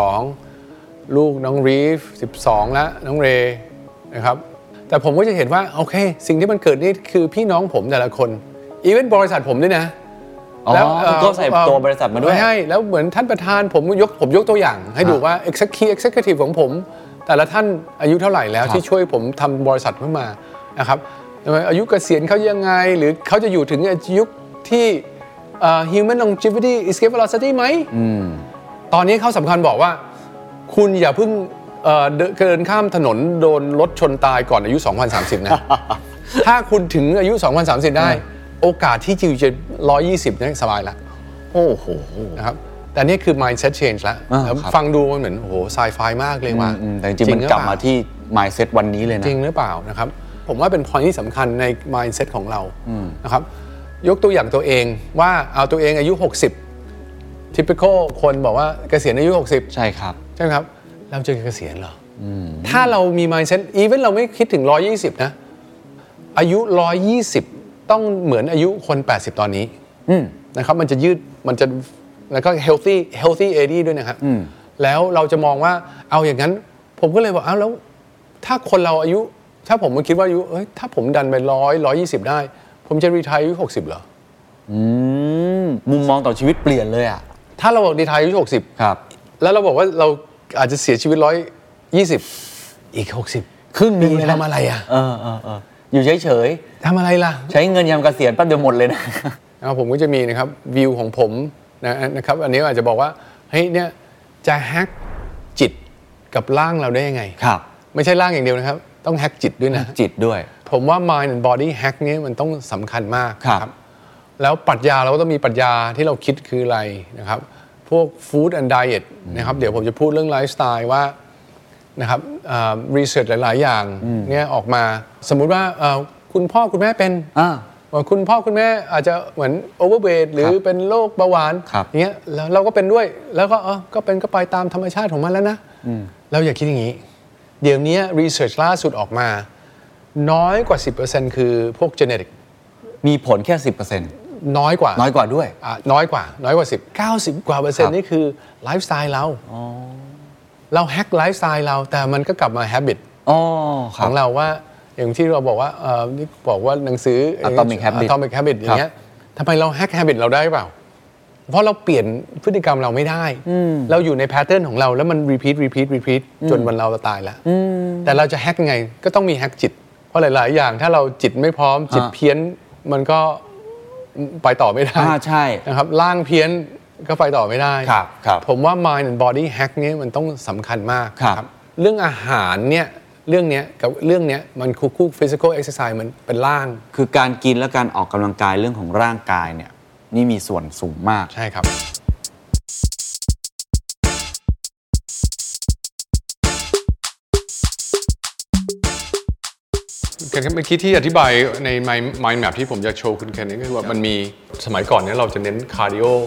S5: 42ลูกน้องรีฟ12แล้วน้องเรนะครับแต่ผมก็จะเห็นว่าโอเคสิ่งที่มันเกิดนี่คือพี่น้องผมแต่ละคนอีเวนต์บริษัทผมด้วยนะ
S3: แล้วก็ใส่ตัวบริษัทมาด้วย
S5: ใช่แล้วเหมือนท่านประธานผมยกตัวอย่างให้ดูว่า executive ของผมแต่ละท่านอายุเท่าไหร่แล้วที่ช่วยผมทำบริษัทขึ้นมานะครับอายุเกษียณเขายังไงหรือเขาจะอยู่ถึงอายุที่ human longevity escape velocity ไหมตอนนี้เขาสำคัญบอกว่าคุณอย่าเพิ่งเดินข้ามถนนโดนรถชนตายก่อนอายุ2030นะถ้าคุณถึงอายุ2030ได้โอกาสที่จะ120นี่สบายละ
S3: โอ้โห
S5: นะครับแต่นี่คือ mindset change แล้วฟังดูมันเหมือนโอ้โหไซไฟมากเลยว่า
S3: แต่จริงมันกลับมาที่ mindset วันนี้เลยนะ
S5: จริงหรือเปล่านะครับผมว่าเป็น point ที่สำคัญใน mindset ของเรานะครับยกตัวอย่างตัวเองว่าเอาตัวเองอายุ60 typical คนบอกว่าเกษียณอายุ60
S3: ใช่ครับ
S5: เราจะเกษียณเหรอถ้าเรามี mindset even เราไม่คิดถึง120นะอายุ120ต้องเหมือนอายุคน80ตอนนี้นะครับมันจะยืดมันจะแล้วก็ healthy 80ด้วยนะครับแล้วเราจะมองว่าเอาอย่างนั้นผมก็เลยบอกเอาแล้วถ้าคนเราอายุถ้าผมคิดว่าอายุถ้าผมดันไป120ได้ผมจะรีไทร์อายุ60เหรอ
S3: มุมมองต่อชีวิตเปลี่ยนเลยอ่ะ
S5: ถ้าเราบอกรีไทร์อายุ60ครับแล้วเราบอกว่าเราอาจจะเสียชีวิต120อีก60
S3: ครึ่งนึง
S5: ทำอะไรอ่ะ
S3: อยู่เฉย
S5: ๆทำอะไรล่ะ
S3: ใช้เงินยามเกษียณแป๊บเดียวหมดเลยนะ
S5: ผมก็จะมีนะครับวิวของผมนะครับอันนี้อาจจะบอกว่าเฮ้ยเนี่ยจะแฮกจิตกับร่างเราได้ยังไง
S3: ครับ
S5: ไม่ใช่ร่างอย่างเดียวนะครับต้องแฮกจิตด้วยนะ
S3: จิตด้วย
S5: ผมว่า mind and body hack นี้มันต้องสำคัญมากครับแล้วปรัชญาเราก็ต้องมีปรัชญาที่เราคิดคืออะไรนะครับพวก food and diet นะครับเดี๋ยวผมจะพูดเรื่องไลฟ์สไตล์ว่านะครับรีเสิร์ชหลายๆอย่างเนี่ยออกมาสมมุติว่าคุณพ่อคุณแม่เป็นคุณพ่อคุณแม่อาจจะเหมือนโอเวอร์เวทหรือเป็นโรคเบาหวานอย่างเงี้ยแล้วเราก็เป็นด้วยแล้วก็เป็นก็ไปตามธรรมชาติของมันแล้วนะเราอย่าคิดอย่างนี้เดี๋ยวนี้รีเสิร์ชล่าสุดออกมาน้อยกว่า 10% คือพวก genetic
S3: มีผลแค่ 10%
S5: น้อยกว่า
S3: ด้วย
S5: น้อยกว่า10 90กว่า%นี่คือไลฟ์สไตล์เราแฮกไลฟ์สไตล์เราแต่มันก็กลับมา habit ของเราว่าอย่างที่เราบอกว่านี่บอกว่าหนังสือ
S3: Atomic
S5: Habit อย่างเงี้ยทำไมเราแฮก habit เราได้เปล่าเพราะเราเปลี่ยนพฤติกรรมเราไม่ได้เราอยู่ในแพทเทิร์นของเราแล้วมัน repeat จนวันเราตายแล้วแต่เราจะแฮกยังไงก็ต้องมีแฮกจิตเพราะหลายๆอย่างถ้าเราจิตไม่พร้อมจิตเพี้ยนมันก็ไปต่อไม่ได้
S3: ใช่
S5: นะครับร่างเพี้ยนก็ไปต่อไม่ได้ผมว่า mind and body hack นี้มันต้องสำคัญมากครับเรื่องอาหารเนี่ยเรื่องนี้กับเรื่องนี้มันคู่ physical exercise มันเป็นร่าง
S3: คือการกินและการออกกำลังกายเรื่องของร่างกายเนี่ยนี่มีส่วนสูงมาก
S5: ใช่ครับเมื่อกี้ที่อธิบายใน mind map ที่ผมจะโชว์คุณแคนนี่ก็คือว่ามันมีสมัยก่อนเนี่ยเราจะเน้น cardio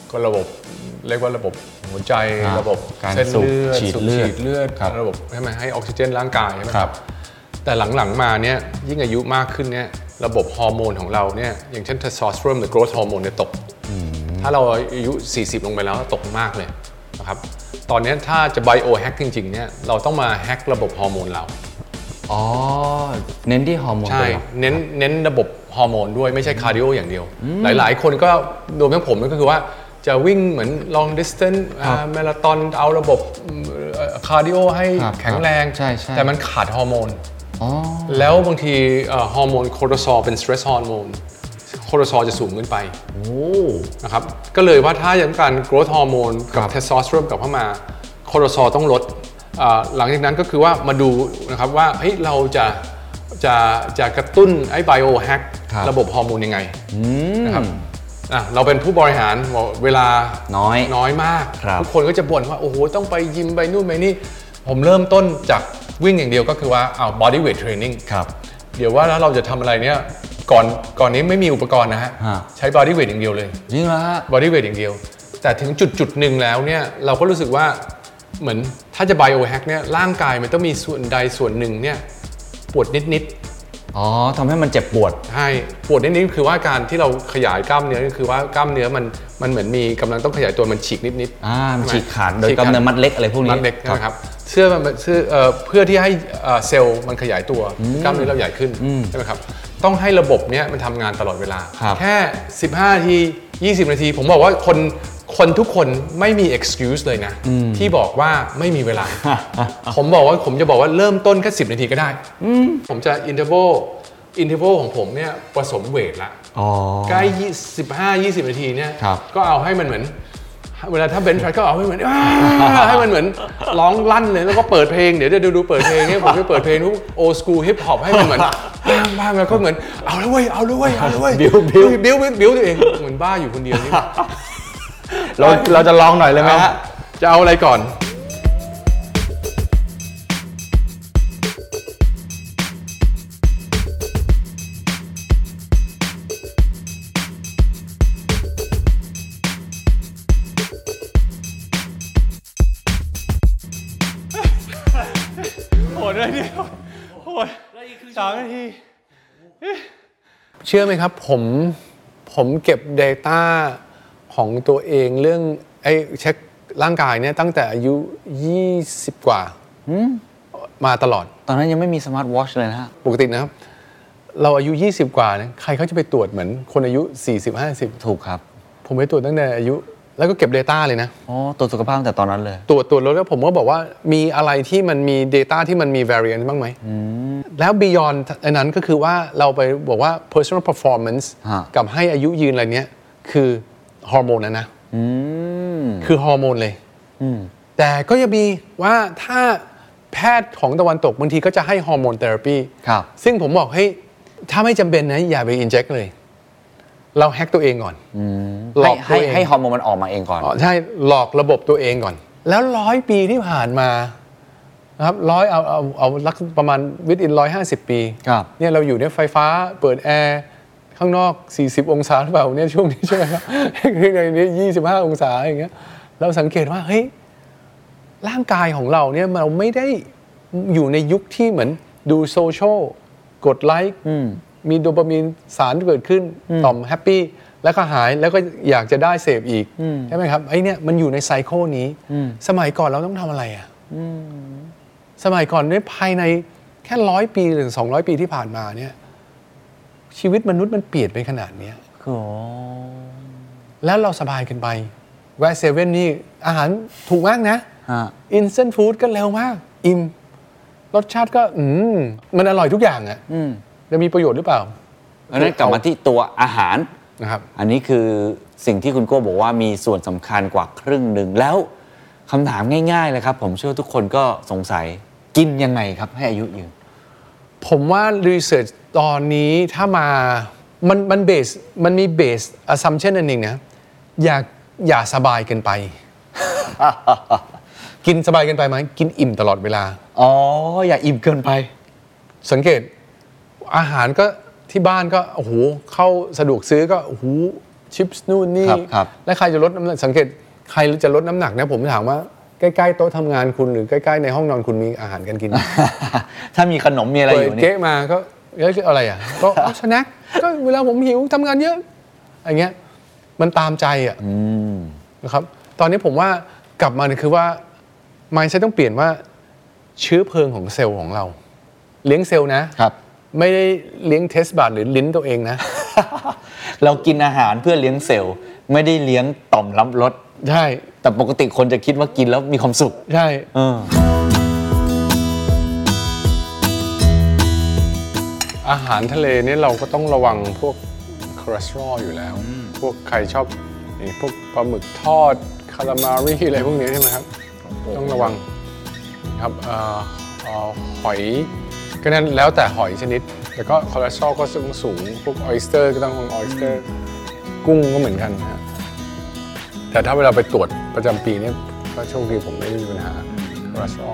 S5: ก็ระบบเรียกว่าระบบหัวใจระบบ
S3: การ
S5: เส้นเลือด
S3: ฉีด
S5: สูบ
S3: เลือด
S5: ฉีดเลือด
S3: ครับ
S5: ระบบใช่ไหมให้ออกซิเจนร่างกายใช่ไหม
S3: ค
S5: ค
S3: รั
S5: รับ บแต่หลังๆมาเนี่ยยิ่งอายุมากขึ้นเนี่ยระบบฮอร์โมนของเราเนี่ยอย่างเช่นเทสโทสเตอโรนหรือ growth hormone เนี่ยตกถ้าเราอายุ40ลงไปแล้วตกมากเลยนะครับตอนนี้ถ้าจะไบโอแฮกจริงๆเนี่ยเราต้องมาแฮกระบบฮอร์โมนเรา
S3: อ๋อเน้นที่ฮอร์โมน
S5: ใช่เน้นระบบฮอร์โมนด้วยไม่ใช่คาร์ดิโออย่างเดียวหลายๆคนก็รวมทั้งผมก็คือว่าจะวิ่งเหมือน long distance มาราธอนเอาระบบคาร์ดิโอให้แข็งแรงแต่มันขาดฮอร์โมนแล้วบางทีฮอร์โมนโคอร์ติซอลเป็นสเตรสฮอร์โมนโคอร์ติซอลจะสูงขึ้นไปนะครับก็เลยว่าถ้าอย่างการ growth hormone กับเทสโทสเตอโรนกลับเข้ามาโคอร์ติซอลต้องลดหลังจากนั้นก็คือว่ามาดูนะครับว่าเฮ้ยเราจะกระตุ้นไอ้ biohack ระบบฮอร์โมนยังไงนะครับเราเป็นผู้บริหารเวลาน้อยมากทุกคนก็จะบ่นว่าโอ้โหต้องไปยิมไปนู่นไปนี่ผมเริ่มต้นจากวิ่งอย่างเดียวก็คือว่าbody weight training เดี๋ยวว่าแล้วเราจะทำอะไรเนี่ยก่อนนี้ไม่มีอุปกรณ์นะฮะใช้ body weight อย่างเดียวเลย
S3: จริงเหรอฮะ
S5: body weight อย่างเดียวแต่ถึงจุดหนึ่งแล้วเนี่ยเราก็รู้สึกว่าเหมือนถ้าจะ biohack เนี่ยร่างกายมันต้องมีส่วนใดส่วนหนึ่งเนี่ยปวดนิด
S3: อ๋อทำให้มันเจ็บปวด
S5: ใช่ปวดนิดคือว่าการที่เราขยายกล้ามเนื้อคือว่ากล้ามเนื้อมันเหมือนมีกำลังต้องขยายตัวมันฉีกนิด
S3: มันฉีกขาดโดยกล้ามเนื้อมัดเล็กอะไรพวกนี้
S5: มัดเล็กนะครับเพื่อที่ให้เซลล์มันขยายตัวกล้ามเนื้อเราใหญ่ขึ้นใช่ไหมครับต้องให้ระบบนี้มันทำงานตลอดเวลาแค่15นาที20นาทีผมบอกว่าคนทุกคนไม่มี excuse เลยนะที่บอกว่าไม่มีเวลา ผมจะบอกว่าเริ่มต้นแค่10นาทีก็ได้ผมจะ interval ของผมเนี่ยผสมเวทละใกล้15-20นาทีเนี่ยก็เอาให้มันเหมือนเวลาถ้าเบนช์พรสก็เอาให้เหมือนให้มันเหมือนร้องลั่นเลยแล้วก็เปิดเพลงเดี๋ยวดูเปิดเพลงเนี่ยผมจะเปิดเพลงทุกโอสกูฮิปฮอปให้มันเหมือนบ้างแล้วก็เหมือนเอาเลยเว้ยบิ้วตัวเองเหมือนบ้าอยู่คนเดียวนี่
S3: เราจะลองหน่อยเลยไหมฮะ
S5: จะเอาอะไรก่อนโหดเลยดิโหด3 นาทีเชื่อไหมครับผมเก็บ data ของตัวเองเรื่องเช็คร่างกายเนี่ยตั้งแต่อายุ20กว่ามาตลอด
S3: ตอนนั้นยังไม่มีสมาร์ทวอทช์เลยนะฮะ
S5: ปกตินะครับเราอายุ20กว่าเนี่ยใครเขาจะไปตรวจเหมือนคนอายุ40-50
S3: ถูกครับ
S5: ผมไปตรวจตั้งแต่อายุแล้วก็เก็บ data เลยนะ
S3: ตรวจสุขภาพตั้งแต่ตอนนั้นเลย
S5: ตรวจแล้วผมก็บอกว่ามีอะไรที่มันมี data ที่มันมี variance บ้างไหมแล้ว beyond อันนั้นก็คือว่าเราไปบอกว่า personal performance กับให้อายุยืนอะไรเนี้ยคือฮอร์โมนนะคือฮอร์โมนเลยแต่ก็จะมีว่าถ้าแพทย์ของตะวันตกบางทีก็จะให้ฮอร์โมนเทอราปีซึ่งผมบอกให้ถ้าไม่จำเป็นนะอย่าไปอินเจคเลยเราแฮกตัวเองก่อน
S3: หลอกให้ฮอร์โมนมันออกมาเองก่อน
S5: ใช่หลอกระบบตัวเองก่อนแล้ว100 ปีที่ผ่านมานะครับเอาประมาณวิติน150 ปีเนี่ยเราอยู่ในไฟฟ้าเปิดแอร์ข้างนอก40องศาหรือเปล่าเนี่ยช่วงนี้ใช่ไหมครับในนี้25องศาอย่างเงี้ยเราสังเกตว่าเฮ้ยร่างกายของเราเนี่ยเราไม่ได้อยู่ในยุคที่เหมือนดูโซเชียลกดไลค์มีโดปามีนสารเกิดขึ้นต่อมแฮปปี้แล้วก็หายแล้วก็อยากจะได้เสพอีกใช่ไหมครับไอ้เนี่ยมันอยู่ในไซเคิลนี้สมัยก่อนเราต้องทำอะไรอ่ะสมัยก่อนเนี่ยภายในแค่100 ปีหรือ200 ปีที่ผ่านมาเนี่ยชีวิตมนุษย์มันเปลี่ยนไปขนาดนี้แล้วเราสบายกันไปแวะเซเว่นนี่อาหารถูกมากนะอินสแตนต์ฟู้ดก็เร็วมากอิ่มรสชาติก็มันอร่อยทุกอย่างอ่ะจะมีประโยชน์หรือเปล่า
S3: อันนั้นกลับมาที่ตัวอาหาร
S5: นะครับ
S3: อันนี้คือสิ่งที่คุณโก้บอกว่ามีส่วนสำคัญกว่าครึ่งหนึ่งแล้วคำถามง่ายๆเลยครับผมเชื่อทุกคนก็สงสัยกินยังไงครับให้อายุยืน
S5: ผมว่ารีเสิร์ชตอนนี้ถ้ามันเบสมันมีเบสอัสซัมชันอันหนึ่งนะอย่าสบายเกินไป กินสบายเกินไปไหมกินอิ่มตลอดเวลา
S3: อย่าอิ่มเกินไป
S5: สังเกตอาหารก็ที่บ้านก็โอ้โหเข้าสะดวกซื้อก็โอ้โหชิปส์นู่นนี่และใครจะลดน้ำหนักสังเกตใครจะลดน้ำหนักนะผมถามว่าใกล้ๆโต๊ะทำงานคุณหรือใกล้ๆในห้องนอนคุณมีอาหารกันกิน
S3: ถ้ามีขนมมีอะไรอยู่นี่
S5: เก๊ะมาก็อะไรอ่ะก็สแน็คก็เวลาผมหิวทำงานเยอะอย่างเงี้ยมันตามใจอ่ะนะครับตอนนี้ผมว่ากลับมาเนี่ยคือว่า mindset ต้องเปลี่ยนว่าเชื้อเพลิงของเซลล์ของเราเลี้ยงเซลล์นะครับไม่ได้เลี้ยงเทสบัดหรือลิ้นตัวเองนะ
S3: เรากินอาหารเพื่อเลี้ยงเซลล์ไม่ได้เลี้ยงต่อมรับรส
S5: ใช่
S3: แต่ปกติคนจะคิดว่ากินแล้วมีความสุข
S5: ใช่อาหารทะเลนี่เราก็ต้องระวังพวกคอเลสเตอรอลอยู่แล้วพวกใครชอบพวกปลาหมึกทอดคารามารีอะไรพวกนี้ใช่ไหมครับต้องระวังครับหอยก็นั้นแล้วแต่หอยชนิดแต่ก็คอเลสเตอรอลก็สูงพวกออยสเตอร์ก็ต้องออยสเตอร์กุ้งก็เหมือนกันนะแต่ถ้าเวลาไปตรวจประจำปีนี่ก็โชคดีผมไม่มีปัญหาคอเลสเตอรอล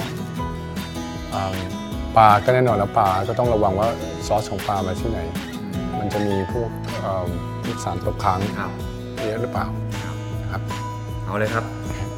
S5: ปลาก็แน่นอนแล้วปลาก็ต้องระวังว่าซอสของปลามาที่ไหนมันจะมีพวกสารตกค้างเยอะหรือเปล่านะครับ
S3: เอาเลยครับ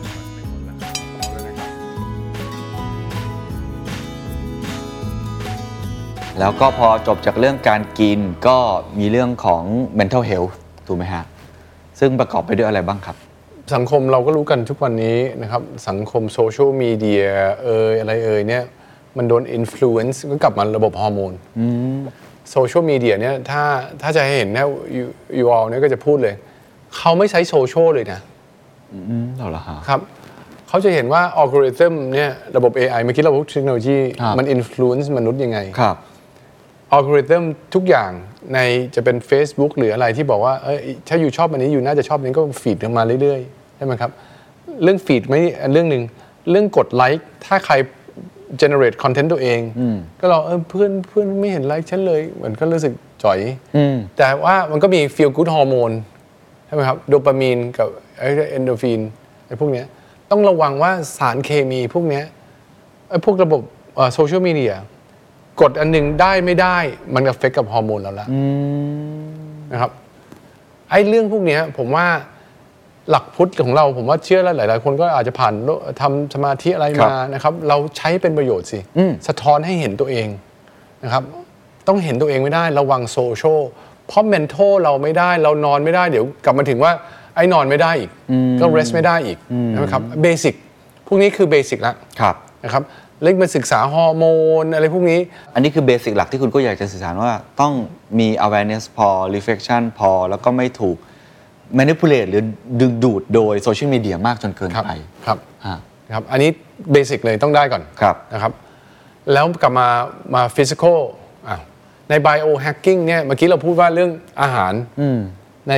S3: แล้วก็พอจบจากเรื่องการกินก็มีเรื่องของ mental health ถูกไหมฮะซึ่งประกอบไปด้วยอะไรบ้างครับ
S5: สังคมเราก็รู้กันทุกวันนี้นะครับสังคมโซเชียลมีเดียอะไรเนี่ยมันโดนอิมโฟลูเอนซ์ก็กลับมาระบบฮอร์โมนโซเชียลมีเดียเนี่ยถ้าจะให้เห็นเนี่ยยูออลเนี่ยก็จะพูดเลยเขาไม่ใช้โซเชียลเลยนะ
S3: เหรอ
S5: ครับเขาจะเห็นว่าอัลกอริทึมเนี่ยระบบ AI เมื่อกี้เราพูดเทคโนโลยีมันอิมโฟลูเอนซ์มนุษย์ยังไงอัลกอริทึมทุกอย่างในจะเป็น Facebook หรืออะไรที่บอกว่าถ้าอยู่ชอบอันนี้อยู่น่าจะชอบอันนี้ก็ฟีดกันมาเรื่อยๆใช่ไหมครับเรื่องฟีดไม่เรื่องหนึ่งเรื่องกดไลค์ถ้าใคร generate content ตัวเองก็เราเพื่อนไม่เห็นไลค์ฉันเลยเหมือนก็รู้สึกจ่อยแต่ว่ามันก็มี feel good hormone ใช่ไหมครับโดปามีนกับเอนโดฟินไอ้พวกนี้ต้องระวังว่าสารเคมีพวกนี้ไอ้พวกระบบโซเชียลมีเดียกดอันหนึ่งได้ไม่ได้มันกับเฟกกับฮอร์โมนเราแล้วนะครับไอ้เรื่องพวกนี้ผมว่าหลักพุทธของเราผมว่าเชื่อแล้วหลายๆคนก็อาจจะผ่านทำสมาธิอะไรมานะครับเราใช้เป็นประโยชน์สิสะท้อนให้เห็นตัวเองนะครับต้องเห็นตัวเองไม่ได้ระวังโซเชียลเพราะเมนทัลเราไม่ได้เรานอนไม่ได้เดี๋ยวกลับมาถึงว่าไอ้นอนไม่ได้อีกก็เรสไม่ได้อีกนะครับเบสิกพวกนี้คือเบสิกแล้วนะครับเล็กมาศึกษาฮอร์โมนอะไรพวกนี้
S3: อันนี้คือเบสิกหลักที่คุณก็อยากจะสื่อสารว่าต้องมี awareness พอ reflection พอแล้วก็ไม่ถูก manipulate หรือดึงดูดโดยโซเชียลมีเดียมากจนเกินไป
S5: ครับอันนี้เบสิกเลยต้องได้ก่อนนะครับแล้วกลับมา physical ใน biohacking เนี่ยเมื่อกี้เราพูดว่าเรื่องอาหารใน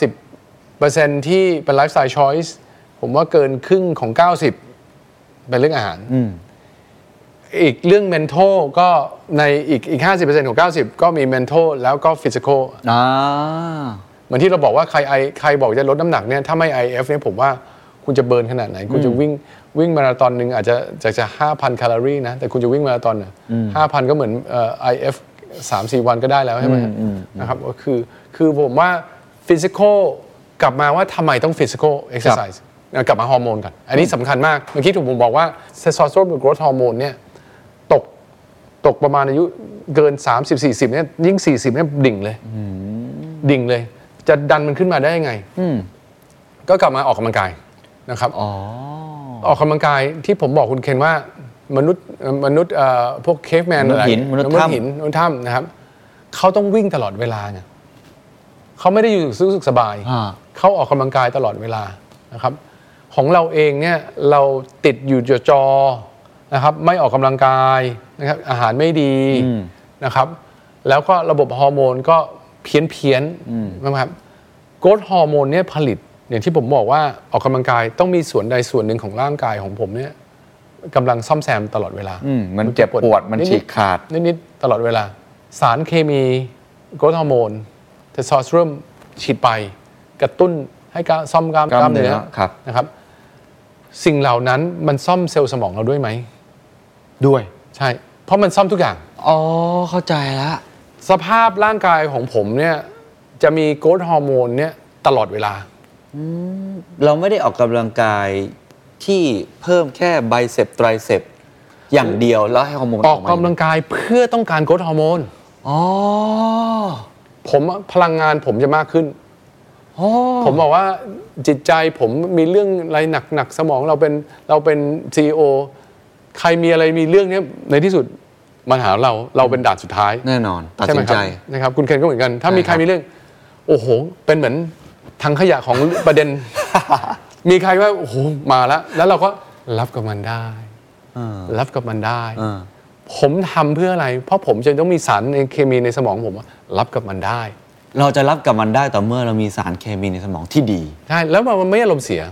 S5: 90% ที่เป็น lifestyle choice ผมว่าเกินครึ่งของ 90เป็นเรื่องอาหารอีกเรื่อง mental ก็ในอีก 50% ของ 90ก็มี mental แล้วก็ physical เหมือนที่เราบอกว่าใครบอกจะลดน้ำหนักเนี่ยถ้าไม่ IF เนี่ยผมว่าคุณจะเบิร์นขนาดไหนคุณจะวิ่งมาราธอนนึงอาจจะ 5,000 แคลอรี่นะแต่คุณจะวิ่งมาราธอน5,000 ก็เหมือน IF 3-4 วันก็ได้แล้วใช่ไหมนะครับก็คือผมว่า physical กลับมาว่าทำไมต้อง physical exercise กลับมาฮอร์โมนก่อนอันนี้สำคัญมากเมื่อกี้ผมบอกว่าเทสโทสเตอโรนกับโกรทฮอร์โมนเนี่ยตกประมาณอายุเกิน 30-40 เนี่ยยิ่ง 40 เนี่ยดิ่งเลยจะดันมันขึ้นมาได้ยังไงก็กลับมาออกกำลังกายนะครับออกกำลังกายที่ผมบอกคุณเคนว่ามนุษย์พวกเคฟแมนอะไรมนุษย์ถ้ำนะครับเขาต้องวิ่งตลอดเวลาไงเขาไม่ได้อยู่รู้สึกสบายเขาออกกำลังกายตลอดเวลานะครับของเราเองเนี่ยเราติดอยู่จอนะครับไม่ออกกำลังกายนะครับอาหารไม่ดีนะครับแล้วก็ระบบฮอร์โมนก็เพี้ยนนะครับโกรทฮอร์โมนเนี่ยผลิตอย่างที่ผมบอกว่าออกกำลังกายต้องมีส่วนใดส่วนหนึ่งของร่างกายของผมเนี่ยกำลังซ่อมแซมตลอดเวลา
S3: มันเจ็บปวดมันฉีกขาด
S5: นิดๆตลอดเวลาสารเคมีโกรทฮอร์โมนเทสโทสเตอโรนฉีดไปกระตุ้นให้ซ่อมกล้ามเนื้อนะครับสิ่งเหล่านั้นมันซ่อมเซลล์สมองเราด้วยไหมด้วยใช่เพราะมันซ่อมทุกอย่าง
S3: เข้าใจแล้ว
S5: สภาพร่างกายของผมเนี่ยจะมีโกรทฮอร์โมนเนี่ยตลอดเวลา
S3: เราไม่ได้ออกกำลังกายที่เพิ่มแค่ไบเซปไตรเซปอย่างเดียวแล้วให้ฮอร์โมน
S5: ออกกำลังกายเพื่อต้องการโกรทฮอร์โมนผมพลังงานผมจะมากขึ้นผมบอกว่าจิตใจผมมีเรื่องอะไรหนักๆสมองเราเป็น CEO ใครมีอะไรมีเรื่องนี้ในที่สุดมาหาเราเป็นด่านสุดท้าย
S3: แน่นอนตัดสินใจ
S5: นะครับคุณเคนก็เหมือนกันถ้ามีใครมีเรื่องโอ้โหเป็นเหมือนถังขยะของประเด็น มีใครว่าโอ้โหมาแล้วเราก็รับกับมันได้รับกับมันได้ผมทำเพื่ออะไรเพราะผมจะต้องมีสารเคมีในสมองผมรับกับมันได้
S3: เราจะรับกับมันได้ต่อเมื่อเรามีสารเคมีในสมองที่ดี
S5: ใช่แล้วมันไม่อารมณ์เสีย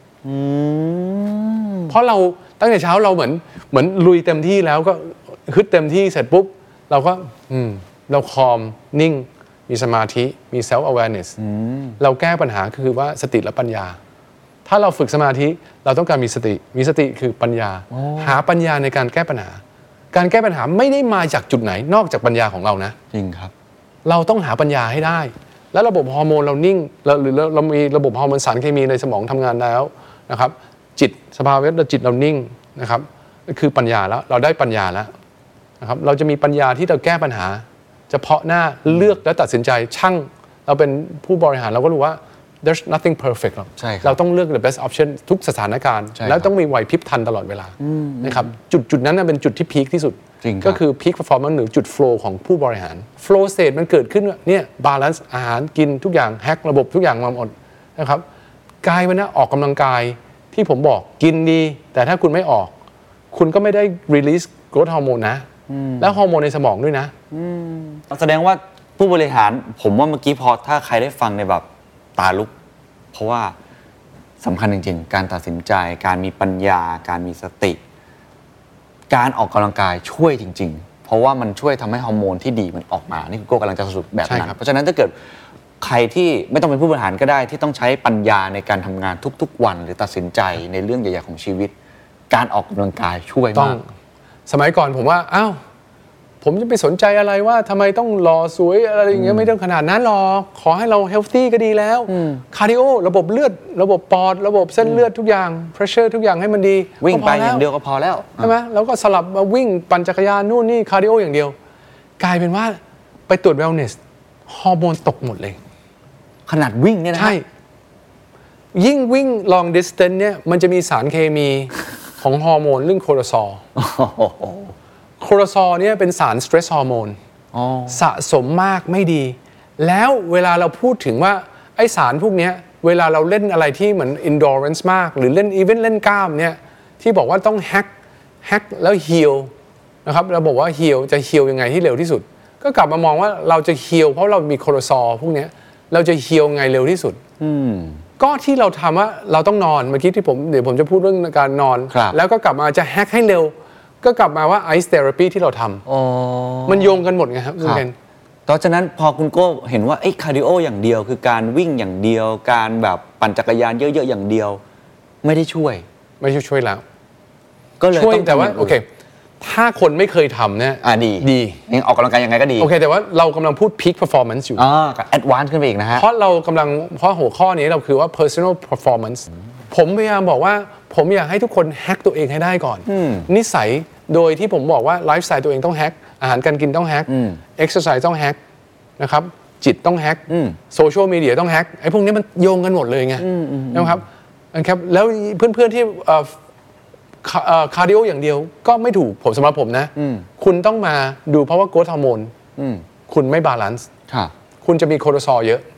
S5: เพราะเราตั้งแต่เช้าเราเหมือนลุยเต็มที่แล้วก็ฮึดเต็มที่เสร็จปุ๊บเราก็เราคอมนิ่งมีสมาธิมี self awareness เราแก้ปัญหาคือว่าสติและปัญญาถ้าเราฝึกสมาธิเราต้องการมีสติคือปัญญาหาปัญญาในการแก้ปัญหาการแก้ปัญหาไม่ได้มาจากจุดไหนนอกจากปัญญาของเรานะ
S3: จริงครับ
S5: เราต้องหาปัญญาให้ได้แล้วระบบฮอร์โมนเรานิ่งหรือเรามีระบบฮอร์โมนสารเคมีในสมองทำงานแล้วนะครับจิตสภาวะจิตเรานิ่งนะครับคือปัญญาแล้วเราได้ปัญญาแล้วนะครับเราจะมีปัญญาที่จะแก้ปัญหาเฉพาะหน้าเลือกและตัดสินใจช่างเราเป็นผู้บริหารเราก็รู้ว่า there's nothing perfect หรอกเราต้องเลือก the best option ทุกสถานการณ์แล้วต้องมีไหวพริบทันตลอดเวลานะครับจุดนั้นเป็นจุดที่พีคที่สุดก็คือ peak performance หรือจุด flow ของผู้บริหาร flow state มันเกิดขึ้นเนี่ย balance อาหารกินทุกอย่างแฮกระบบทุกอย่างมาหมดนะครับกายวันนี้ออกกำลังกายที่ผมบอกกินดีแต่ถ้าคุณไม่ออกคุณก็ไม่ได้ release growth hormone นะแล้วฮอร์โมนในสมองด้วยนะ
S3: แสดงว่าผู้บริหารผมว่าเมื่อกี้พอถ้าใครได้ฟังในแบบตาลุกเพราะว่าสำคัญจริงๆการตัดสินใจการมีปัญญาการมีสติการออกกำลังกายช่วยจริงๆเพราะว่ามันช่วยทำให้ฮอร์โมนที่ดีมันออกมานี่คุณโก้กำลังจะสรุปแบบนั้นเพราะฉะนั้นถ้าเกิดใครที่ไม่ต้องเป็นผู้บริหารก็ได้ที่ต้องใช้ปัญญาในการทำงานทุกๆวันหรือตัดสินใจในเรื่องใหญ่ๆของชีวิตการออกกำลังกายช่วยมาก
S5: สมัยก่อนผมว่าผมจะไปสนใจอะไรว่าทำไมต้องหล่อสวยอะไรอย่างเงี้ยไม่ต้องขนาดนั้นหรอกขอให้เราเฮลตี้ก็ดีแล้วคาร์ดิโอระบบเลือดระบบปอดระบบเส้นเลือดทุกอย่างเพรสเชอร์ทุกอย่างให้มันดี
S3: วิ่งไปอย่างเดียวก็พอแล้ว
S5: ใช่ไหมแล้วก็สลับมาวิ่งปั่นจักรยานนู่นนี่คาร์ดิโออย่างเดียวกลายเป็นว่าไปตรวจเวลเนสฮอร์โมนตกหมดเลย
S3: ขนาดวิ่งเนี่ยนะ
S5: ใช่ยิ่งวิ่ง long distance เนี่ยมันจะมีสารเคมีของฮอร์โมนเรื่องโคอร์ติซอลโคอร์ติซอลเนี่ยเป็นสารสเตรสฮอร์โมนสะสมมากไม่ดีแล้วเวลาเราพูดถึงว่าไอสารพวกนี้เวลาเราเล่นอะไรที่เหมือน endurance มากหรือเล่นอีเวนต์เล่นกล้ามเนี่ยที่บอกว่าต้องแฮกแล้ว heal นะครับเราบอกว่า heal จะ heal ยังไงที่เร็วที่สุดก็กลับมามองว่าเราจะ heal เพราะเรามีโคอร์ติซอลพวกนี้เราจะ heal ไงเร็วที่สุดก็ที่เราทำว่าเราต้องนอนเมื่อกี้ที่เดี๋ยวผมจะพูดเรื่องการนอนแล้วก็กลับมาจะแฮกให้เร็วก็กลับมาว่าไอซ์เทอราปีที่เราทำมันโยงกันหมดไงครับคุณเคน
S3: เพราะฉะนั้นพอคุณโก้เห็นว่าไอ้คาร์ดิโออย่างเดียวคือการวิ่งอย่างเดียวการแบบปั่นจักรยานเยอะๆอย่างเดียวไม่ได้ช่วย
S5: แล้ว
S3: ก็เลย
S5: ต้องแต่ว่าโอเคถ้าคนไม่เคยทำเนี่ยดี
S3: ออกกำลังกายยังไงก็ดี
S5: โอเคแต่ว่าเรากำลังพูด peak performance อยู่
S3: แอดวานซ์ขึ้นไปอีกนะฮะ
S5: เพราะหัวข้อนี้เราคือว่า personal performance ผมพยายามบอกว่าผมอยากให้ทุกคนแฮกตัวเองให้ได้ก่อนนิสัยโดยที่ผมบอกว่าไลฟ์สไตล์ตัวเองต้องแฮกอาหารการกินต้องแฮกเอ็กซ์ไซส์ต้องแฮกนะครับจิตต้องแฮกโซเชียลมีเดียต้องแฮกไอ้พวกนี้มันโยงกันหมดเลยไงนะครับแล้วเพื่อนๆที่คาร์ดิโออย่างเดียวก็ไม่ถูกสำหรับผมนะคุณต้องมาดูเพราะว่าโกรทฮอร์โมนคุณไม่บาลานซ์คุณจะมีโคอร์ติซอลเยอะ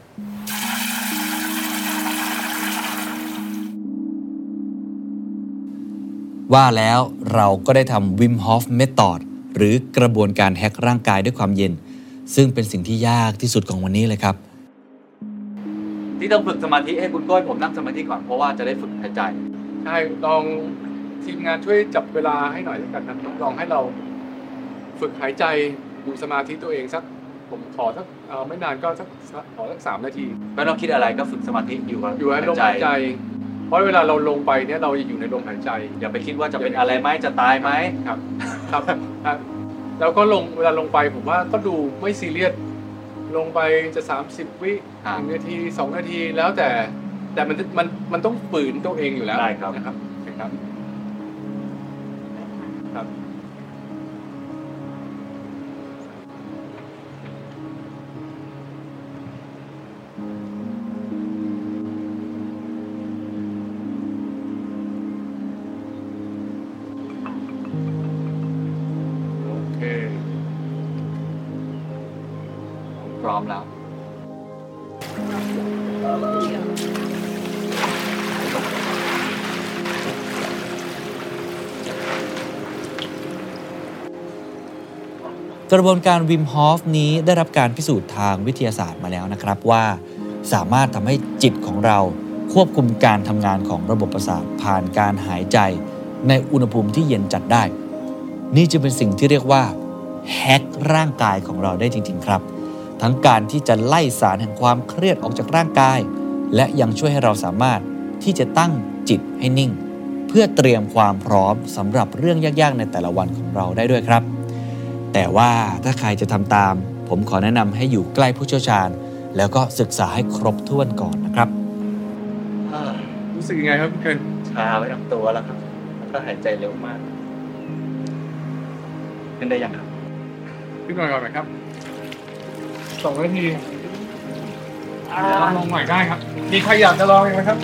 S3: ว่าแล้วเราก็ได้ทำ Wim Hof Method หรือกระบวนการแฮกร่างกายด้วยความเย็นซึ่งเป็นสิ่งที่ยากที่สุดของวันนี้เลยครับที่ต้องฝึกสมาธิให้คุณก้อยผมนั่งสมาธิก่อนเพราะว่าจะได้ฝึกหายใจ
S5: ใช่ลองทีมงานช่วยจับเวลาให้หน่อยแล้วกันนะลองให้เราฝึกหายใจดูสมาธิตัวเองสักผมขอสักไม่นานก็สัก3 นาที
S3: ไม่ต้องคิดอะไรก็ฝึกสมาธิอยู่
S5: ในลมหายใจเพราะเวลาเราลงไปเนี่ยเราจะอยู่ในลมหายใจ
S3: อย่าไปคิดว่าจะเป็นอะไรไหมจะตายไหม
S5: ครับแล้วก็เวลาลงไปผมว่าก็ดูไม่ซีเรียสลงไปจะ30วิ1นาที2นาทีแล้วแต่มันต้องฝืนตัวเองอยู่แล้วนะครับครับ
S3: พร้อมแล้วกระบวนการวิมฮอฟนี้ได้รับการพิสูจน์ทางวิทยาศาสตร์มาแล้วนะครับว่าสามารถทำให้จิตของเราควบคุมการทำงานของระบบประสาทผ่านการหายใจในอุณหภูมิที่เย็นจัดได้นี่จะเป็นสิ่งที่เรียกว่าแฮกร่างกายของเราได้จริงๆครับทั้งการที่จะไล่สารแห่งความเครียดออกจากร่างกายและยังช่วยให้เราสามารถที่จะตั้งจิตให้นิ่งเพื่อเตรียมความพร้อมสำหรับเรื่องยากๆในแต่ละวันของเราได้ด้วยครับแต่ว่าถ้าใครจะทำตามผมขอแนะนำให้อยู่ใกล้ผู้เชี่ยวชาญแล้วก็ศึกษาให้ครบถ้วนก่อนนะครับ
S5: รู้สึกยังไงครับพี่เคน
S3: ชาไปทั้งตัวแล้วครับแล้วก็หายใจเร็วมากขึ้นได้ยังครับ
S5: ขึ้นก่อนไหมครับ2นาทีลองใหม่ได้ครับมีใครอยากจะลองไหมครับ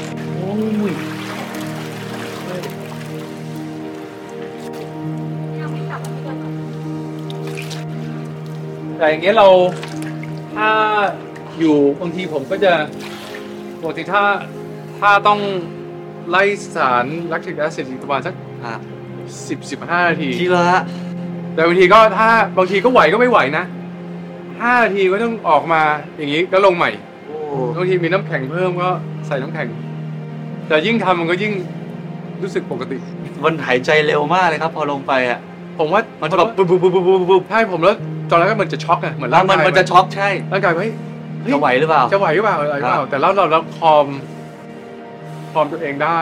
S5: แต่อย่างเงี้ยเราถ้าอยู่บางทีผมก็จะปกติถ้าต้องไล่สารแลคติกแอซิดประมาณสัก10-15 นาที
S3: ทีละ
S5: แต่บางทีก็ถ้าบางทีก็ไหวก็ไม่ไหวนะ5 นาทีก็ต้องออกมาอย่างนี้ก็ลงใหม่บางทีมีน้ำแข็งเพิ่มก็ใส่น้ำแข็งแต่ยิ่งทำมันก็ยิ่งรู้สึกปกติ
S3: มันหายใจเร็วมากเลยครับพอลงไปอ่ะ
S5: ผมว่ามันแบบปุ๊บใช่ผมแล้วตอนแรกมันจะช็อกอะเหมือนร่างกาย
S3: มันจะช็อกใช่
S5: ร่างกายเฮ้ย
S3: จะไหวหรือเปล่า
S5: แต่แล้วเราคอมตัวเองได้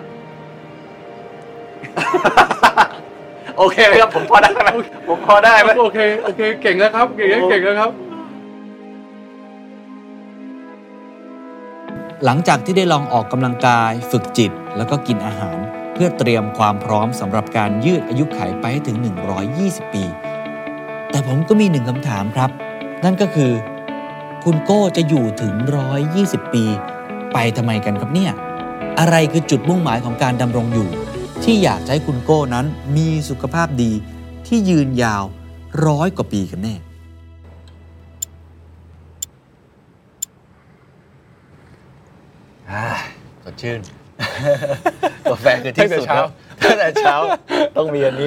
S3: โอเคครับผมพอได้ไหมผมพอได้ไหม
S5: โอเคเก่งแล้วครับเก่งแล้วครับ
S3: หลังจากที่ได้ลองออกกำลังกายฝึกจิตแล้วก็กินอาหารเพื่อเตรียมความพร้อมสำหรับการยืดอายุขัยไปให้ถึง120 ปีแต่ผมก็มี1คำถามครับนั่นก็คือคุณโก้จะอยู่ถึง120 ปีไปทำไมกันครับเนี่ยอะไรคือจุดมุ่งหมายของการดำรงอยู่ที่อยากให้คุณโก้นั้นมีสุขภาพดีที่ยืนยาว100 กว่าปีกันแน่สดชื่นกาแฟคือที่สุดแล้วตั้งแต่เช้าต้องมีอันนี้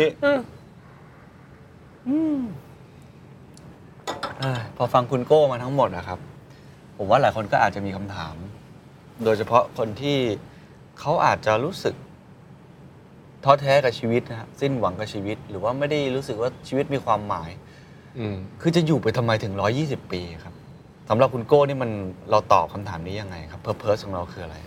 S3: พอฟังคุณโก้มาทั้งหมดนะครับผมว่าหลายคนก็อาจจะมีคำถามโดยเฉพาะคนที่เขาอาจจะรู้สึกท้อแท้กับชีวิตนะฮะสิ้นหวังกับชีวิตหรือว่าไม่ได้รู้สึกว่าชีวิตมีความหมายคือจะอยู่ไปทำไมถึง120 ปีครับสำหรับคุณโก้นี่มันเราตอบคำถามนี้ยังไงครับpurposeของเราคืออะไร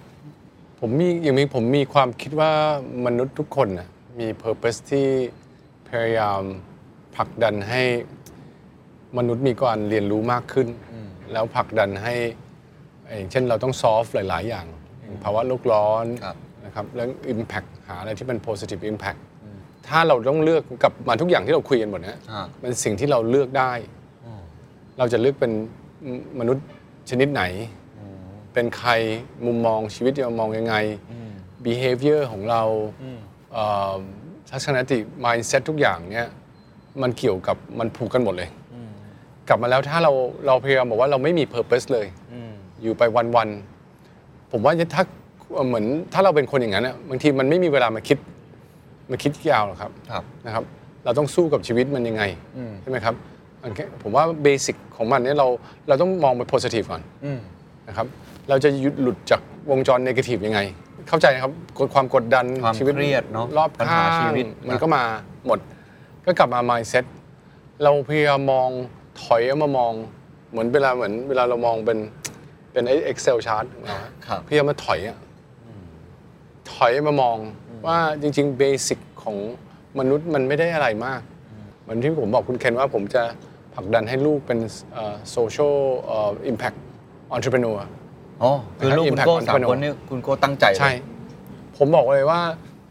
S5: ผมมีความคิดว่ามนุษย์ทุกคนนะมี purpose ที่พยายามผลักดันให้มนุษย์มีการเรียนรู้มากขึ้นแล้วผลักดันให้อย่างเช่นเราต้อง solve หลายๆอย่างภาวะโลกร้อนนะครับแล้ว impact หาอะไรที่เป็น positive impact ถ้าเราต้องเลือกกับมาทุกอย่างที่เราคุยกันหมดนะเป็นสิ่งที่เราเลือกได้เราจะเลือกเป็นมนุษย์ชนิดไหนเป็นใครมุมมองชีวิตจะมองยังไง behavior ของเราทัศนคติ mindset ทุกอย่างเนี่ยมันเกี่ยวกับมันผูกกันหมดเลยกลับมาแล้วถ้าเราพยายามบอกว่าเราไม่มี purpose เลยอยู่ไปวันๆผมว่าถ้าเหมือนถ้าเราเป็นคนอย่างนั้นบางทีมันไม่มีเวลามาคิดยาวหรอกครับนะครับเราต้องสู้กับชีวิตมันยังไงใช่ไหมครับผมว่าเบสิกของมันเนี่ยเราต้องมองไป positive ก่อนนะครับเราจะหลุดจากวงจร negative ยังไงเข้าใจนะครับความกดดัน
S3: ชีวิตเครียดเนาะ
S5: รอบข้างมันก็มาหมดก็กลับมา mindset เราพยายามมองถอยมามองเหมือนเวลาเรามองเป็น Excel chart นะครับพยายามมาถอยมามองว่าจริงๆเบสิกของมนุษย์มันไม่ได้อะไรมากเหมือนที่ผมบอกคุณเคนว่าผมจะผลักดันให้ลูกเป็นsocial impact entrepreneur
S3: อ๋อคือลูกคุณโก้3คนนี่คุณโก้ตั้งใจ
S5: ใช่ผมบอกเลยว่า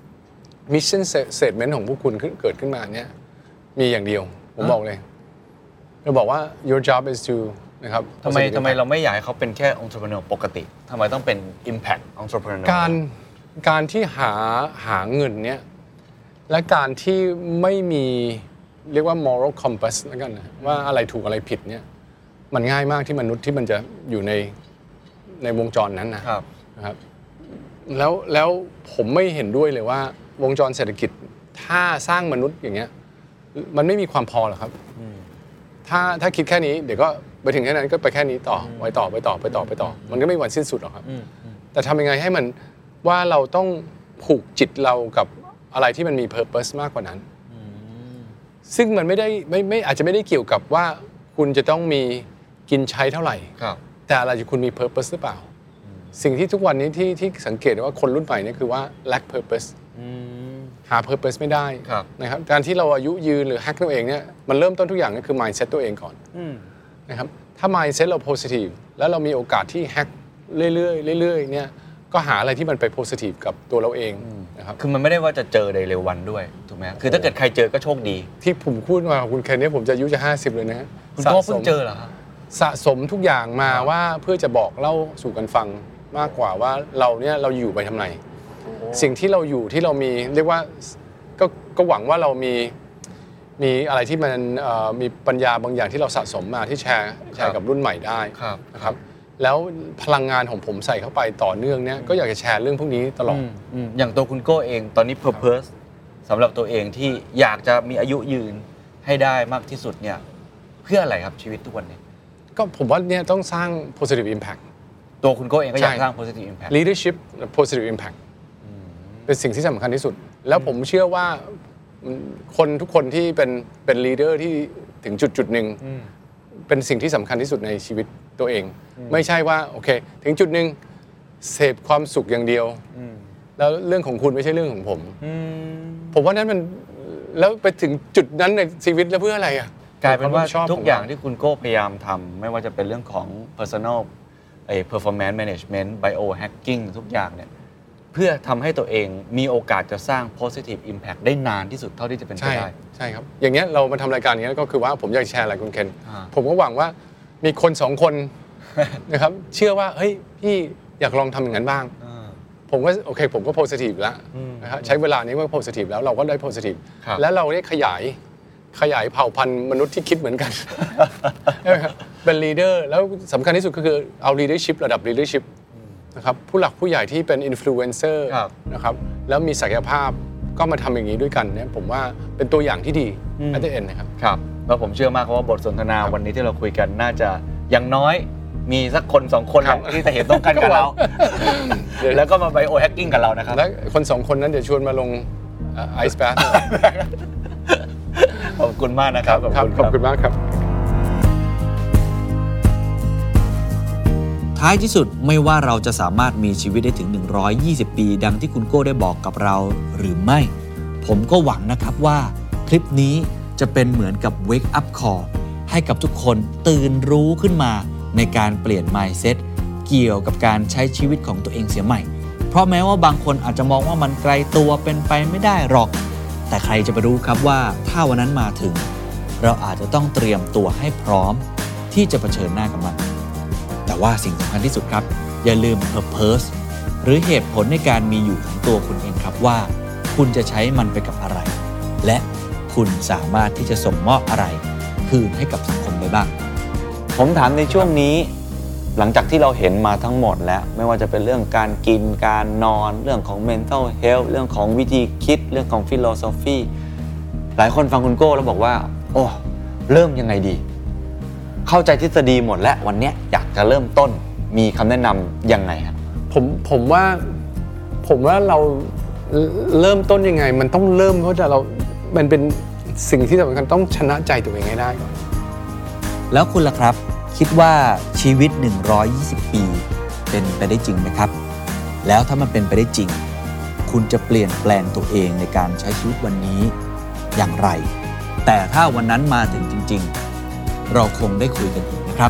S5: mission statement ของพวกคุณเกิดขึ้นมาเนี่ยมีอย่างเดียวผมบอกเลยเราบอกว่า your job is to นะครับ
S3: ทำไมเราไม่อยากให้เขาเป็นแค่ entrepreneur ปกติทำไมต้องเป็น impact entrepreneur
S5: การที่หาเงินเนี่ยและการที่ไม่มีเรียกว่า moral compass แล้วกันนะว่าอะไรถูกอะไรผิดเนี่ยมันง่ายมากที่มนุษย์ที่มันจะอยู่ในวงจรนั้นนะครับแล้วผมไม่เห็นด้วยเลยว่าวงจรเศรษฐกิจถ้าสร้างมนุษย์อย่างเงี้ยมันไม่มีความพอหรอกครับถ้าคิดแค่นี้เดี๋ยวก็ไปถึงแค่นั้นก็ไปแค่นี้ต่อไปต่อมันก็ไม่มีวันสิ้นสุดหรอกครับแต่ทำยังไงให้มันว่าเราต้องผูกจิตเรากับอะไรที่มันมี purpose มากกว่านั้นซึ่งมันไม่อาจจะไม่ได้เกี่ยวกับว่าคุณจะต้องมีกินใช้เท่าไหร่แต่อะไรคุณมี purpose หรือเปล่าสิ่งที่ทุกวันนี้ที่สังเกตว่าคนรุ่นใหม่นี่คือว่า lack purpose หา purpose ไม่ได้นะครับการที่เราอายุยืนหรือ hack ตัวเองเนี่ยมันเริ่มต้นทุกอย่างก็คือ mindset ตัวเองก่อนนะครับถ้า mindset เรา positive แล้วเรามีโอกาสที่ hack เรื่อยๆเนี่ยก็หาอะไรที่มันไป positive กับตัวเราเองนะครับ
S3: คือมันไม่ได้ว่าจะเจอในเร็ววันด้วยถูกไหมคือถ้าเกิดใครเจอก็โชคดี
S5: ที่ผมพูดมาคุณเคนเนี่ยผมจะอายุจะ50เลยนะฮะ
S3: คุณก็เพิ่งเจอเหรอครับ
S5: สะสมทุกอย่างมาว่าเพื่อจะบอกเล่าสู่กันฟังมากกว่าว่าเราอยู่ไปทำไมสิ่งที่เราอยู่ที่เรามีเรียกว่าก็หวังว่าเรามีอะไรที่มันมีปัญญาบางอย่างที่เราสะสมมาที่แชร์กับรุ่นใหม่ได้นะครับแล้วพลังงานของผมใส่เข้าไปต่อเนื่องเนี่ยก็อยากจะแชร์เรื่องพวกนี้ตลอด
S3: อย่างตัวคุณโก้เองตอนนี้ purpose สำหรับตัวเองที่อยากจะมีอายุยืนให้ได้มากที่สุดเนี่ยเพื่ออะไรครับชีวิตทุกวันนี้
S5: ก็ผมว่าเนี่ยต้องสร้าง positive impact
S3: ตัวคุณโก้เองก็อยากสร้าง positive impact
S5: leadership positive impact เป็นสิ่งที่สำคัญที่สุดแล้วผมเชื่อว่าคนทุกคนที่เป็น leader ที่ถึงจุดหนึ่งเป็นสิ่งที่สำคัญที่สุดในชีวิตตัวเองไม่ใช่ว่าโอเคถึงจุดหนึ่งเสพความสุขอย่างเดียวแล้วเรื่องของคุณไม่ใช่เรื่องของผมว่านั้นมันแล้วไปถึงจุดนั้นในชีวิตแล้วเพื่ออะไรอ่ะ
S3: กลายเป็นว่าทุกอย่างที่คุณโก้พยายามทำไม่ว่าจะเป็นเรื่องของ personal performance management biohacking ทุกอย่างเนี่ยเพื่อทำให้ตัวเองมีโอกาสจะสร้าง positive impact ได้นานที่สุดเท่าที่จะเป็นไปได้
S5: ใช่ครับอย่างเงี้ยเรามาทำรายการนี้ก็คือว่าผมอยากแชร์อะไรคุณเคนผมก็หวังว่ามีคน2 คนนะครับเชื่อว่าเฮ้ยพี่อยากลองทำอย่างนั้นบ้างผมก็โอเคผมก็ positive แล้วนะครับใช้เวลานี้ว่า positive แล้วเราก็ได้ positive แล้วเราได้ขยายเผ่าพันธุ์มนุษย์ที่คิดเหมือนกันเป็น leader แล้วสำคัญที่สุดก็คือเอา leadership ระดับ leadership นะครับผู้หลักผู้ใหญ่ที่เป็น influencer นะครับแล้วมีศักยภาพก็มาทำอย่างนี้ด้วยกันเนี่ยผมว่าเป็นตัวอย่างที่ดี at the end นะครับ
S3: ครับแล้วผมเชื่อมากว่าบทสนทนาวันนี้ที่เราคุยกันน่าจะอย่างน้อยมีสักคน2 คนที่จะเห็นตรงกันกับเราแล้วก็มา biohacking กับเรานะครับ
S5: แล้วคน2 คนนั้นเดี๋ยวชวนมาลง ice bath
S3: ขอบคุณมากนะครับ
S5: ขอบคุณมากครับ
S3: ท้ายที่สุดไม่ว่าเราจะสามารถมีชีวิตได้ถึง120 ปีดังที่คุณโก้ได้บอกกับเราหรือไม่ผมก็หวังนะครับว่าคลิปนี้จะเป็นเหมือนกับ wake up call ให้กับทุกคนตื่นรู้ขึ้นมาในการเปลี่ยน mindset เกี่ยวกับการใช้ชีวิตของตัวเองเสียใหม่เพราะแม้ว่าบางคนอาจจะมองว่ามันไกลตัวเป็นไปไม่ได้หรอกแต่ใครจะไปรู้ครับว่าถ้าวันนั้นมาถึงเราอาจจะต้องเตรียมตัวให้พร้อมที่จะเผชิญหน้ากับมันแต่ว่าสิ่งสำคัญที่สุดครับอย่าลืม purpose หรือเหตุผลในการมีอยู่ของตัวคุณเองครับว่าคุณจะใช้มันไปกับอะไรและคุณสามารถที่จะส่งมอบอะไรคืนให้กับสังคมได้บ้างผมถามในช่วงนี้หลังจากที่เราเห็นมาทั้งหมดแล้วไม่ว่าจะเป็นเรื่องการกินการนอนเรื่องของ mental health เรื่องของวิธีคิดเรื่องของ philosophy หลายคนฟังคุณโก้แล้วบอกว่าโอ้เริ่มยังไงดีเข้าใจทฤษฎีหมดแล้ววันนี้อยากจะเริ่มต้นมีคำแนะนำยังไงครับ
S5: ผมว่าเราเริ่มต้นยังไงมันต้องเริ่มเพราะมันเป็นสิ่งที่สำคัญต้องชนะใจตัวเองให้ได้ก่อน
S3: แล้วคุณล่ะครับคิดว่าชีวิต120 ปีเป็นไปได้จริงไหมครับแล้วถ้ามันเป็นไปได้จริงคุณจะเปลี่ยนแปลงตัวเองในการใช้ชีวิตวันนี้อย่างไรแต่ถ้าวันนั้นมาถึงจริงๆเราคงได้คุยกันอีกนะครับ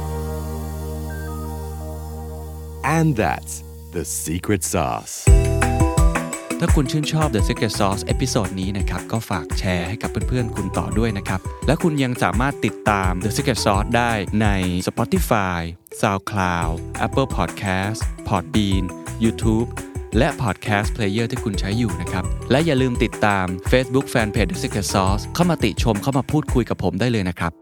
S1: And that's the secret sauce.
S6: ถ้าคุณชื่นชอบ The Secret Sauce เอพิโซดนี้นะครับก็ฝากแชร์ให้กับเพื่อนๆคุณต่อด้วยนะครับและคุณยังสามารถติดตาม The Secret Sauce ได้ใน Spotify, SoundCloud, Apple Podcast, Podbean, YouTube และ Podcast Player ที่คุณใช้อยู่นะครับและอย่าลืมติดตาม Facebook Fanpage The Secret Sauce เข้ามาติชมเข้ามาพูดคุยกับผมได้เลยนะครับ